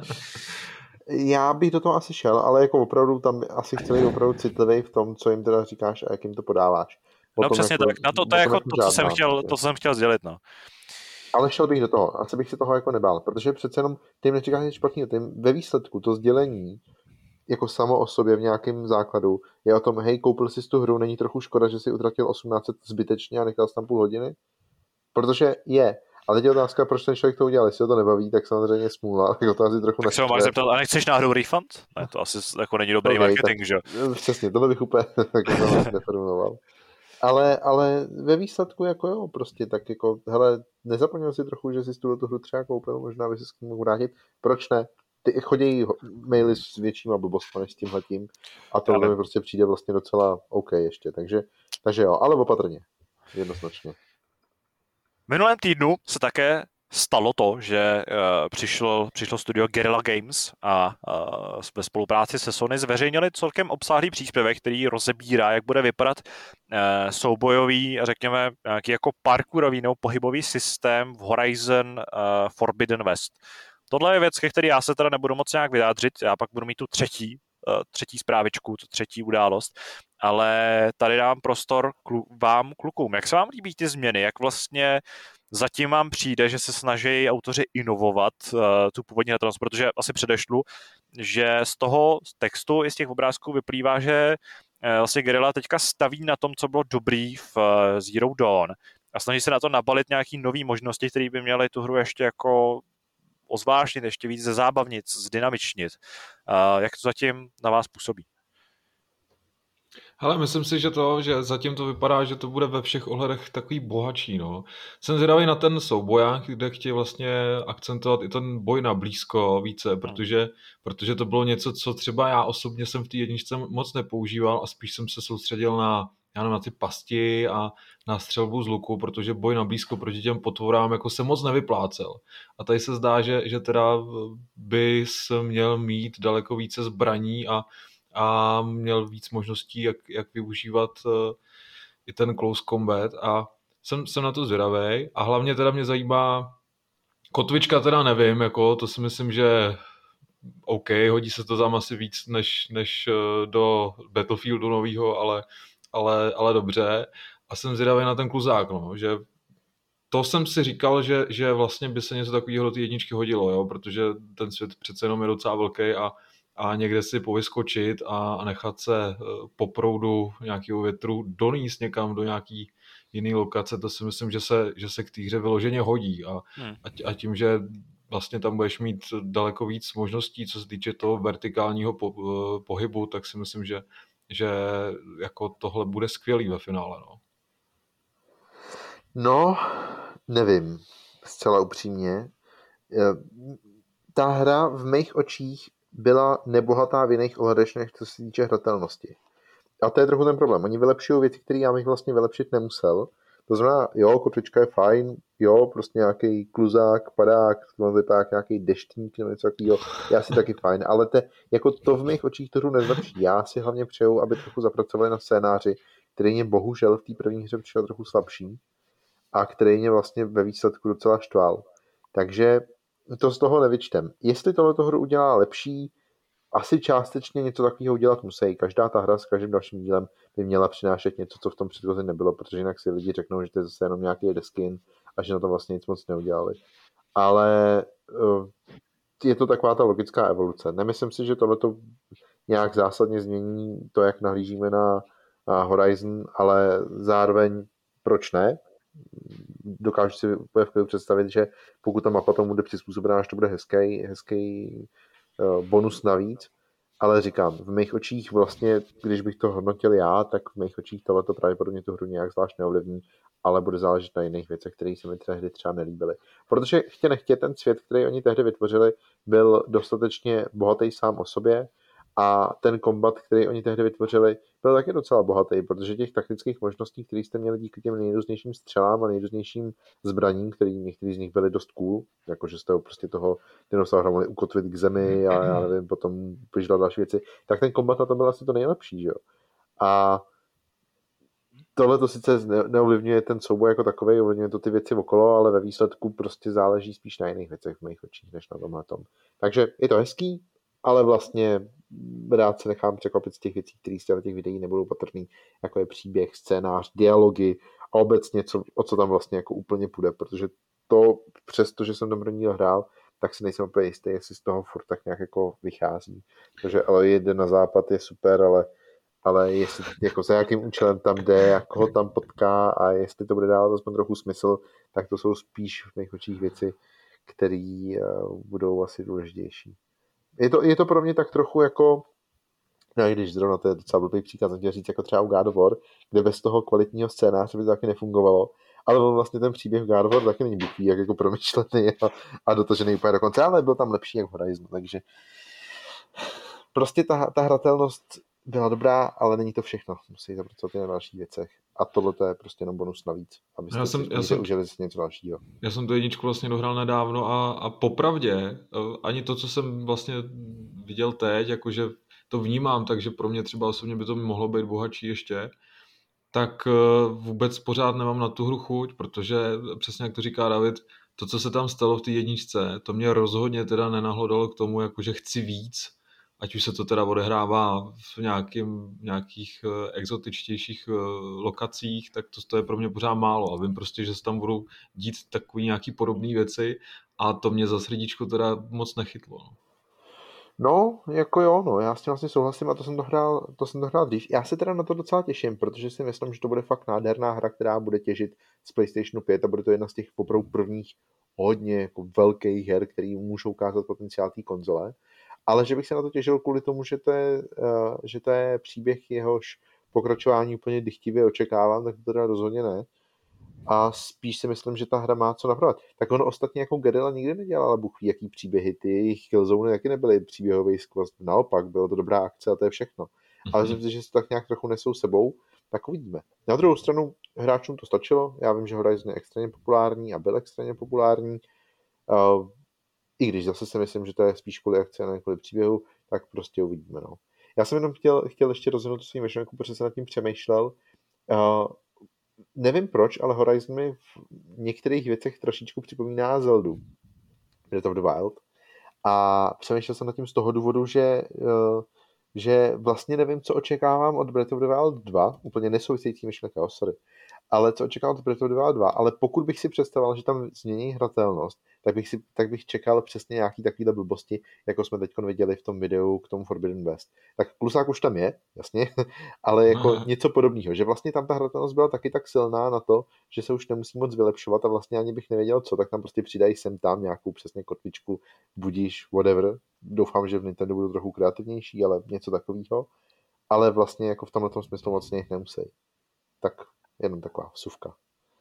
Já bych do toho asi šel, ale jako opravdu tam asi chci být opravdu citlivý v tom, co jim teda říkáš a jak jim to podáváš. O no přesně jako, tak, na to, to je jako to, co jsem chtěl, to, co jsem chtěl sdělit, no. Ale šel bych do toho, asi bych se toho jako nebál, protože přece jenom ty jim neříkáš nic špatného, ty ve výsledku to sdělení jako samo o sobě v nějakém základu je o tom, hej, koupil jsi tu hru, není trochu škoda, že jsi utratil osmnáct set zbytečně a nechal jsi tam půl hodiny? Protože je. Ale teď je otázka, proč ten člověk to udělal. Jestli ho to nebaví, tak samozřejmě smůla. Tak to asi trochu tak se ho máš zeptat, a nechceš náhodou refund? Ne, to asi jako není dobrý okay, marketing, tak, že? Přesně, tohle bych úplně neformuloval. Ale, ale ve výsledku jako jo, prostě tak jako, hele, nezapomněl si trochu, že jsi tu, tu hru třeba koupil, možná by se s tím mohl vrátit. Proč ne? Ty chodí maily s většíma blbostma než s tímhletím a tohle mi prostě přijde vlastně docela OK ještě. Takže, takže jo, ale opatrně. Jednoznačně. V minulém týdnu se také stalo to, že uh, přišlo, přišlo studio Guerrilla Games a uh, ve spolupráci se Sony zveřejnili celkem obsáhlý příspěvek, který rozebírá, jak bude vypadat uh, soubojový, řekněme, nějaký jako parkourový nebo pohybový systém v Horizon uh, Forbidden West. Tohle je věc, ke který já se teda nebudu moc nějak vyjádřit, já pak budu mít tu třetí, uh, třetí zprávičku, tu třetí událost, ale tady dám prostor klu, vám, klukům. Jak se vám líbí ty změny? Jak vlastně zatím vám přijde, že se snaží autoři inovovat uh, tu původní hratelnost, protože asi předešlu, že z toho z textu i z těch obrázků vyplývá, že uh, vlastně Guerrilla teďka staví na tom, co bylo dobrý v uh, Zero Dawn a snaží se na to nabalit nějaký nový možnosti, které by měly tu hru ještě jako ozvážnit, ještě víc zezábavnit, zdynamičnit. Uh, jak to zatím na vás působí? Hele, myslím si, že to, že zatím to vypadá, že to bude ve všech ohledech takový bohatší, no. Jsem zvědavý na ten souboják, kde chtějí vlastně akcentovat i ten boj na blízko více, protože, protože to bylo něco, co třeba já osobně jsem v té jedničce moc nepoužíval a spíš jsem se soustředil na, já nevím, na ty pasti a na střelbu z luku, protože boj na blízko proti těm potvorám jako se moc nevyplácel. A tady se zdá, že, že teda bys měl mít daleko více zbraní a a měl víc možností, jak, jak využívat uh, i ten close combat a jsem, jsem na to zvědavej a hlavně teda mě zajímá kotvička teda nevím, jako to si myslím, že OK, hodí se to tam asi víc než, než uh, do Battlefieldu novýho, ale, ale, ale dobře a jsem zvědavý na ten kluzák, no, že to jsem si říkal, že, že vlastně by se něco takového do té jedničky hodilo, jo, protože ten svět přece jenom je docela velký a a někde si povyskočit a, a nechat se po proudu nějakého větru doníst někam do nějaký jiný lokace, to si myslím, že se, že se k té hře vyloženě hodí a, hmm. a, a tím, že vlastně tam budeš mít daleko víc možností, co se týče toho vertikálního po, pohybu, tak si myslím, že, že jako tohle bude skvělý ve finále. No, no nevím, zcela upřímně. Ta hra v mých očích byla nebohatá v jiných ohledech, než co se týče hratelnosti. A to je trochu ten problém. Oni vylepšují věci, které já bych vlastně vylepšit nemusel. To znamená, jo, kotvička je fajn, jo, prostě nějaký kluzák, padák, vypadá nějaký deštník nebo něco takového, já si taky fajn, ale te, jako to v mých očích to hru nezlepší. Já si hlavně přeju, aby trochu zapracovali na scénáři, který mě bohužel v té první hře přišel trochu slabší a který mě vlastně ve výsledku docela štval. Takže to z toho nevyčtem. Jestli tohle hru udělá lepší, asi částečně něco takového udělat musí. Každá ta hra s každým dalším dílem by měla přinášet něco, co v tom předchozím nebylo, protože jinak si lidi řeknou, že to je zase jenom nějaký deskin a že na to vlastně nic moc neudělali. Ale uh, je to taková ta logická evoluce. Nemyslím si, že tohleto nějak zásadně změní to, jak nahlížíme na, na Horizon, ale zároveň proč ne? Dokážu si úplně v klidu představit, že pokud ta mapa tomu bude přizpůsobená, že to bude hezký, hezký uh, bonus navíc, ale říkám, v mých očích vlastně, když bych to hodnotil já, tak v mých očích tohleto pravděpodobně tu hru nějak zvlášť neovlivní, ale bude záležet na jiných věcech, které se mi tehdy třeba nelíbily. Protože chtě nechtě ten svět, který oni tehdy vytvořili, byl dostatečně bohatý sám o sobě a ten kombat, který oni tehdy vytvořili, byl taky docela bohatý, protože těch taktických možností, které jste měli díky těm nejrůznějším střelám a nejrůznějším zbraním, který některý z nich byly dost cool, jakože jste ho prostě toho dinosaura mohli ukotvit k zemi a já nevím, potom vyždat další věci, tak ten kombat na to byl asi to nejlepší, že jo. A tohle to sice neovlivňuje ten souboj jako takovej, ovlivňuje to ty věci okolo, ale ve výsledku prostě záleží spíš na jiných věcech v mých očích, než na tomhle tom. Takže je to hezký, ale vlastně rád se nechám překvapit z těch věcí, které z těch videí nebudou patrný, jako je příběh, scénář, dialogy a obecně, co, o co tam vlastně jako úplně půjde, protože to, přesto, že jsem tam první hrál, tak si nejsem úplně jistý, jestli z toho furt tak nějak jako vychází. Takže ale jede na západ je super, ale ale jestli jako za jakým účelem tam jde, jak ho tam potká a jestli to bude dávat aspoň trochu smysl, tak to jsou spíš v mých očích věci, které uh, budou asi důležitější. Je to, je to pro mě tak trochu jako, no i když zrovna to je docela blbý příklad, jsem chtěl říct jako třeba u God of War, kde bez toho kvalitního scénáře by to taky nefungovalo, ale on vlastně ten příběh v God of War taky není bukví, jak jako promyšlený a, a dotažený úplně do konce, ale byl tam lepší jak v Horizon, takže prostě ta, ta hratelnost byla dobrá, ale není to všechno. Musí zapracovat i na dalších věcech. A tohle je prostě jenom bonus navíc, abyste já jsem, si já jsem, užili si něco dalšího. Já jsem tu jedničku vlastně dohrál nedávno a, a popravdě ani to, co jsem vlastně viděl teď, jakože to vnímám, takže pro mě třeba osobně by to mohlo být bohatší ještě, tak vůbec pořád nemám na tu hru chuť, protože přesně jak to říká David, to, co se tam stalo v té jedničce, to mě rozhodně teda nenahlodalo k tomu, jakože chci víc, ať už se to teda odehrává v nějakým, nějakých exotičtějších lokacích, tak to, to je pro mě pořád málo. A vím prostě, že se tam budou dít takový nějaký podobné věci a to mě za srdíčko teda moc nechytlo. No, jako jo, no, já s tím vlastně souhlasím a to jsem dohrál, to jsem dohrál dřív. Já se teda na to docela těším, protože si myslím, že to bude fakt nádherná hra, která bude těžit z PlayStationu pět a bude to jedna z těch opravdu prvních hodně jako velkých her, který můžou ukázat potenciál té konzole. Ale že bych se na to těšil kvůli tomu, že to je, uh, že to je příběh, jehož pokračování úplně dychtivě očekávám, tak to teda rozhodně ne. A spíš si myslím, že ta hra má co napravovat. Tak ono ostatně jako Guerrilla nikdy nedělala bůh ví, jaký příběhy. Ty jejich Killzone taky nebyly příběhový skvost. Naopak, bylo to dobrá akce a to je všechno. Mm-hmm. Ale myslím si, že se tak nějak trochu nesou sebou, tak uvidíme. Na druhou stranu hráčům to stačilo. Já vím, že Horizon je extrémně populární a byl extrémně populární. Uh, I když zase si myslím, že to je spíš kvůli akce a ne kvůli příběhu, tak prostě uvidíme. No. Já jsem jenom chtěl, chtěl ještě rozhodnout tu svým myšlenku, protože jsem nad tím přemýšlel. Uh, nevím proč, ale Horizon mi v některých věcech trošičku připomíná Zeldu. Breath of the Wild. A přemýšlel jsem nad tím z toho důvodu, že, uh, že vlastně nevím, co očekávám od Breath of the Wild dva. Úplně nesouvisející myšlenka, oh, sorry. Ale co očekávám od Breath of the Wild dva. Ale pokud bych si představoval, že tam změní hratelnost, tak bych, si, tak bych čekal přesně nějaký takovýhle blbosti, jako jsme teď viděli v tom videu k tomu Forbidden West. Tak klusák už tam je, jasně, ale jako Aha. něco podobného, že vlastně tam ta hratelnost byla taky tak silná na to, že se už nemusí moc vylepšovat a vlastně ani bych nevěděl co, tak tam prostě přidají sem tam nějakou přesně kotvičku, budíš, whatever. Doufám, že v Nintendo budou trochu kreativnější, ale něco takového. Ale vlastně jako v tomhle smyslu moc nějak nemusí. Tak jenom taková vsuvka.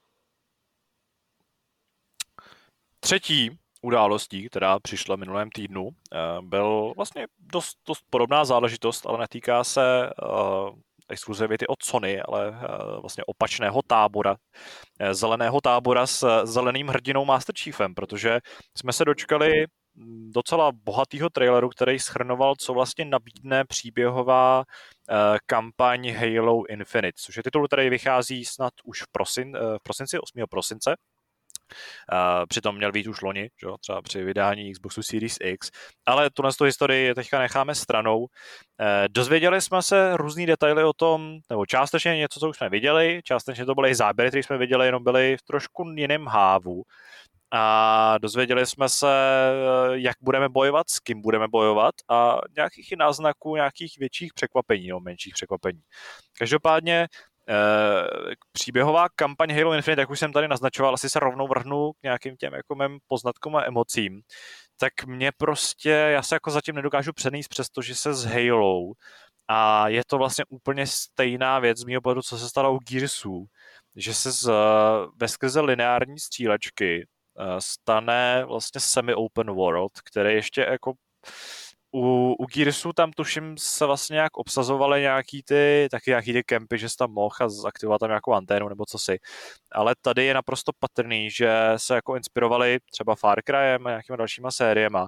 Třetí událostí, která přišla minulém týdnu, byl vlastně dost, dost podobná záležitost, ale netýká se uh, exkluzivity od Sony, ale uh, vlastně opačného tábora, zeleného tábora s zeleným hrdinou Master Chiefem, protože jsme se dočkali docela bohatýho traileru, který shrnoval, co vlastně nabídne příběhová uh, kampaň Halo Infinite, což je titul, který vychází snad už v, prosin, uh, v prosinci, osmého prosince. Uh, přitom měl být už loni, že? Třeba při vydání Xboxu Series X, ale tuhle tu historii teďka necháme stranou. Uh, dozvěděli jsme se různý detaily o tom, nebo částečně něco, co už jsme viděli, částečně to byly i záběry, které jsme viděli, jenom byly v trošku jiném hávu. A dozvěděli jsme se, jak budeme bojovat, s kým budeme bojovat a nějakých i náznaků, nějakých větších překvapení nebo menších překvapení. Každopádně eh, příběhová kampaň Halo Infinite, jak už jsem tady naznačoval, asi se rovnou vrhnu k nějakým těm jako mým poznatkům a emocím, tak mě prostě, já se jako zatím nedokážu přenést přesto, že se s Halo a je to vlastně úplně stejná věc z mého pohledu, co se stalo u Gearsů, že se z, veskrze lineární střílečky stane vlastně semi-open world, který ještě jako u, u Gearsu tam tuším se vlastně nějak obsazovaly nějaký ty, taky nějaký ty kempy, že jsi tam mohl a zaktivovat tam nějakou anténu nebo co si. Ale tady je naprosto patrný, že se jako inspirovali třeba Far Cryem a nějakýma dalšíma sériema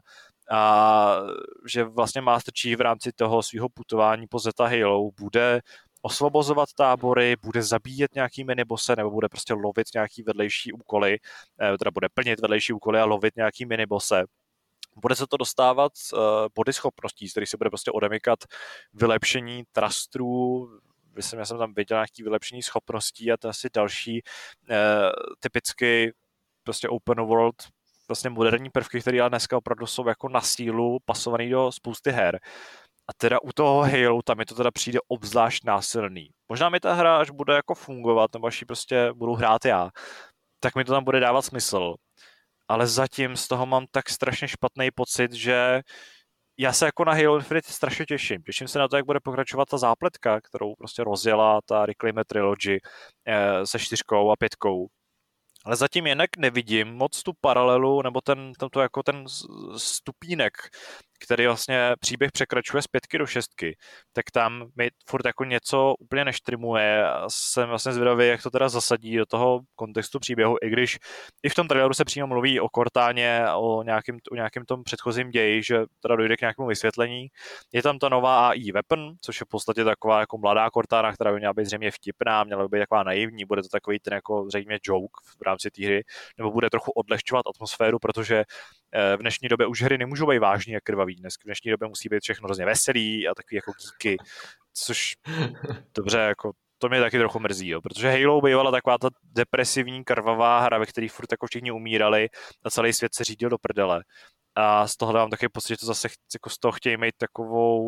a že vlastně Master Chief v rámci toho svého putování po Zeta Halo bude osvobozovat tábory, bude zabíjet nějaký minibose nebo bude prostě lovit nějaký vedlejší úkoly, teda bude plnit vedlejší úkoly a lovit nějaký minibose. Bude se to dostávat uh, body schopností, z kterých se bude prostě odemykat vylepšení trastrů, myslím, já jsem tam viděl nějaký vylepšení schopností a to asi další uh, typicky prostě open world vlastně moderní prvky, které ale dneska opravdu jsou jako na sílu pasovaný do spousty her. A teda u toho Halo tam mi to teda přijde obzvlášť násilný. Možná mi ta hra, až bude jako fungovat, nebo až ji prostě budu hrát já, tak mi to tam bude dávat smysl. Ale zatím z toho mám tak strašně špatný pocit, že já se jako na Halo Infinite strašně těším. Těším se na to, jak bude pokračovat ta zápletka, kterou prostě rozjela ta Reclaimer Trilogy eh, se čtyřkou a pětkou. Ale zatím jinak nevidím moc tu paralelu, nebo ten, tento jako ten stupínek, který vlastně příběh překračuje z pětky do šestky, tak tam mi furt jako něco úplně neštrimuje a jsem vlastně zvědavý, jak to teda zasadí do toho kontextu příběhu, i když i v tom traileru se přímo mluví o Cortáně, o nějakém, o nějakém tom předchozím ději, že teda dojde k nějakému vysvětlení. Je tam ta nová A I weapon, což je v podstatě taková jako mladá Cortána, která by měla být zřejmě vtipná, měla by být taková naivní, bude to takový ten jako zřejmě joke v rámci té hry, nebo bude trochu odlehčovat atmosféru, protože v dnešní době už hry nemůžou být vážný a krvavý. Dnes v dnešní době musí být všechno hrozně veselý a takový jako geeky, což dobře, jako to mě taky trochu mrzí, jo, protože Halo bývala taková ta depresivní krvavá hra, ve které furt jako všichni umírali a celý svět se řídil do prdele. A z toho dávám taky pocit, že to zase jako z toho chtějí mít takovou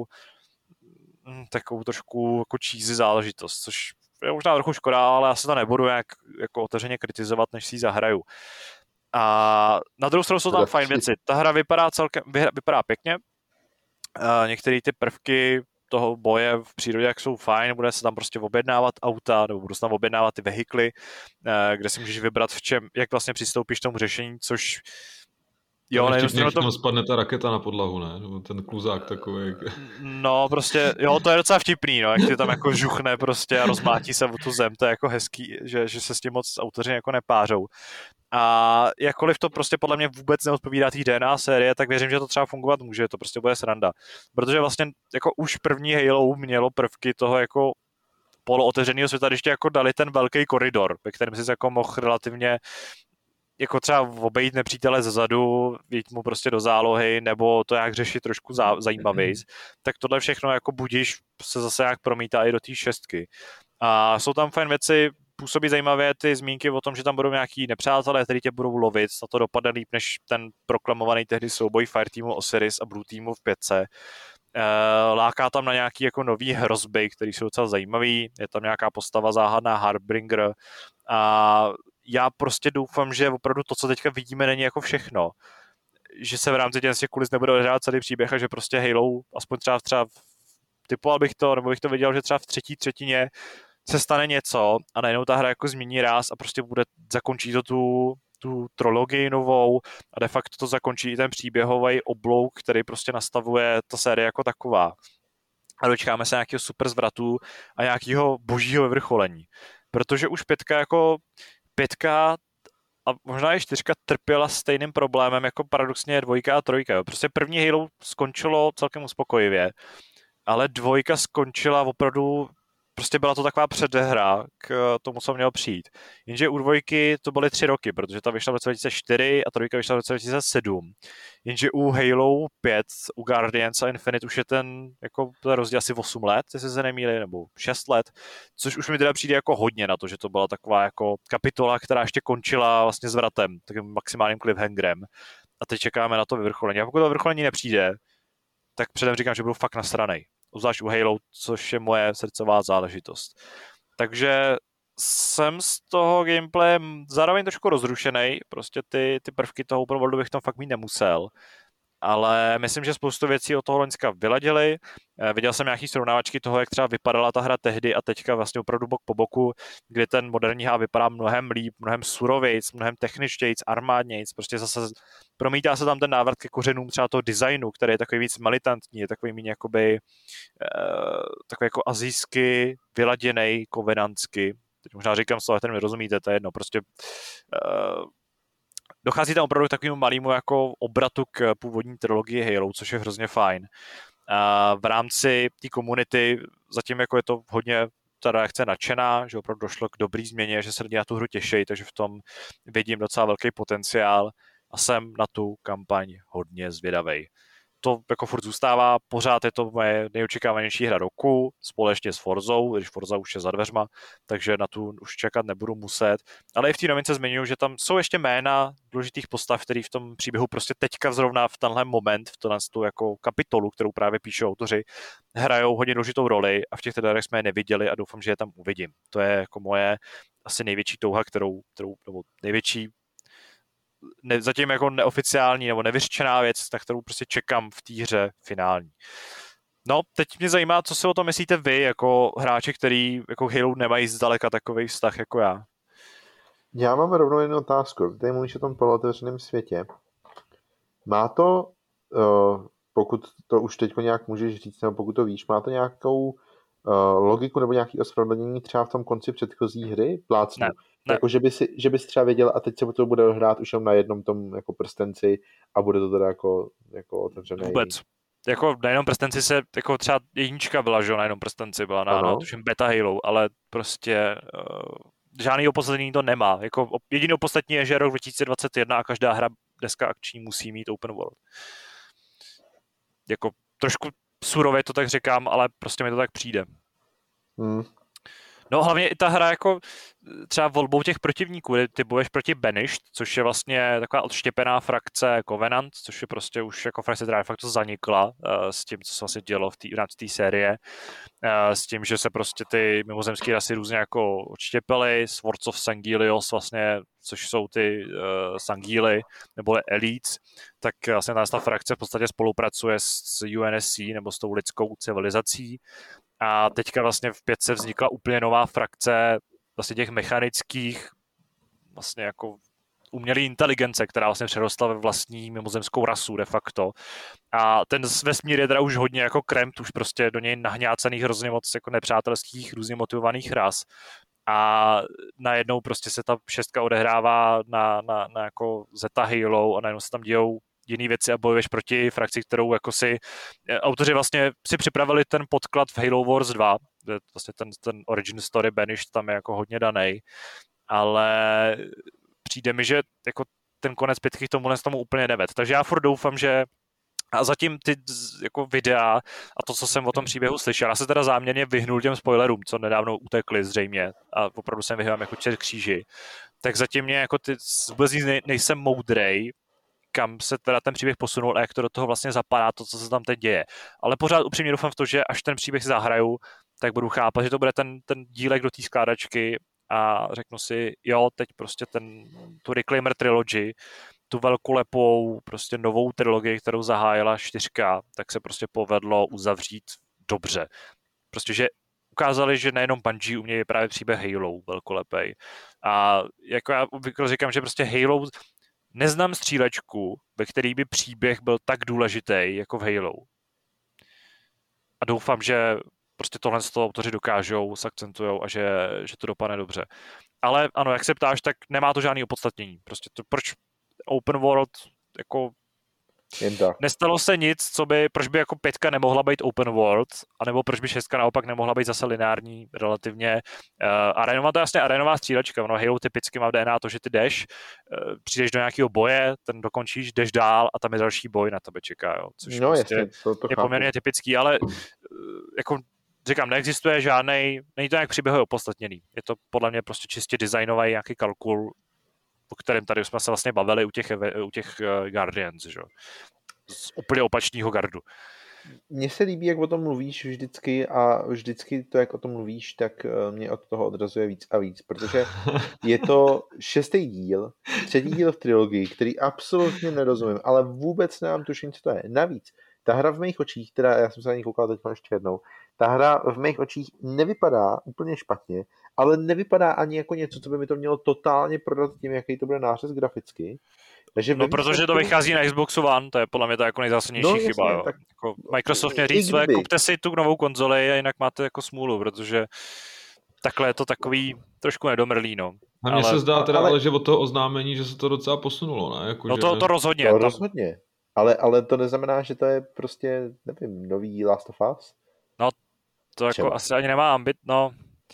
takovou trošku jako cheesy záležitost, což je možná trochu škoda, ale já se to nebudu jak, jako otevřeně kritizovat, než si ji zahraju. A na druhou stranu jsou tam fajn věci. Ta hra vypadá celkem, vypadá pěkně. Některé ty prvky toho boje v přírodě, jak jsou fajn, bude se tam prostě objednávat auta, nebo budou se tam objednávat ty vehikly, kde si můžeš vybrat v čem, jak vlastně přistoupíš k tomu řešení, což jo, ne, ještě to... spadne ta raketa na podlahu, ne? Nebo ten kluzák takový. No, prostě, jo, to je docela vtipný, no, jak ti tam jako žuchne prostě a rozmátí se o tu zem, to je jako hezký, že, že se s tím moc autoři jako nepářou. A jakkoliv to prostě podle mě vůbec neodpovídá té D N A série, tak věřím, že to třeba fungovat může, to prostě bude sranda. Protože vlastně jako už první Halo mělo prvky toho jako polootevřeného světa, když ti jako dali ten velký koridor, ve kterém jsi jako mohl relativně jako třeba obejít nepřítele zezadu, jít mu prostě do zálohy, nebo to jak řešit trošku zá, zajímavějc, tak tohle všechno jako budíš se zase jak promítá i do té šestky. A jsou tam fajn věci, působí zajímavé ty zmínky o tom, že tam budou nějaký nepřátelé, kteří tě budou lovit, na to dopadne líp než ten proklamovaný tehdy souboj Fireteamu Osiris a Blue Teamu v pětce. Láká tam na nějaký jako nový hrozby, který jsou docela zajímavý, je tam nějaká postava záhadná Harbinger a já prostě doufám, že opravdu to, co teďka vidíme, není jako všechno. Že se v rámci těch kulis nebude odehrát celý příběh a že prostě Halo, aspoň třeba, třeba typoval bych to, nebo bych to viděl, že třeba v třetí třetině se stane něco a najednou ta hra jako změní ráz a prostě bude, zakončí to tu, tu trilogii novou a de facto to zakončí i ten příběhový oblouk, který prostě nastavuje ta série jako taková. A dočkáme se nějakého super zvratu a nějakého božího vyvrcholení. Protože už pětka jako pětka a možná i čtyřka trpěla stejným problémem jako paradoxně dvojka a trojka. Prostě první Halo skončilo celkem uspokojivě, ale dvojka skončila opravdu prostě byla to taková předehra k tomu, co mělo přijít. Jenže u dvojky to byly tři roky, protože ta vyšla v roce dva tisíce čtyři a trojka vyšla v roce dva tisíce sedm. Jenže u Halo pět, u Guardians a Infinite už je ten, jako to je rozdíl asi osm let, jestli se nemýlím, nebo šest let, což už mi teda přijde jako hodně na to, že to byla taková jako kapitola, která ještě končila vlastně s vratem, takým maximálním cliffhangerem. A teď čekáme na to vyvrcholení. A pokud to vyvrcholení nepřijde, tak předem říkám, že budu fakt nasranej. Zvlášť u Halo, což je moje srdcová záležitost. Takže jsem z toho gameplaye zároveň trošku rozrušenej, prostě ty, ty prvky toho open worldu bych tam fakt mít nemusel, ale myslím, že spoustu věcí od toho loňska vyladili. Viděl jsem nějaký srovnávačky toho, jak třeba vypadala ta hra tehdy a teďka vlastně opravdu bok po boku, kdy ten moderní hra vypadá mnohem líp, mnohem surovějc, mnohem techničtějc, armádnějc, prostě zase promítá se tam ten návrat ke kořenům třeba toho designu, který je takový víc militantní, je takový méně jakoby uh, takový jako azijsky vyladěnej, kovenantsky. Teď možná říkám slovo, který mi rozumíte, to je jedno, prostě uh, dochází tam opravdu k takovému malému jako obratu k původní trilogii Halo, což je hrozně fajn. A v rámci té komunity zatím jako je to hodně ta reakce nadšená, že opravdu došlo k dobrý změně, že se lidi na tu hru těší, takže v tom vidím docela velký potenciál a jsem na tu kampaň hodně zvědavej. To jako furt zůstává, pořád je to moje nejočekávanější hra roku, společně s Forzou, když Forza už je za dveřma, takže na tu už čekat nebudu muset. Ale i v té novince zmiňuji, že tam jsou ještě jména důležitých postav, který v tom příběhu prostě teďka zrovna v tenhle moment, v tenhle tu jako kapitolu, kterou právě píšou autoři, hrajou hodně důležitou roli a v těch trailerech jsme je neviděli a doufám, že je tam uvidím. To je jako moje asi největší touha, kterou, kterou nebo největší Ne, zatím jako neoficiální nebo nevyřčená věc, na kterou prostě čekám v té hře finální. No, teď mě zajímá, co si o tom myslíte vy, jako hráči, který jako Halo nemají zdaleka takový vztah jako já. Já mám rovnou jednu otázku. Tady mluvíš o tom polootevřeném světě. Má to, pokud to už teď nějak můžeš říct, nebo pokud to víš, má to nějakou logiku nebo nějaký ospravedlnění třeba v tom konci předchozí hry? Plácnu. Ne. Ne. Jako, že, by si, že bys třeba věděl a teď se to bude hrát už na jednom tom jako prstenci a bude to teda jako, jako otevřené. Vůbec. Jako na jednom prstenci se, jako třeba jednička byla, že na jednom prstenci byla na, na tuším beta Halo, ale prostě uh, žádný opodstatnění to nemá. Jako jediný opodstatní je, že rok dva tisíce dvacet jedna a každá hra dneska akční musí mít open world. Jako trošku surově to tak říkám, ale prostě mi to tak přijde. Hmm. No hlavně i ta hra jako třeba volbou těch protivníků, ty bojuješ proti Banished, což je vlastně taková odštěpená frakce Covenant, což je prostě už jako frakce, která fakt to zanikla uh, s tím, co se vlastně dělo v, tý, v rámci té série, uh, s tím, že se prostě ty mimozemské rasy různě jako odštěpily, Swords of Sangilios vlastně, což jsou ty uh, Sangíly, nebo Elites, tak vlastně ta frakce v podstatě spolupracuje s U N S C, nebo s tou lidskou civilizací. A teďka vlastně v pětce vznikla úplně nová frakce vlastně těch mechanických vlastně jako umělé inteligence, která vlastně přerostla ve vlastní mimozemskou rasu de facto. A ten vesmír je teda už hodně jako kremt, už prostě do něj nahňácených hrozně moc jako nepřátelských, různě motivovaných ras. A najednou prostě se ta šestka odehrává na, na, na jako Zeta Halo a najednou se tam dějou jiný věci a bojuješ proti frakci, kterou jako si autoři vlastně si připravili ten podklad v Halo Wars dva, vlastně ten, ten origin story Banished tam je jako hodně danej, ale přijde mi, že jako ten konec pětky tomuhle tomu úplně neved. Takže já furt doufám, že a zatím ty jako videa a to, co jsem o tom příběhu slyšel, já se teda záměrně vyhnul těm spoilerům, co nedávno utekli zřejmě a opravdu jsem vyhýbám jako čert kříži, tak zatím mě jako ty vůbec nej, nejsem moudrej, kam se teda ten příběh posunul a jak to do toho vlastně zapadá, to, co se tam teď děje. Ale pořád upřímně doufám v to, že až ten příběh si zahraju, tak budu chápat, že to bude ten, ten dílek do té skládačky a řeknu si, jo, teď prostě ten, tu Reclaimer trilogy, tu velkolepou prostě novou trilogii, kterou zahájila čtyřka, tak se prostě povedlo uzavřít dobře. Prostě, že ukázali, že nejenom Bungie umějí právě příběh Halo velkolepej. A jako já obvykle říkám, že prostě Halo neznám střílečku, ve který by příběh byl tak důležitý jako v Halo. A doufám, že prostě tohle z toho autoři dokážou, zakcentujou a že, že to dopadne dobře. Ale ano, jak se ptáš, tak nemá to žádný opodstatnění. Prostě to, proč open world, jako Jen tak. Nestalo se nic, co by, proč by jako pětka nemohla být open world, anebo proč by šestka naopak nemohla být zase lineární relativně. Uh, arénová to je jasně arénová střílečka, no Halo typicky má D N A to, že ty jdeš, uh, přijdeš do nějakého boje, ten dokončíš, jdeš dál a tam je další boj na tebe čeká, jo, což no, prostě jasně, to, to je poměrně typický, ale uh, jako říkám, neexistuje žádnej, není to nějak příběhově opodstatněný, je to podle mě prostě čistě designový nějaký kalkul, o kterém tady jsme se vlastně bavili u těch, u těch Guardians, že? Z úplně opačného gardu. Mně se líbí, jak o tom mluvíš vždycky a vždycky to, jak o tom mluvíš, tak mě od toho odrazuje víc a víc, protože je to šestý díl, třetí díl v trilogii, který absolutně nerozumím, ale vůbec nemám tušení, co to je. Navíc, ta hra v mých očích, teda já jsem se na ní koukal teď ještě jednou, ta hra v mých očích nevypadá úplně špatně, ale nevypadá ani jako něco, co by mi to mělo totálně prodat tím, jaký to bude nářez graficky. Takže no, protože to vychází na Xboxu One, to je podle mě to jako nejzásadnější no, chyba. Jo. Tak... Jako Microsoft mě říct, své, kupte si tu novou konzoli a jinak máte jako smůlu, protože takhle je to takový trošku nedomrlý. No. A mně ale... se zdá teda, ale... ale že od toho oznámení, že se to docela posunulo, ne? Jako, no že... to, to rozhodně. To tam... rozhodně. Ale, ale to neznamená, že to je prostě, nevím, nový Last of Us? No, to jako Čeho? Asi ani nemá ambit, no.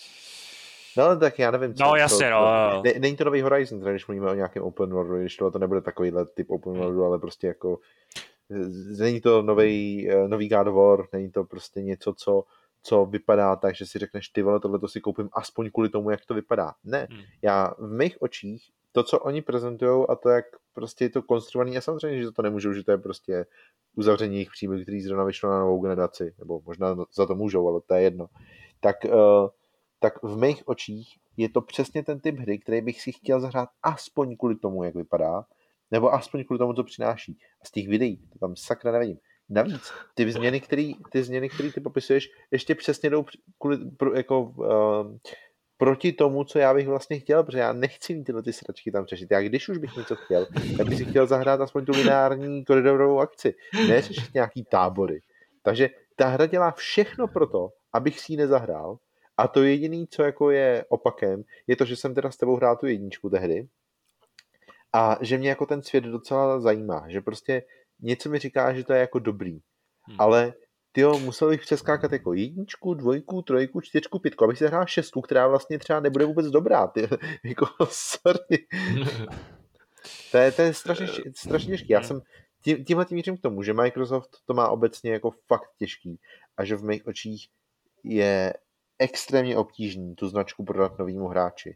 No, tak já nevím, co. No, jasně, to, no. Ne, není to nový Horizon, teda, když mluvíme o nějakém open worldu, když to, to nebude takovýhle typ open worldu, ale prostě jako není to nový, nový God of War, není to prostě něco, co, co vypadá tak, že si řekneš, ty vole, tohle to si koupím aspoň kvůli tomu, jak to vypadá. Ne, hmm. já v mých očích to, co oni prezentujou a to, jak prostě je to konstruovaný, a samozřejmě, že to nemůžou, že to je prostě uzavření jejich příběhů, který zrovna vyšlo na novou generaci, nebo možná za to můžou, ale to je jedno. Tak, uh, tak v mých očích je to přesně ten typ hry, který bych si chtěl zahrát aspoň kvůli tomu, jak vypadá, nebo aspoň kvůli tomu, co přináší. A z těch videí to tam sakra nevidím. Navíc, ty změny, který, ty změny, které ty popisuješ, ještě přesně jdou kvůli, pro, jako, uh, proti tomu, co já bych vlastně chtěl, protože já nechci mít tyhle ty sračky tam řešit. Já když už bych něco chtěl, tak bych si chtěl zahrát aspoň tu lineární koridorovou akci. Ne řešit nějaký tábory. Takže ta hra dělá všechno pro to, abych si ji nezahrál. A to jediné, co jako je opakem, je to, že jsem teda s tebou hrál tu jedničku tehdy a že mě jako ten svět docela zajímá. Že prostě něco mi říká, že to je jako dobrý. Hmm. Ale tyjo, musel bych přeskákat jako jedničku, dvojku, trojku, čtyřku, pětku, abych si zahrál šestku, která vlastně třeba nebude vůbec dobrá. Ty, jako, sorry. to je, to je strašně, strašně těžký. Já jsem tím, tímhle tím mířím k tomu, že Microsoft to má obecně jako fakt těžký a že v mých očích je extrémně obtížný tu značku prodat novýmu hráči.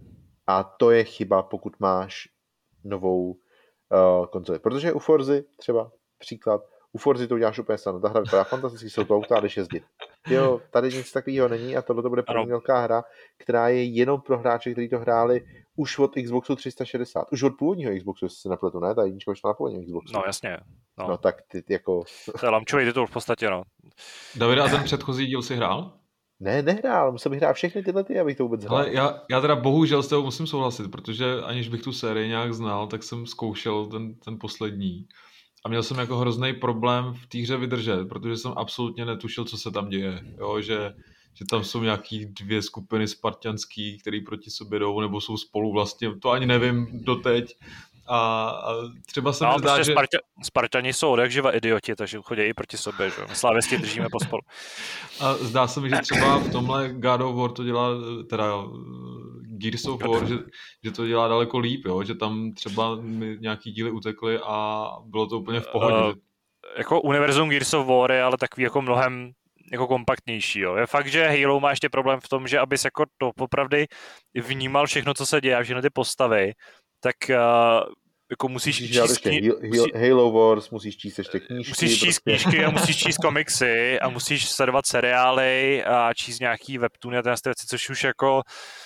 A to je chyba, pokud máš novou uh, konzoli. Protože u Forzy třeba příklad, u Forzy to uděláš úplně snadno. Ta hra vypadá fantasticky, jsou to auta a jdeš jezdit. Jo, tady nic takového není a tohle to bude první velká hra, která je jenom pro hráče, kteří to hráli už od Xboxu tři sta šedesát. Už od původního Xboxu, jestli se nepletu, ne? Ta jednička vyšla na původním Xboxu. No jasně. No, no tak ty jako... To je lamčový titul v podstatě, no. David, a ten předchozí díl si hrál? Ne, nehrál, musel bych hrát všechny tyhle ty, abych to vůbec hrál. Ale já, já teda bohužel s tebou musím souhlasit, protože aniž bych tu sérii nějak znal, tak jsem zkoušel ten, ten poslední. A měl jsem jako hrozný problém v té hře vydržet, protože jsem absolutně netušil, co se tam děje. Jo, že, že tam jsou nějaký dvě skupiny spartianský, které proti sobě jdou, nebo jsou spolu vlastně, to ani nevím doteď. A, a třeba se no, mi zdá, prostě že... Sparta, Spartani jsou odjakživa idioti, takže chodí i proti sobě, že? My slávěsti držíme pospolu. A zdá se mi, že třeba v tomhle God of War to dělá, teda Gears of War, že, že to dělá daleko líp, jo? Že tam třeba mi nějaký díly utekly a bylo to úplně v pohodě. Uh, jako univerzum Gears of War je ale takový jako mnohem jako kompaktnější. Jo. Je fakt, že Halo má ještě problém v tom, že abys jako to popravdy vnímal všechno, co se děje, všechny ty postavy, tak uh, jako musíš musíš číst... Kni- musí... Halo Wars, musíš číst ještě knížky. Musíš číst prostě. knížky a musíš číst komiksy a musíš sledovat seriály a číst nějaký webtoony a ty věci, což už jako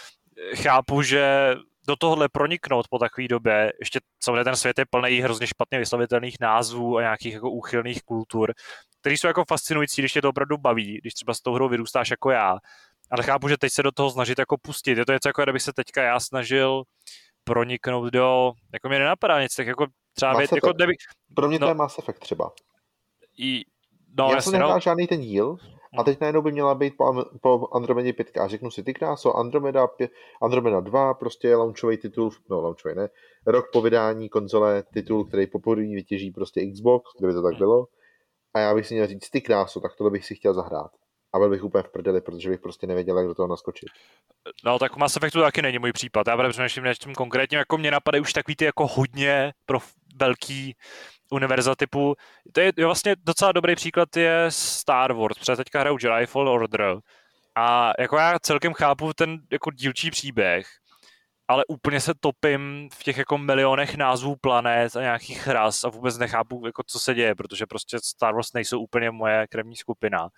chápu, že do tohohle proniknout po takové době, ještě samozřejmě ten svět je plný hrozně špatně vyslovitelných názvů a nějakých jako úchylných kultur, které jsou jako fascinující, když tě to opravdu baví, když třeba s tou hrou vyrůstáš jako já. Ale chápu, že teď se do toho snažit jako pustit. Je to něco, jako kdybych se teďka já snažil proniknout do, jako mě nenapadá nic, tak jako třeba věc, jako kdybych... Pro mě no, to je Mass Effect třeba. I, no, já jasně, jsem nehrál no. žádný ten díl, A teď najednou by měla být po, po Andromedě pět. A řeknu si, ty kráso, Andromeda, pět, Andromeda dva, prostě je launchový titul, no launchový ne, rok po vydání konzole, titul, který poprvé vytěží prostě Xbox, kdyby to tak bylo. A já bych si měl říct, ty kráso, tak tohle bych si chtěl zahrát. A byl bych úplně v prdeli, protože bych prostě nevěděl, jak do toho naskočit. No tak Mass Effectu taky není můj případ. Já právě přemýšlím nad tím konkrétně, jako mě napadají už takový ty jako hodně pro velký univerza typu, to je vlastně docela dobrý příklad je Star Wars, protože teďka hraju Jedi Fallen Order a jako já celkem chápu ten jako dílčí příběh, ale úplně se topím v těch jako milionech názvů planet a nějakých ras a vůbec nechápu, jako co se děje, protože prostě Star Wars nejsou úplně moje krevní skupina.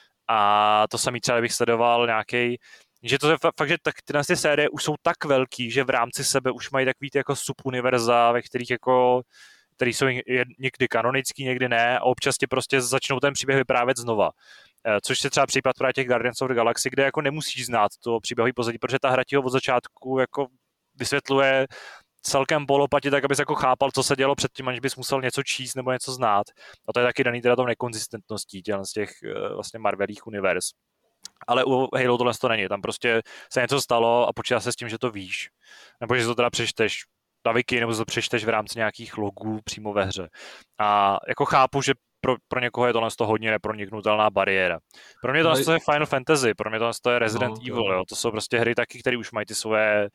A to samý třeba bych sledoval nějaký, že to je fakt, že tak tyhle ty série už jsou tak velký, že v rámci sebe už mají takový ty jako subuniverza, ve kterých jako, který jsou někdy kanonický, někdy ne a občas ti prostě začnou ten příběh vyprávět znova. Což je třeba případ právě těch Guardians of the Galaxy, kde jako nemusíš znát to příběhový pozadí, protože ta hra ti ho od začátku jako vysvětluje celkem polopatě, tak abys jako chápal, co se dělo předtím, aniž bys musel něco číst nebo něco znát. A to je taky daný teda tou nekonzistentností z těch vlastně Marvelích univerz. Ale u Halo tohle to není. Tam prostě se něco stalo a počítá se s tím, že to víš. Nebo že to teda přečteš na wiki, nebo to přečteš v rámci nějakých logů přímo ve hře. A jako chápu, že pro, pro někoho je tohle to hodně neproniknutelná bariéra. Pro mě tohle to je Final Fantasy, pro mě tohle to je Resident no, Evil, jo. To jsou prostě hry taky, které už mají ty své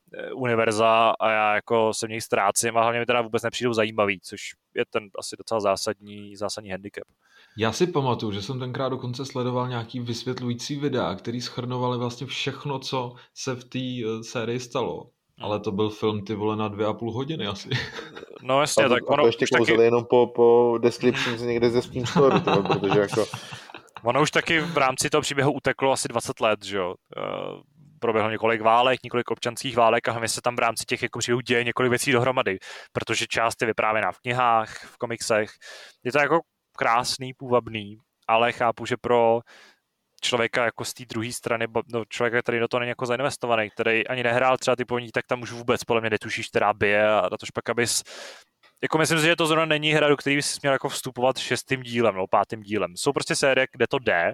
univerza a já jako se v nich ztrácím a hlavně mi teda vůbec nepřijdou zajímavý, což je ten asi docela zásadní, zásadní handicap. Já si pamatuju, že jsem tenkrát dokonce sledoval nějaký vysvětlující videa, který shrnovali vlastně všechno, co se v té sérii stalo. Ale to byl film, ty vole, na dvě a půl hodiny asi. No jasně, a tak ono... A to ještě kouzeli taky... jenom po, po description někde ze Steam Store, to, protože jako... Ono už taky v rámci toho příběhu uteklo asi dvacet let, že jo. Uh, proběhlo několik válek, několik občanských válek a hlavně se tam v rámci těch jako příběhů děje několik věcí dohromady, protože část je vyprávěná v knihách, v komiksech. Je to jako krásný, půvabný, ale chápu, že pro člověka jako z té druhé strany, no člověka, který do toho není jako zainvestovaný, který ani nehrál třeba ty poní, tak tam už vůbec podle mě netušíš, která bije a na to špak, abys jako myslím si, že to zrovna není hra, do které bys měl jako vstupovat šestým dílem, no pátým dílem. Jsou prostě série, kde to jde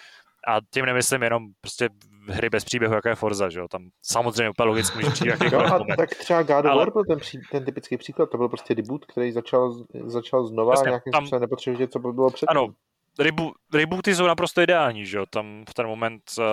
a tím nemyslím jenom prostě hry bez příběhu, jako je Forza, že jo, tam samozřejmě úplně logicky může přijít jakýkoliv no, moment. Tak třeba God of War byl ten, pří, ten typický příklad, to byl prostě reboot, který začal, začal znova Jasně, nějakým tam... způsobem nepotřebuje, co by bylo předtím. Ano, Rebo- rebooty jsou naprosto ideální, že jo, tam v ten moment uh,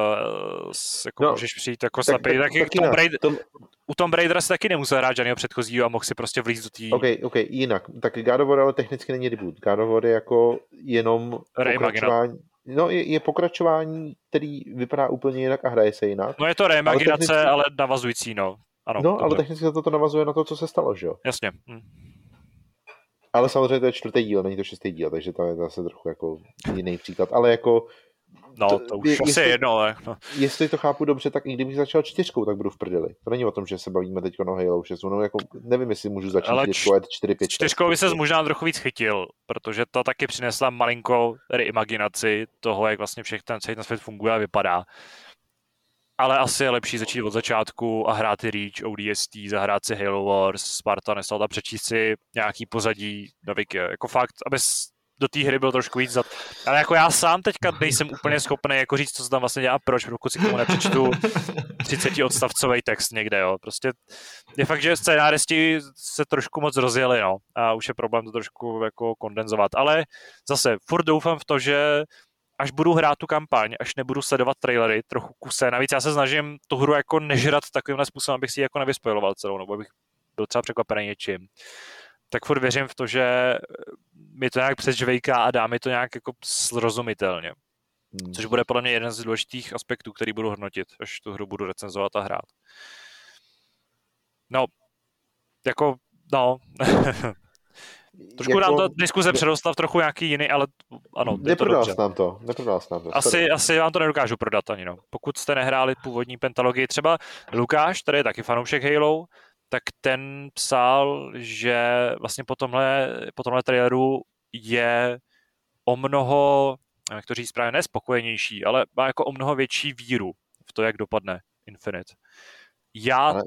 jako no, můžeš přijít jako slepý, tak, tak, taky Tomb Raider, tom... u Tomb Raidera si taky nemusel hrát žádného předchozího a mohl si prostě vlízt do té... OK, OK, jinak, tak God of War ale technicky není reboot, God of War je jako jenom pokračování, no je, je pokračování, který vypadá úplně jinak a hraje se jinak. No je to reimaginace, ale, technicky... ale navazující, no. Ano, no, ale technicky to navazuje na to, co se stalo, že jo? Jasně. Hm. Ale samozřejmě to je čtvrtý díl, není to šestý díl, takže to je zase trochu jako jiný příklad, ale jako... No, to, to už je, asi jestli, jedno, ale... No. Jestli to chápu dobře, tak i kdybych začal čtyřkou, tak budu v prdeli. To není o tom, že se bavíme teď o Halo šest, no jako nevím, jestli můžu začít ale čtyřkou, č- čtyři pět. čtyřkou by ses možná trochu víc chytil, protože to taky přinesla malinko reimaginaci toho, jak vlastně všech ten, celý ten svět funguje a vypadá. Ale asi je lepší začít od začátku a hrát i Reach, O D S T, zahrát si Halo Wars, Spartan Assault a přečíst si nějaký pozadí na wiki. Jako fakt, abys do té hry byl trošku víc zat. Ale jako já sám teďka nejsem úplně schopný jako říct, co se tam vlastně dělá, proč, pokud si k tomu nepřečtu třicetiodstavcový text někde, jo. Prostě je fakt, že scénáristi se trošku moc rozjeli, no. A už je problém to trošku jako kondenzovat. Ale zase, furt doufám v to, že až budu hrát tu kampaň, až nebudu sledovat trailery trochu kuse. Navíc já se snažím tu hru jako nežrat takovýmhle způsobem, abych si ji jako nevyspojiloval celou, nebo abych byl třeba překvapený něčím. Tak furt věřím v to, že mi to nějak přežvejká a dá mi to nějak jako srozumitelně. Hmm. Což bude podle mě jeden z důležitých aspektů, který budu hodnotit, až tu hru budu recenzovat a hrát. No, jako, no... Trošku jako... nám to diskuze předostala v trochu nějaký jiný, ale ano, je to dobře. Nám to, neprodal nám to. Asi, asi vám to nedokážu prodat ani, no. Pokud jste nehráli původní pentalogii, třeba Lukáš, který je taky fanoušek Halo, tak ten psal, že vlastně po tomhle, po tomhle traileru je o mnoho, jak to říct správně, nespokojenější, ale má jako o mnoho větší víru v to, jak dopadne Infinite. Já... Ale...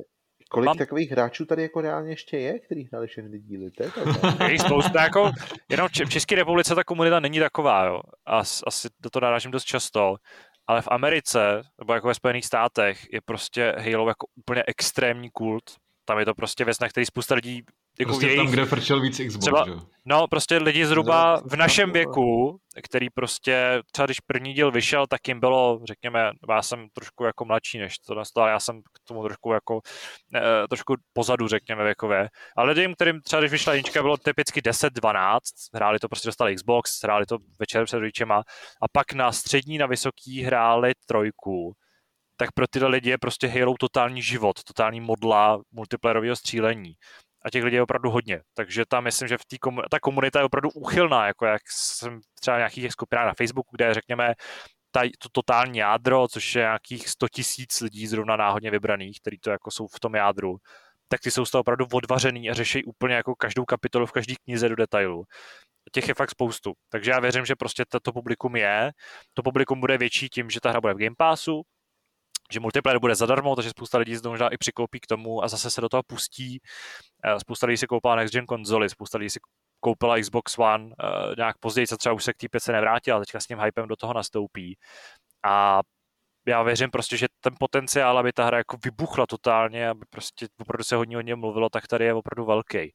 Kolik Mám... takových hráčů tady jako reálně ještě je, který hráli všechny díly? To je je jich spousta, jako, jenom v České republice ta komunita není taková, jo. As, asi do toho narážím dost často, ale v Americe, nebo jako ve Spojených státech, je prostě Halo jako úplně extrémní kult. Tam je to prostě věc, na který spousta lidí jako prostě jejich, tam, kde frčel víc Xbox, třeba, že? No, prostě lidi zhruba no, v našem věku, který prostě, třeba když první díl vyšel, tak jim bylo, řekněme, já jsem trošku jako mladší než to, ale já jsem k tomu trošku jako, eh, trošku pozadu, řekněme, věkově. Ale lidem, kterým třeba když vyšla jednička, bylo typicky deset dvanáct, hráli to, prostě dostali Xbox, hráli to večer před rodičema a pak na střední, na vysoký hráli trojku. Tak pro tyhle lidi je prostě Halo totální život, totální modla multiplayerového střílení. A těch lidí je opravdu hodně. Takže tam myslím, že v té komu- ta komunita je opravdu úchylná, jako jak jsem třeba v nějakých skupinách na Facebooku, kde řekněme ta, to totální jádro, což je nějakých sto tisíc lidí zrovna náhodně vybraných, kteří to jako jsou v tom jádru, tak ty jsou z toho opravdu odvařený a řeší úplně jako každou kapitolu v každé knize do detailu. Těch je fakt spoustu. Takže já věřím, že prostě to publikum je. To publikum bude větší tím, že ta hra bude v Game Passu, že multiplayer bude zadarmo, takže spousta lidí to možná i přikoupí k tomu a zase se do toho pustí. Spousta lidí si koupila next gen konzoli, spousta lidí si koupila Xbox One, nějak později se třeba už se k té pětce nevrátila, teďka s tím hypem do toho nastoupí. A já věřím prostě, že ten potenciál, aby ta hra jako vybuchla totálně, aby prostě opravdu se hodně o něm mluvilo, tak tady je opravdu velký.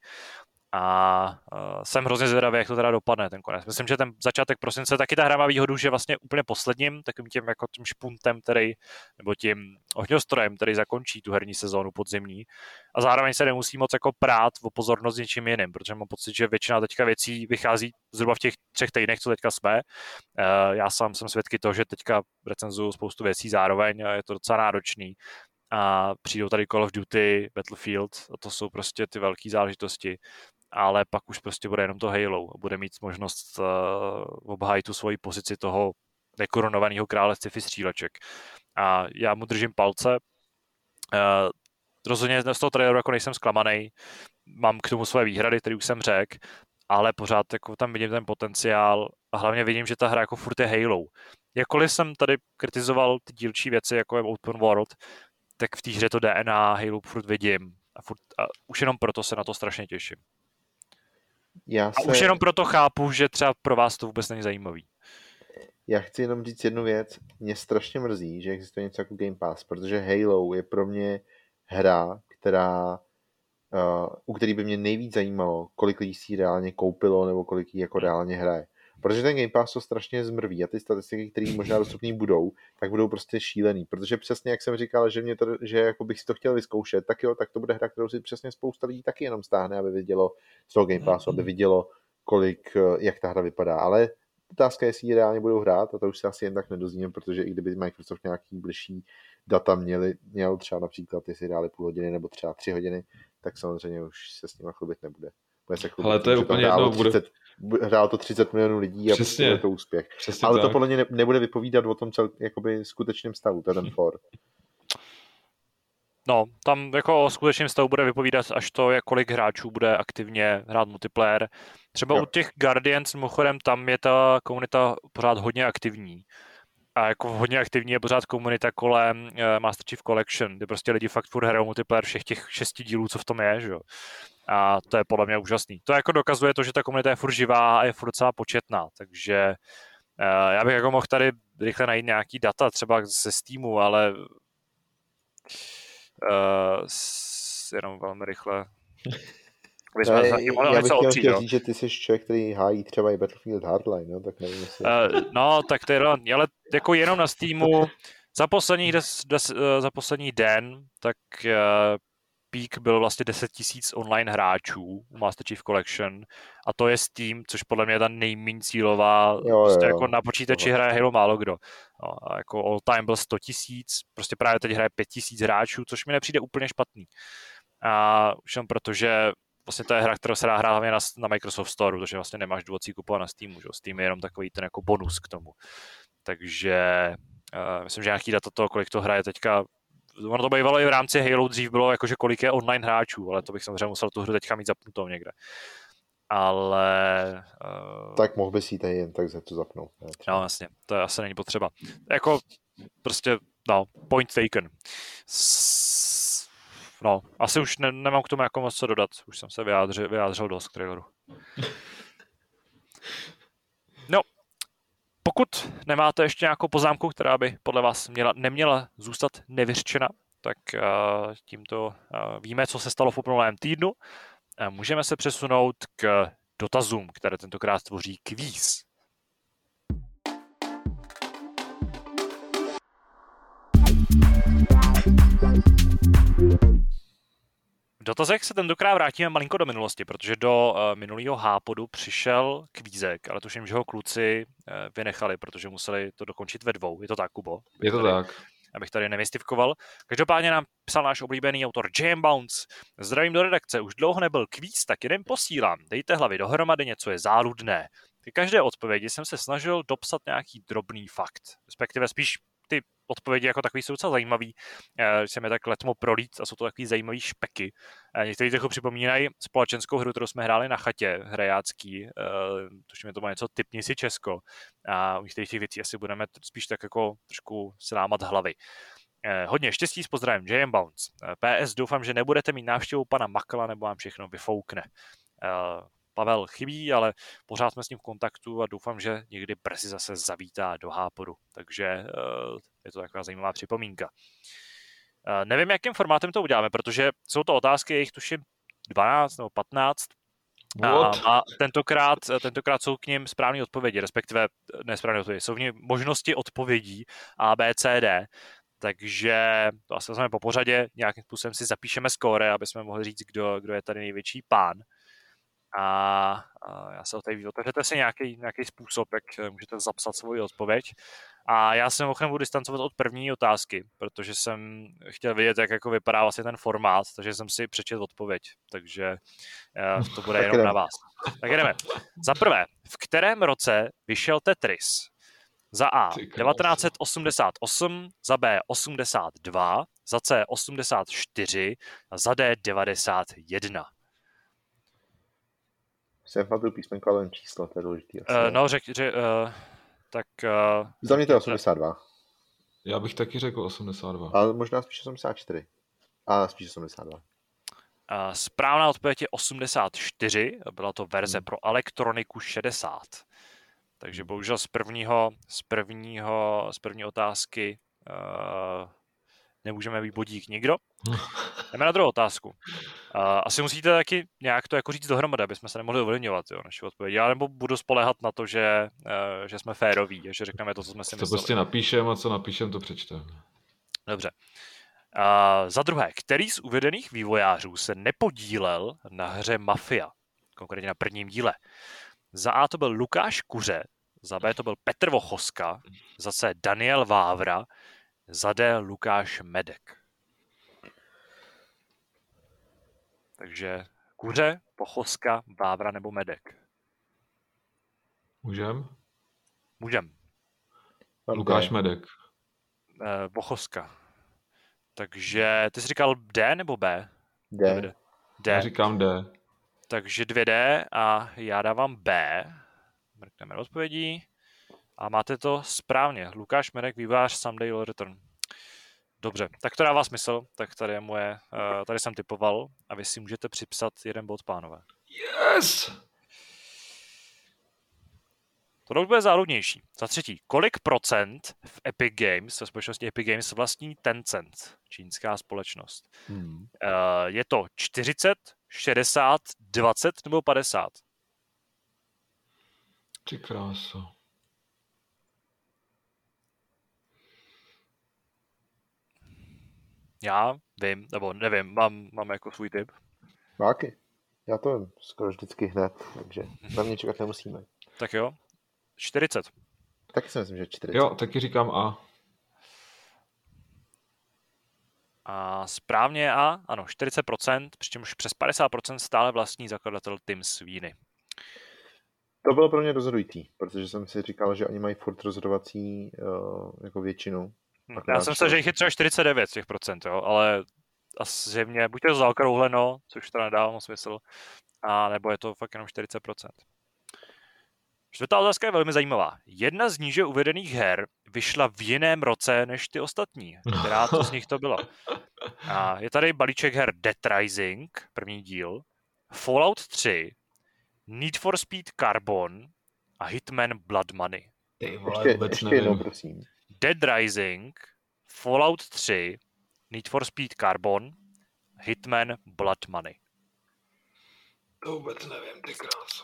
A uh, jsem hrozně zvědavý, jak to teda dopadne ten konec. Myslím, že ten začátek prosince, taky ta hra má výhodu, že vlastně úplně posledním, takovým tím jako tím špuntem, který, nebo tím ohňostrojem, který zakončí tu herní sezónu podzimní. A zároveň se nemusí moc jako prát o pozornost něčím jiným, protože mám pocit, že většina teďka věcí vychází zhruba v těch třech týdnech, co teďka jsme. Uh, já sám jsem svědky toho, že teďka recenzuju spoustu věcí zároveň a je to docela náročný. A přijdou tady Call of Duty, Battlefield, a to jsou prostě ty velké záležitosti. Ale pak už prostě bude jenom to Halo a bude mít možnost uh, obhájit tu svoji pozici toho nekorunovaného krále sci-fi stříleček. A já mu držím palce. Uh, rozhodně z toho traileru jako nejsem zklamaný. Mám k tomu své výhrady, které už jsem řekl, ale pořád jako tam vidím ten potenciál a hlavně vidím, že ta hra jako furt je Halo. Jakkoliv jsem tady kritizoval ty dílčí věci, jako je Open World, tak v té hře to D N A Halo furt vidím. A, furt, a už jenom proto se na to strašně těším. Já se... A už jenom proto chápu, že třeba pro vás to vůbec není zajímavý. Já chci jenom říct jednu věc. Mě strašně mrzí, že existuje něco jako Game Pass, protože Halo je pro mě hra, která, uh, u který by mě nejvíc zajímalo, kolik lidí si ji reálně koupilo nebo kolik jí jako reálně hraje. Protože ten Game Pass to strašně zmrví a ty statistiky, které možná dostupný budou, tak budou prostě šílený. Protože přesně jak jsem říkal, že, mě to, že jako bych si to chtěl vyzkoušet, tak jo, tak to bude hra, kterou si přesně spousta lidí taky jenom stáhne, aby vidělo z toho Game Passu, aby vidělo, kolik, jak ta hra vypadá. Ale otázka je, jestli ji reálně budou hrát, a to už se asi jen tak nedozvím, protože i kdyby Microsoft nějaký bližší data měli, měl třeba například, jestli hráli půl hodiny nebo třeba tři hodiny, tak samozřejmě už se s nimi chlubit nebude. Ale to je úplně jedno, bude... Hrál to třicet milionů lidí a přesně, bude to úspěch. Přesně ale tak. to podle mě ne, nebude vypovídat o tom cel, jakoby skutečném stavu, to je ten for. No, tam jako o skutečném stavu bude vypovídat až to, jak kolik hráčů bude aktivně hrát multiplayer. Třeba jo. U těch Guardians, mimochodem, tam je ta komunita pořád hodně aktivní. A jako hodně aktivní je pořád komunita kolem uh, Master Chief Collection, kde prostě lidi fakt furt hrajou multiplayer všech těch šesti dílů, co v tom je, že jo. A to je podle mě úžasný. To jako dokazuje to, že ta komunita je furt živá a je furt docela početná, takže uh, já bych jako mohl tady rychle najít nějaký data, třeba ze Steamu, ale uh, s, jenom velmi rychle. No, já, já bych chtěl, chtěl říct, že ty jsi člověk, který hájí třeba i Battlefield Hardline, no, tak nevím, jestli... Uh, no, tak to je relevantní, ale jako jenom na Steamu za poslední, des, des, uh, za poslední den, tak uh, peak byl vlastně deset tisíc online hráčů u Master Chief Collection a to je Steam, což podle mě je ta nejméně cílová, jo, prostě jo, jako na počítači hraje Halo málo kdo. No, a jako all time byl sto tisíc, prostě právě teď hraje pět tisíc hráčů, což mi nepřijde úplně špatný. A už jen protože vlastně to je hra, kterou se dá hrát hlavně na, na Microsoft Store, protože vlastně nemáš důvod si kupovat na Steamu, že? Steam je jenom takový ten jako bonus k tomu. Takže uh, myslím, že nějaký data toho, kolik to hraje teďka, ono to bývalo i v rámci Halo, dřív bylo jakože kolik je online hráčů, ale to bych samozřejmě musel tu hru teďka mít zapnutou někde. Ale... Uh... Tak mohl bys jí tady jen tak za to zapnout. Ne, no jasně, to asi není potřeba. Jako prostě, no, point taken. S... no, asi už ne, nemám k tomu jako moc co dodat. Už jsem se vyjádřil, vyjádřil dost k traileru. No, pokud nemáte ještě nějakou poznámku, která by podle vás měla, neměla zůstat nevyřčena, tak uh, tímto uh, víme, co se stalo v uplynulém týdnu. Uh, můžeme se přesunout k dotazům, které tentokrát tvoří kvíz. V dotazech se tentokrát vrátíme malinko do minulosti, protože do uh, minulého hápodu přišel kvízek, ale tuším, že ho kluci uh, vynechali, protože museli to dokončit ve dvou. Je to tak, Kubo? Je to tady, tak. Abych tady nemystifikoval. Každopádně nám psal náš oblíbený autor J M Bounce. Zdravím do redakce, už dlouho nebyl kvíz, tak jeden posílám. Dejte hlavy dohromady, něco je záludné. K každé odpovědi jsem se snažil dopsat nějaký drobný fakt. Respektive spíš ty odpovědi jako takový jsou docela zajímavý, když se mi tak letmo prolít a jsou to takový zajímavý špeky. Někteří trochu připomínají společenskou hru, kterou jsme hráli na chatě, hrajácký, tuším je to má něco Tipni si Česko. A u některých těch věcí asi budeme spíš tak jako trošku slámat hlavy. Hodně štěstí s pozdravím, J M Bounce. P S doufám, že nebudete mít návštěvu pana Makla, nebo vám všechno vyfoukne. Pavel chybí, ale pořád jsme s ním v kontaktu a doufám, že někdy brzy zase zavítá do hápodu. Takže uh, je to taková zajímavá připomínka. Uh, nevím, jakým formátem to uděláme, protože jsou to otázky, jejich tuším dvanáct nebo patnáct. A, a tentokrát, tentokrát jsou k nim správné odpovědi, respektive nesprávné odpovědi. Jsou v nim možnosti odpovědí A, B, C, D. Takže to asi vezmeme po pořadě, nějakým způsobem si zapíšeme skóre, aby jsme mohli říct, kdo, kdo je tady největší pán. A, a já se otevřu, otevřete si nějaký, nějaký způsob, jak můžete zapsat svoji odpověď. A já se mimochodem budu distancovat od první otázky, protože jsem chtěl vidět, jak jako vypadá vlastně ten formát, takže jsem si přečetl odpověď. Takže to bude jenom na vás. Tak jdeme. Za prvé, v kterém roce vyšel Tetris? Za A devatenáct set osmdesát osm, za B osmdesát dva, za C osmdesát čtyři a za D devadesát jedna. Jsem pamatuju písmenko, ale číslo, to je důležitý. Uh, no, řek, řek, uh, tak... Uh, Za mě to je osmdesát dva. Já bych taky řekl osmdesát dva. Ale možná spíš osmdesát čtyři. A spíš osmdesát dva. Uh, správná odpověď je osmdesát čtyři, byla to verze hmm. pro elektroniku šedesát. Takže bohužel z prvního, z prvního, z první otázky uh, nemůžeme být bodík nikdo. Jdeme na druhou otázku. Uh, asi musíte taky nějak to jako říct dohromady, aby jsme se nemohli ovlivňovat, jo, naši odpovědi. Já nebo budu spoléhat na to, že, uh, že jsme féroví a že řekneme to, co jsme si to mysleli. To prostě napíšem a co napíšem, to přečteme. Dobře. Uh, za druhé, který z uvedených vývojářů se nepodílel na hře Mafia? Konkrétně na prvním díle. Za A to byl Lukáš Kuře, za B to byl Petr Vochoska, za C Daniel Vávra, za D Lukáš Medek. Takže Kuře, Vochoska, Vávra nebo Medek. Můžem? Můžem. Lukáš Medek. Eh, Vochoska. Takže ty jsi říkal D nebo B? D. D. Já říkám D. Takže dvě D a já dávám B. Mrkneme do odpovědí. A máte to správně. Lukáš Medek, vývojář Someday Will Return. Dobře, tak to dává smysl. Tak tady je moje, tady jsem typoval a vy si můžete připsat jeden bod, pánové. Yes! To už bude záludnější. Za třetí, kolik procent v Epic Games, ve společnosti Epic Games vlastní Tencent, čínská společnost? Hmm. Uh, je to čtyřicet, šedesát, dvacet nebo padesát? Ty kráso. Já vím, nebo nevím, mám, mám jako svůj tip. Máky. Já to vím skoro vždycky hned, takže na mě čekat nemusíme. Tak jo, čtyřicet. Taky si myslím, že čtyřicet. Jo, taky říkám A. A správně A, ano, čtyřicet procent, přičemž přes padesát procent stále vlastní zakladatel Tim Sweeney. To bylo pro mě rozhodující, protože jsem si říkal, že oni mají furt rozhodovací uh, jako většinu. Hmm, já jsem se, že jich je třeba čtyřicet devět těch procent, jo, ale asi mě buď je to zaokrouhleno, což to nedává smysl, a nebo je to fakt jenom čtyřicet procent. Čtvrtá otázka je velmi zajímavá. Jedna z níže uvedených her vyšla v jiném roce než ty ostatní. Která to z nich to byla? A je tady balíček her Dead Rising, první díl, Fallout tři, Need for Speed Carbon a Hitman Blood Money. Ty vole, Ještě, vůbec ještě nevím. jednou, prosím. Dead Rising, Fallout tři, Need for Speed Carbon, Hitman Blood Money. To vůbec nevím, ty kráso.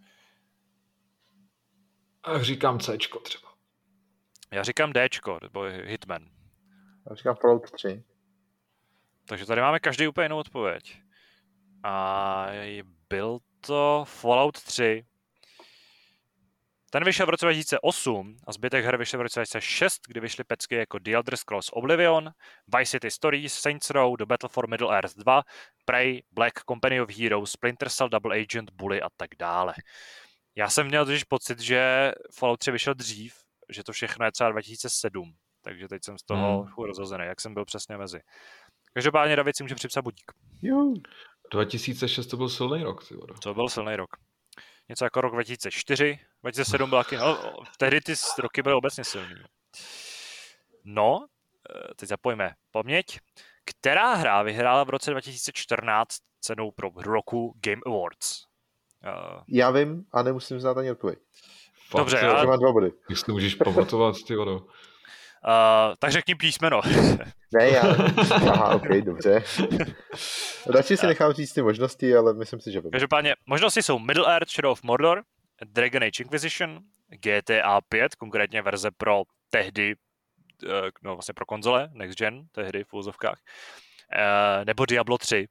Ach, říkám Cčko třeba. Já říkám Dčko, nebo Hitman. Já říkám Fallout tři. Takže tady máme každý úplně jinou odpověď. A byl to Fallout tři. Ten vyšel v roce dva tisíce osm a zbytek her vyšel v roce dva tisíce šest, kdy vyšly pecky jako The Elder Scrolls Oblivion, Vice City Stories, Saints Row, The Battle for Middle Earth dva, Prey, Black Company of Heroes, Splinter Cell, Double Agent, Bully a tak dále. Já jsem měl totiž pocit, že Fallout tři vyšel dřív, že to všechno je třeba dva tisíce sedm, takže teď jsem z toho hmm. rozhozený, jak jsem byl přesně mezi. Každopádně David si může připsat budík. Jo. dva tisíce šest to byl silný rok, ty vole. To byl silný rok. Něco jako rok dva tisíce čtyři, dva tisíce sedm byl taky, no, tehdy ty roky byly obecně silný. No, teď zapojíme paměť. Která hra vyhrála v roce dva tisíce čtrnáct cenu pro hru roku Game Awards? Uh, Já vím a nemusím znát ani odpověď. Fakt, Dobře, ty, já... Mám dva body. Jak si to můžeš pamatovat, ty vole. Uh, tak řekni písmeno. Ne, já... Aha, ok, dobře. Radši si nechám říct ty možnosti, ale myslím si, že vím. Každopádně, možnosti jsou Middle Earth Shadow of Mordor, Dragon Age Inquisition, G T A pět, konkrétně verze pro tehdy, no vlastně pro konzole, Next Gen, tehdy v úzovkách, nebo Diablo tři.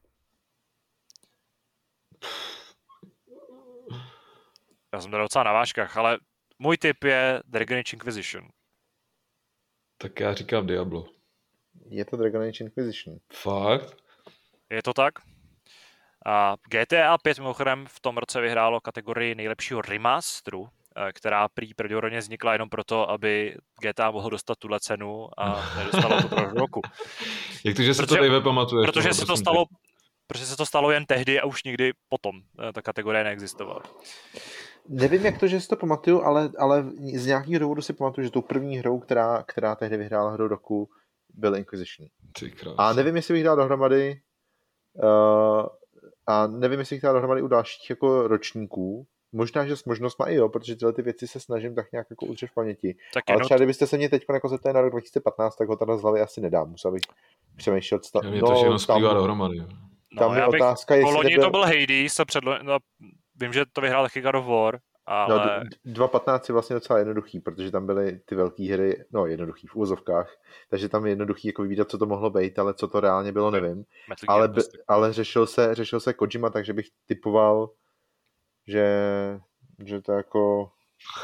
Já jsem tady docela na vážkách, ale můj tip je Dragon Age Inquisition. Tak já říkám Diablo. Je to Dragon Age Inquisition. Fakt? Je to tak? A G T A pět mimochodem v tom roce vyhrálo kategorii nejlepšího remasteru, která prý pravděpodobně vznikla jenom proto, aby G T A mohl dostat tuhle cenu a nedostalo to pro roku. Jak to, že se protože, to Dave pamatuje? Protože se to stalo, protože se to stalo jen tehdy a už nikdy potom. Ta kategorie neexistovala. Nevím, jak to, že si to pamatuju, ale, ale z nějakého důvodu si pamatuju, že tou první hrou, která, která tehdy vyhrála hru roku, byl Inquisition. A nevím, jestli bych dal dohromady uh, a nevím, jestli bych dal dohromady u dalších jako ročníků. Možná, že s možnostma i jo, protože tyhle ty věci se snažím tak nějak jako udržet v paměti. Tak ale třeba kdybyste se mě teď jako zeptali na rok dva tisíce patnáct, tak ho tady z hlavy asi nedám. Musel bych přemýšlet. Sta- mě no, to všechno splývá tam, dohromady. Tam no, je otázka, jestli loni nebyl... to byl Hades a předlo... no, vím, že to vyhrál taky God of War, ale... No, dva patnáct je vlastně docela jednoduchý, protože tam byly ty velké hry, no jednoduchý v úvozovkách, takže tam je jednoduchý jako vyvídat, co to mohlo být, ale co to reálně bylo, nevím. Ale, b- ale řešil se, řešil se Kojima, takže bych typoval, že, že to jako,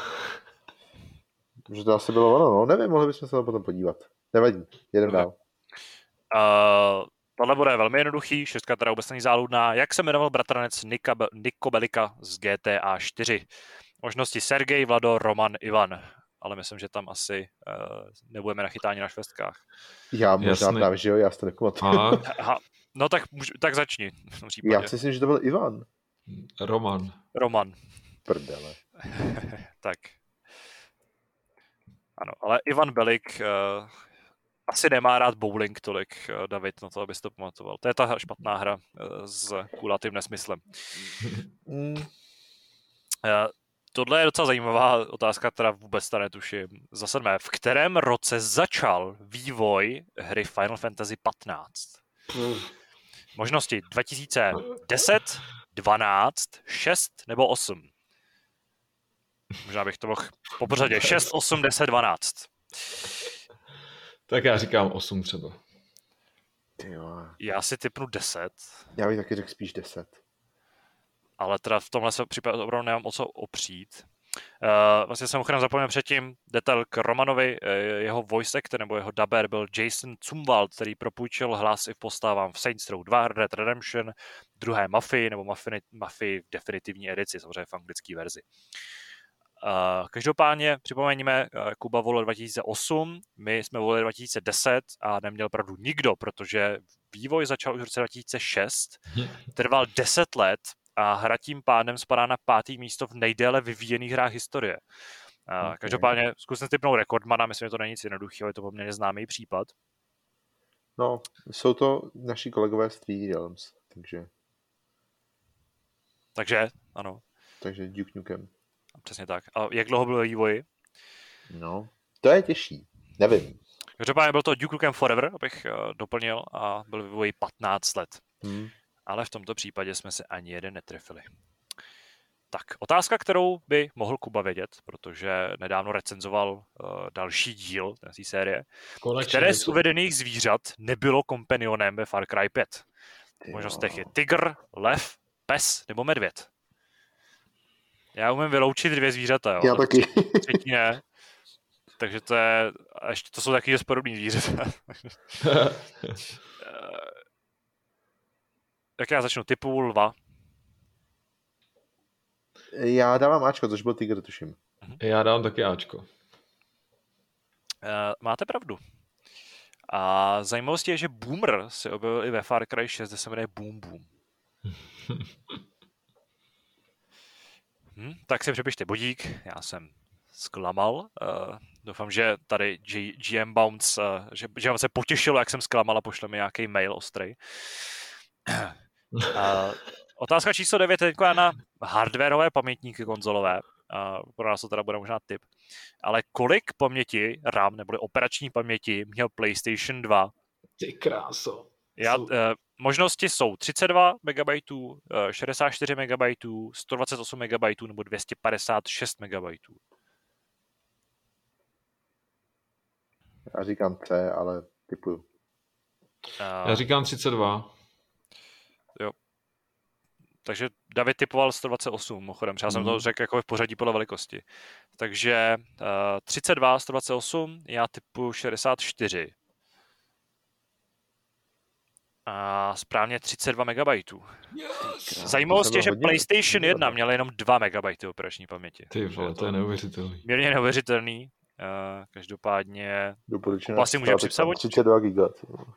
že to asi bylo ono, no, nevím, mohli bychom se na to potom podívat. Nevadí, jedem okay. dál. Uh, tohle bude velmi jednoduchý, šestka teda vůbec není záludná. Jak se jmenoval bratranec Nika, Niko Belika z G T A čtyři? Možnosti Sergej, Vlado, Roman, Ivan. Ale myslím, že tam asi uh, nebudeme nachytáni na švestkách. Já možná Jasný. právě, že jo, já si to nepamatuju. No tak, tak začni. Já si myslím, že to byl Ivan. Roman. Roman. Prdele. Tak. Ano, ale Ivan Belik uh, asi nemá rád bowling tolik, uh, David, na to, abys to pamatoval. To je ta špatná hra uh, s kulatým nesmyslem. Mm. Uh, tohle je docela zajímavá otázka, která vůbec tady netuším. Za sedmé, v kterém roce začal vývoj hry Final Fantasy patnáct? Mm. Možnosti dva tisíce deset, dvanáct, šest nebo osm. Možná bych to mohl po pořadě. šest, osm, deset, dvanáct. Tak já říkám osm třeba. Tyjo. Já si tipnu deset. Já bych taky řekl spíš deset. Ale teda v tomhle se případě opravdu nemám o co opřít. Uh, vlastně jsem ochrém zapomněl předtím detail k Romanovi. Jeho voice actor nebo jeho dubber byl Jason Zumwalt, který propůjčil hlas i v postavám v Saints Row dva, Red Redemption, druhé Mafii nebo Mafii, Mafii v definitivní edici, samozřejmě v anglické verzi. Uh, každopádně připomeňme, uh, Kuba volil dva tisíce osm, my jsme volili dva tisíce deset a neměl pravdu nikdo, protože vývoj začal už v roce dva tisíce šest, trval deset let a hra tím pádem spadá na pátý místo v nejdéle vyvíjených hrách historie. Okay. Každopádně zkusím tipnout Rekordmana, myslím, že to není nic jednoduchého, je to poměrně známý případ. No, jsou to naši kolegové z tři Realms, takže... Takže, ano. Takže Duke Nukem. Přesně tak. A jak dlouho byl vývoj? No, to je těžší. Nevím. Každopádně byl to Duke Nukem Forever, abych uh, doplnil, a byl vývoj patnáct let. Hmm. Ale v tomto případě jsme se ani jeden netrefili. Tak, otázka, kterou by mohl Kuba vědět, protože nedávno recenzoval uh, další díl té série. Konečně které něco. Z uvedených zvířat nebylo kompanionem ve Far Cry pět? V možnostech je tygr, lev, pes nebo medvěd. Já umím vyloučit dvě zvířata, jo. Já taky. Třetí ne. Takže to je, a ještě to jsou taky dost podobný zvířata. Jak já začnu? Typu lva. Já dávám Ačko, což byl tygr, tuším. Já dávám taky Ačko. Máte pravdu. A zajímavostí je, že Boomer se objevil i ve Far Cry šest, kde se jmenuje Boom Boom. hm, tak si přepište bodík, já jsem zklamal. Uh, doufám, že tady G- GM Bounce, uh, že, že vám se potěšilo, jak jsem zklamal a pošle mi nějaký mail ostrej. uh, otázka číslo devět je na hardwareové pamětníky konzolové. Uh, pro nás to teda bude možná tip. Ale kolik paměti RAM neboli operační paměti měl PlayStation dva? Ty kráso. Já, uh, možnosti jsou třicet dva megabajtů, uh, šedesát čtyři megabajtů, sto dvacet osm megabajtů nebo dvě stě padesát šest megabajtů. Já říkám C, ale typuju. Uh, Já říkám třicet dva. Jo. Takže David typoval sto dvacet osm, mimochodem. Já jsem mm. to řekl jako v pořadí podle velikosti. Takže uh, třicet dva, sto dvacet osm, já typuju šedesát čtyři. A správně třicet dva megabajtů. Yes. Zajímavost je, že PlayStation jedna měl jenom dva megabajty operační paměti. Ty vole, to je neuvěřitelný. Mírně neuvěřitelný. Uh, každopádně Kuba si může připsat třicet dva giga.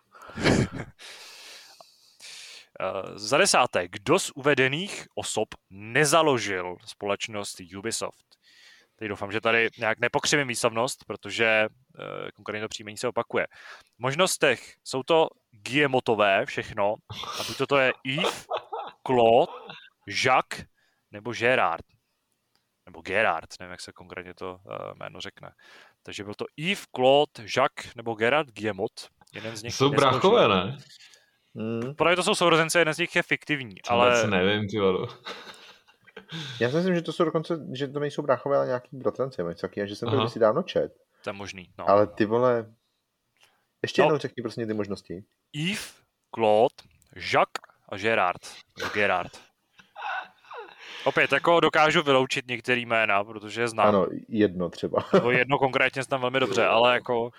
Za desáté, kdo z uvedených osob nezaložil společnost Ubisoft? Teď doufám, že tady nějak nepokřivím výslovnost, protože uh, konkrétně to příjmení se opakuje. V možnostech jsou to Guillemotové všechno, a buď to, to je Yves, Claude, Jacques nebo Gerard. Nebo Gerard, nevím, jak se konkrétně to uh, jméno řekne. Takže byl to Yves, Claude, Jacques nebo Gerard Guillemot. Jeden z nich jsou bráchové, ne? Hmm. Podle to jsou sourozenci, jeden z nich je fiktivní, to ale... nevím, ty vado. Já si myslím, že to jsou dokonce, že to nejsou bráchové, ale nějaký bratranci, a že jsem to si dávno čet. To je možný, no. Ale ty vole... Ještě no. jednou řekni prostě ty možnosti. Yves, Claude, Jacques a Gerard. Gerard. Opět, jako dokážu vyloučit některý jména, protože je znám. Ano, jedno třeba. Nebo jedno konkrétně znám velmi dobře, ale jako...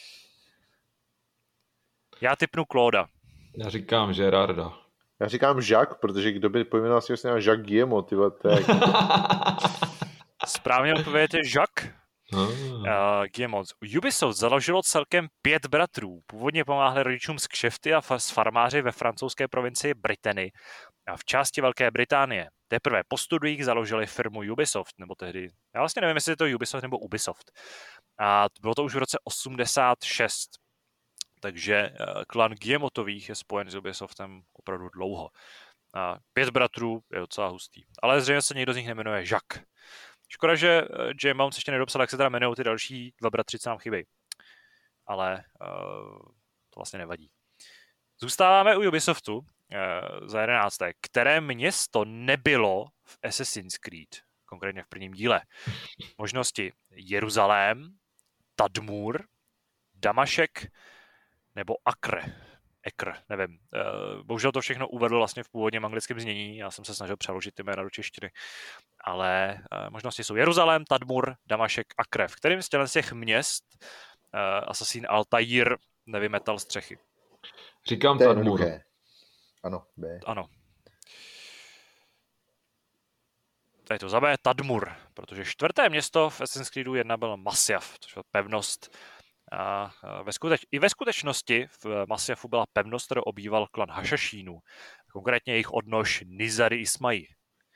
Já tipnu Clauda. Já říkám Gerarda. Já říkám Jacques, protože kdo by pojmenoval si vlastně Jacques Guillemot, ty vole, to je... Správně odpověď je Jacques. Hmm. Uh, Guillemot. Ubisoft založilo celkem pět bratrů. Původně pomáhali rodičům z kšefty a fa- s farmáři ve francouzské provincii Brittany a v části Velké Británie. Teprve po studiích založili firmu Ubisoft, nebo tehdy, já vlastně nevím, jestli je to Ubisoft nebo Ubisoft. A bylo to už v roce osmdesát šest. Takže uh, klan Guillemotových je spojen s Ubisoftem opravdu dlouho. Uh, pět bratrů je docela hustý. Ale zřejmě se někdo z nich nejmenuje Jacques. Škoda, že J. Mount ještě nedopsal, jak se teda jmenují ty další dva bratři, co nám chybí. Ale uh, to vlastně nevadí. Zůstáváme u Ubisoftu uh, za jedenácté. Které město nebylo v Assassin's Creed, konkrétně v prvním díle? Možnosti Jeruzalém, Tadmur, Damašek nebo Acre. Ekr, nevím. Uh, bohužel to všechno uvedl vlastně v původním anglickém znění, já jsem se snažil přeložit ty jména do češtiny, ale uh, možnosti jsou Jeruzalém, Tadmur, Damašek, Acre. V kterým z těch měst uh, Asasín Altair nevymetal střechy? Říkám Tadmur. Ano, B. Ano. Tady to za B, Tadmur, protože čtvrté město v Assassin's Creedu jedna byl Masyaf, což je pevnost A ve skuteč, i ve skutečnosti v Masjafu byla pevnost, kterou obýval klan Hašašínů, konkrétně jejich odnož Nizari Ismail.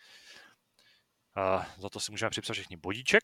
A za to si můžeme připsat všichni bodíček.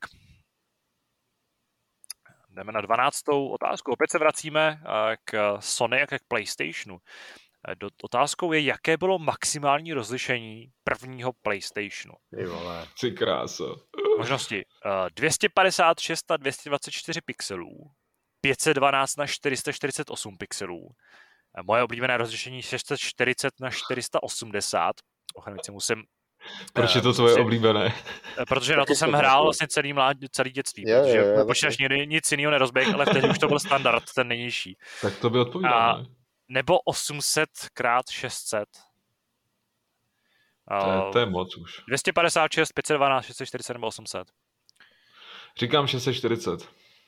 Jdeme na dvanáctou otázku. Opět se vracíme k Sony a k PlayStationu. Otázkou je, jaké bylo maximální rozlišení prvního PlayStationu. Ty vole. Ty kráso. Možnosti dvě stě padesát šest na dvě stě dvacet čtyři pixelů, pět set dvanáct na čtyři sta čtyřicet osm pixelů. Moje oblíbené rozlišení šest set čtyřicet na čtyři sta osmdesát. Ochranici musím... Proč je to tvoje oblíbené? Protože na to jsem hrál vlastně celý, mlád, celý dětství, je, protože je, počítač nikdy nic jiného nerozběh, ale vtedy už to byl standard, ten nejnižší. Tak to by odpovídalo, ne? Nebo osm set krát šest set. To je, to je moc už. dvě stě padesát šest, pět set dvanáct, šest set čtyřicet nebo osm set. Říkám šest set čtyřicet.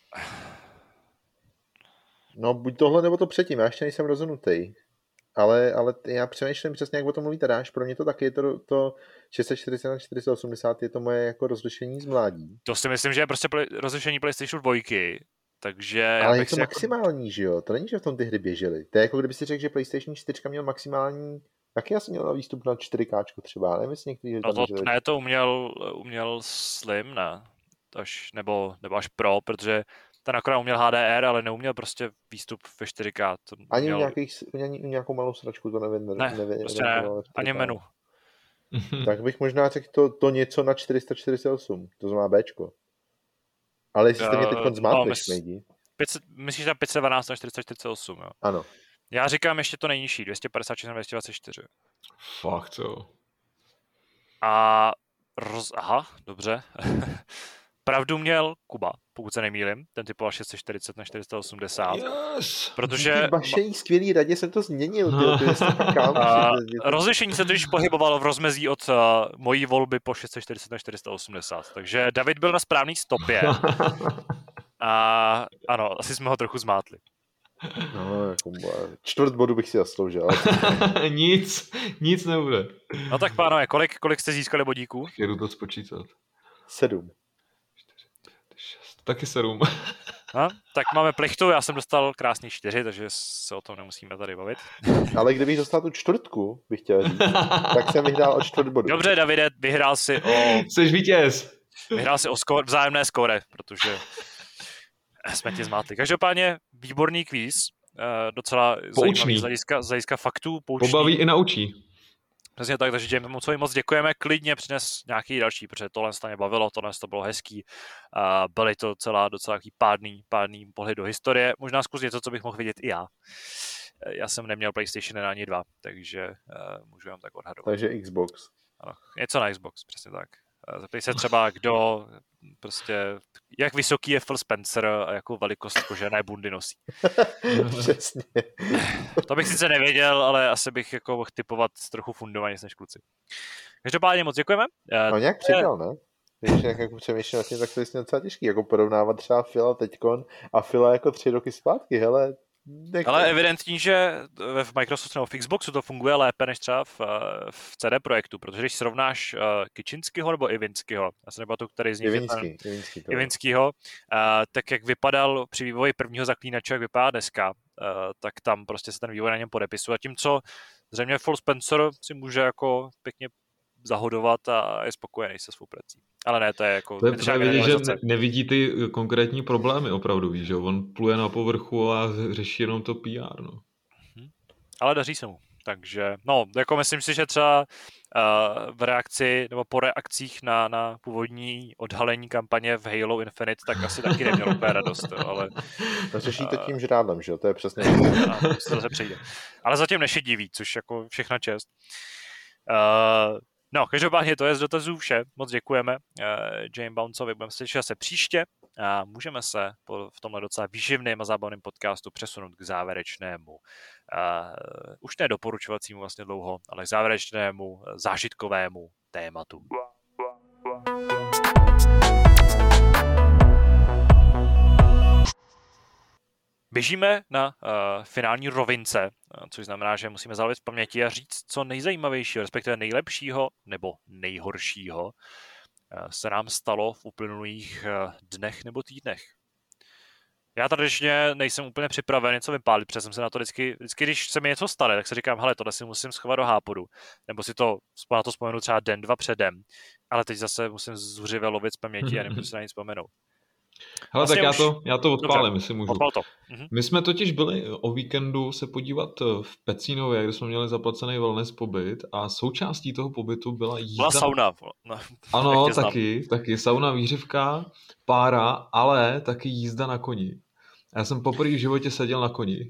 No buď tohle, nebo to předtím, já ještě nejsem rozhodnutý. Ale, ale já přemýšlím přesně, jak o tom mluví Tadáš. Pro mě to taky je to, to šest set čtyřicet na čtyři sta osmdesát, je to moje jako rozlišení z mládí. To si myslím, že je prostě play, rozlišení PlayStation dva, takže... Ale já je to maximální, jako... že jo? To není, že v tom ty hry běžely. To je jako kdyby si řekl, že PlayStation čtyři měl maximální... Taky asi měl výstup na čtyři ká třeba, nevím, jestli některý... No to, ne, to uměl, uměl Slim, ne? Až, nebo, nebo až Pro, protože ten akorát uměl H D R, ale neuměl prostě výstup ve čtyři ká. To ani uměl... nějakých, ani nějakou malou sračku, to nevím. Ne, nevím, prostě ne, ani menu. Tak bych možná řekl to, to něco na čtyři sta čtyřicet osm, to znamená Bčko. Ale jestli jste mě teď zmátliš, no, nejdi. Myslíš na pět set dvanáct na čtyři sta čtyřicet osm, jo? Ano. Já říkám ještě to nejnižší, dvě stě padesát šest na dvě stě dvacet čtyři. Fakt, co? A roz... Aha, dobře. Pravdu měl Kuba, pokud se nemýlim, ten typoval šest set čtyřicet na čtyři sta osmdesát. Yes. Protože... V vaší skvělý radě jsem to změnil. Ty, ty kam, a rozlišení se totiž pohybovalo v rozmezí od uh, mojí volby po šest set čtyřicet na čtyři sta osmdesát. Takže David byl na správný stopě. A ano, asi jsme ho trochu zmátli. No, jako čtvrt bodu bych si zasloužil. nic, nic nebude. No tak pánové, kolik, kolik jste získali bodíků? Jedu to spočítat. Sedm. Taky sedm. No, tak máme plichtu, já jsem dostal krásný čtyři, takže se o tom nemusíme tady bavit. Ale kdybych dostal tu čtvrtku, bych chtěl říct, tak jsem vyhrál o čtvrt bodu. Dobře, Davide, vyhrál si o... Jsi vítěz. Vyhrál si o skor, vzájemné skóre, protože jsme tě zmátli. Každopádně výborný kvíz, docela poučný. Zajímavý z hlediska, z hlediska faktů, poučný. Pobaví i naučí. Přesně tak, takže Jamie, moc, moc děkujeme, klidně přines nějaký další, protože tohle se mě bavilo, tohle to bylo hezký, uh, byly to celá docela pádný, pádný pohled do historie, možná zkus něco, co bych mohl vidět i já. Já jsem neměl PlayStation ani dva, takže uh, můžu vám tak odhadovat. Takže Xbox. Ano, něco na Xbox, přesně tak. Zeptej se třeba, kdo prostě, jak vysoký je Phil Spencer a jakou velikost kožené bundy nosí. Přesně. To bych sice nevěděl, ale asi bych jako mohl typovat trochu fundovaně než kluci. Každopádně moc děkujeme. No nějak přidal, ne? Když nějak jako přemýšlel nad tím, tak to je docela těžký, jako porovnávat třeba Phila teďkon a Phila jako tři roky zpátky, hele. Nechci. Ale evidentní, že v Microsoftu nebo v Xboxu to funguje lépe než třeba v, v C D Projektu, protože když srovnáš uh, Kičinskýho nebo Ivinskýho, já se nebatu, který z nich Ivinský, je ten, Ivinský Ivinskýho, uh, tak jak vypadal při vývoji prvního zaklínače, jak vypadá dneska, uh, tak tam prostě se ten vývoj na něm podepisuje. A tím, co zřejmě Phil Spencer si může jako pěkně zahodovat a je spokojený se svou prací. Ale ne, to je jako... To je právě vidět, že ne, nevidí ty konkrétní problémy opravdu, víš, že on pluje na povrchu a řeší jenom to P R, no. Hmm. Ale daří se mu. Takže, no, jako myslím si, že třeba uh, v reakci, nebo po reakcích na, na původní odhalení kampaně v Halo Infinite, tak asi taky neměl úplně radost, jo, ale... To řeší to tím žrádlem, že jo, to je přesně... to se přejde. Ale zatím nešediví, což jako všechna čest. Uh, No, každopádně to je z dotazů vše. Moc děkujeme uh, Jane Bounceovi. Budeme se těšit se příště a můžeme se po, v tomhle docela výživném a zábavném podcastu přesunout k závěrečnému, uh, už ne doporučovacímu vlastně dlouho, ale k závěrečnému zážitkovému tématu. Běžíme na uh, finální rovince, což znamená, že musíme zalovit v paměti a říct, co nejzajímavějšího, respektive nejlepšího nebo nejhoršího uh, se nám stalo v uplynulých uh, dnech nebo týdnech. Já tradičně nejsem úplně připraven něco vypálit, protože jsem se na to vždycky, vždycky, když se mi něco stane, tak si říkám, hele, tohle si musím schovat do hápodu, nebo si to, na to vzpomenu třeba den, dva předem, ale teď zase musím zuřivě lovit z paměti a nemůžu si na nic vzpomenout. Hele, Vlastně tak já už... to, já to odpálím, Dobře, jestli můžu. odpál to. Mhm. My jsme totiž byli o víkendu se podívat v Pecínově, kde jsme měli zaplacený wellness pobyt a součástí toho pobytu byla jízda. Byla sauna. No, ano, taky, taky sauna, výřivka, pára, ale taky jízda na koni. Já jsem poprvé v životě seděl na koni.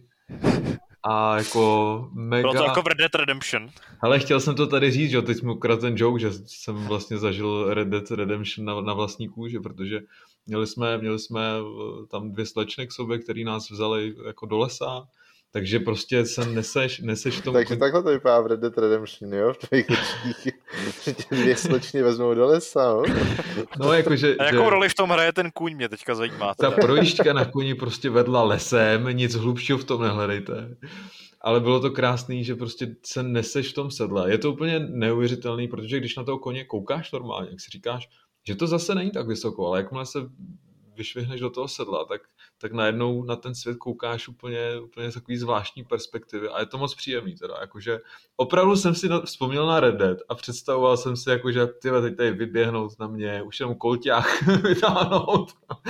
A jako mega... Bylo to jako v Red Dead Redemption. Ale chtěl jsem to tady říct, že teď jsme ukradl ten joke, že jsem vlastně zažil Red Dead Redemption na, na vlastní kůži, protože měli jsme, měli jsme tam dvě slečny k sobě, který nás vzali jako do lesa, takže prostě se neseš, neseš v tom... Takže takhle to vypadá v Red Dead Redemption, jo? V tvých očích. Že tě dvě slečny vezmou do lesa, jo? No, jakože... A jakou že... roli v tom hraje ten kůň, mě teďka zajímá. Ta projížďka na koni prostě vedla lesem, nic hlubšího v tom nehledejte. Ale bylo to krásný, že prostě se neseš v tom sedle. Je to úplně neuvěřitelný, protože když na toho koně koukáš normálně, jak si říkáš, že to zase není tak vysoko, ale jakmile se vyšvihneš do toho sedla, tak, tak najednou na ten svět koukáš úplně, úplně z takový zvláštní perspektivy a je to moc příjemný teda, jakože opravdu jsem si vzpomněl na Red Dead a představoval jsem si, jakože tyhle teď tady vyběhnout na mě, už jenom kolťák vytáhnout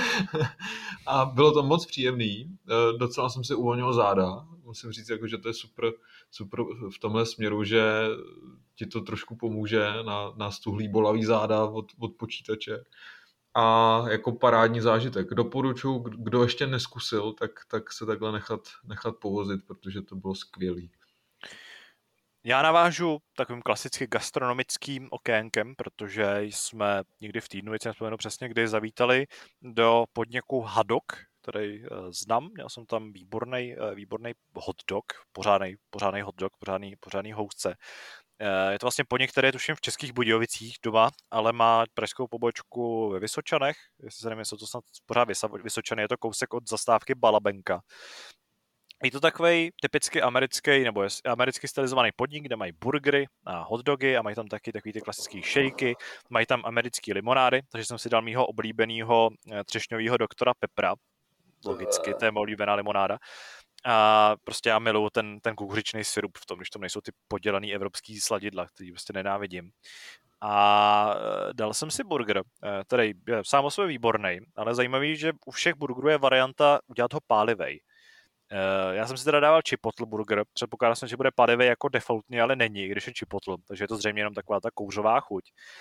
a bylo to moc příjemný, docela jsem si uvolnil záda, musím říct, jako, že to je super, super v tomhle směru, že ti to trošku pomůže na, na stuhlý bolavý záda od, od počítače. A jako parádní zážitek. Doporučuji, kdo ještě neskusil, tak, tak se takhle nechat, nechat povozit, protože to bylo skvělý. Já navážu takovým klasicky gastronomickým okénkem, protože jsme někdy v týdnu, teď jsem vzpomenu přesně, kdy zavítali do podniku Haddock, který znám, měl jsem tam výborný, výborný hotdog, pořádný, pořádný hotdog, pořádný, pořádný housce. Je to vlastně podnik, který je tuším v Českých Budějovicích doma, ale má pražskou pobočku ve Vysočanech, jestli se nevím, jestli to snad pořád Vysočany, je to kousek od zastávky Balabenka. Je to takový typicky americký nebo je americky stylizovaný podnik, kde mají burgery a hotdogy a mají tam taky takový ty klasické šejky, mají tam americké limonády, takže jsem si dal mýho oblíbeného třešňového doktora Pepra, logicky, to je moje oblíbená limonáda. A prostě já miluju ten, ten kukuřičný sirup v tom, když tam nejsou ty podělaný evropský sladidla, který prostě nenávidím. A dal jsem si burger, který je sám o sobě výborný, ale zajímavý, že u všech burgerů je varianta udělat ho pálivej. Já jsem si teda dával chipotle burger, předpokládal jsem, že bude pálivej jako defaultní, ale není, když je chipotle, takže je to zřejmě jenom taková ta kouřová chuť.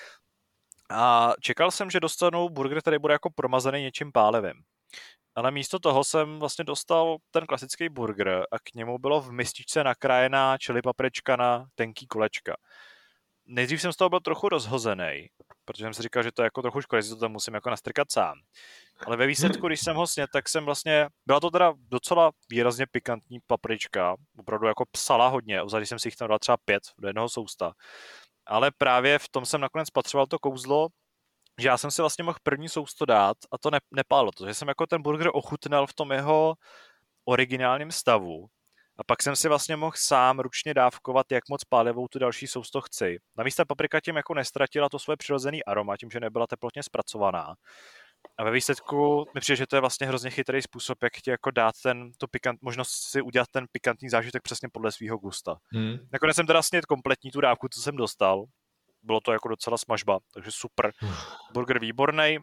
A čekal jsem, že dostanu burger, který bude jako promazaný něčím pálivým. Ale místo toho jsem vlastně dostal ten klasický burger a k němu bylo v mističce nakrájená chili paprička na tenký kolečka. Nejdřív jsem z toho byl trochu rozhozený, protože jsem si říkal, že to je jako trochu škoda, že to tam musím jako nastrkat sám. Ale ve výsledku, když jsem ho snědl, tak jsem vlastně, byla to teda docela výrazně pikantní paprička, opravdu jako psala hodně, obzvlášť jsem si jich tam dal třeba pět do jednoho sousta. Ale právě v tom jsem nakonec spatřoval to kouzlo, že já jsem si vlastně mohl první sousto dát a to ne, nepálo to, že jsem jako ten burger ochutnal v tom jeho originálním stavu a pak jsem si vlastně mohl sám ručně dávkovat, jak moc pálivou tu další sousto chci. Navíc ta paprika tím jako nestratila to svoje přirozený aroma, tím, že nebyla teplotně zpracovaná. A ve výsledku mi přijde, že to je vlastně hrozně chytrý způsob, jak ti jako dát ten, tu pikant, možnost si udělat ten pikantní zážitek přesně podle svého gusta. Hmm. Nakonec jsem teda snědl kompletní tu dávku, co jsem dostal. Bylo to jako docela smažba, takže super. Burger výborný.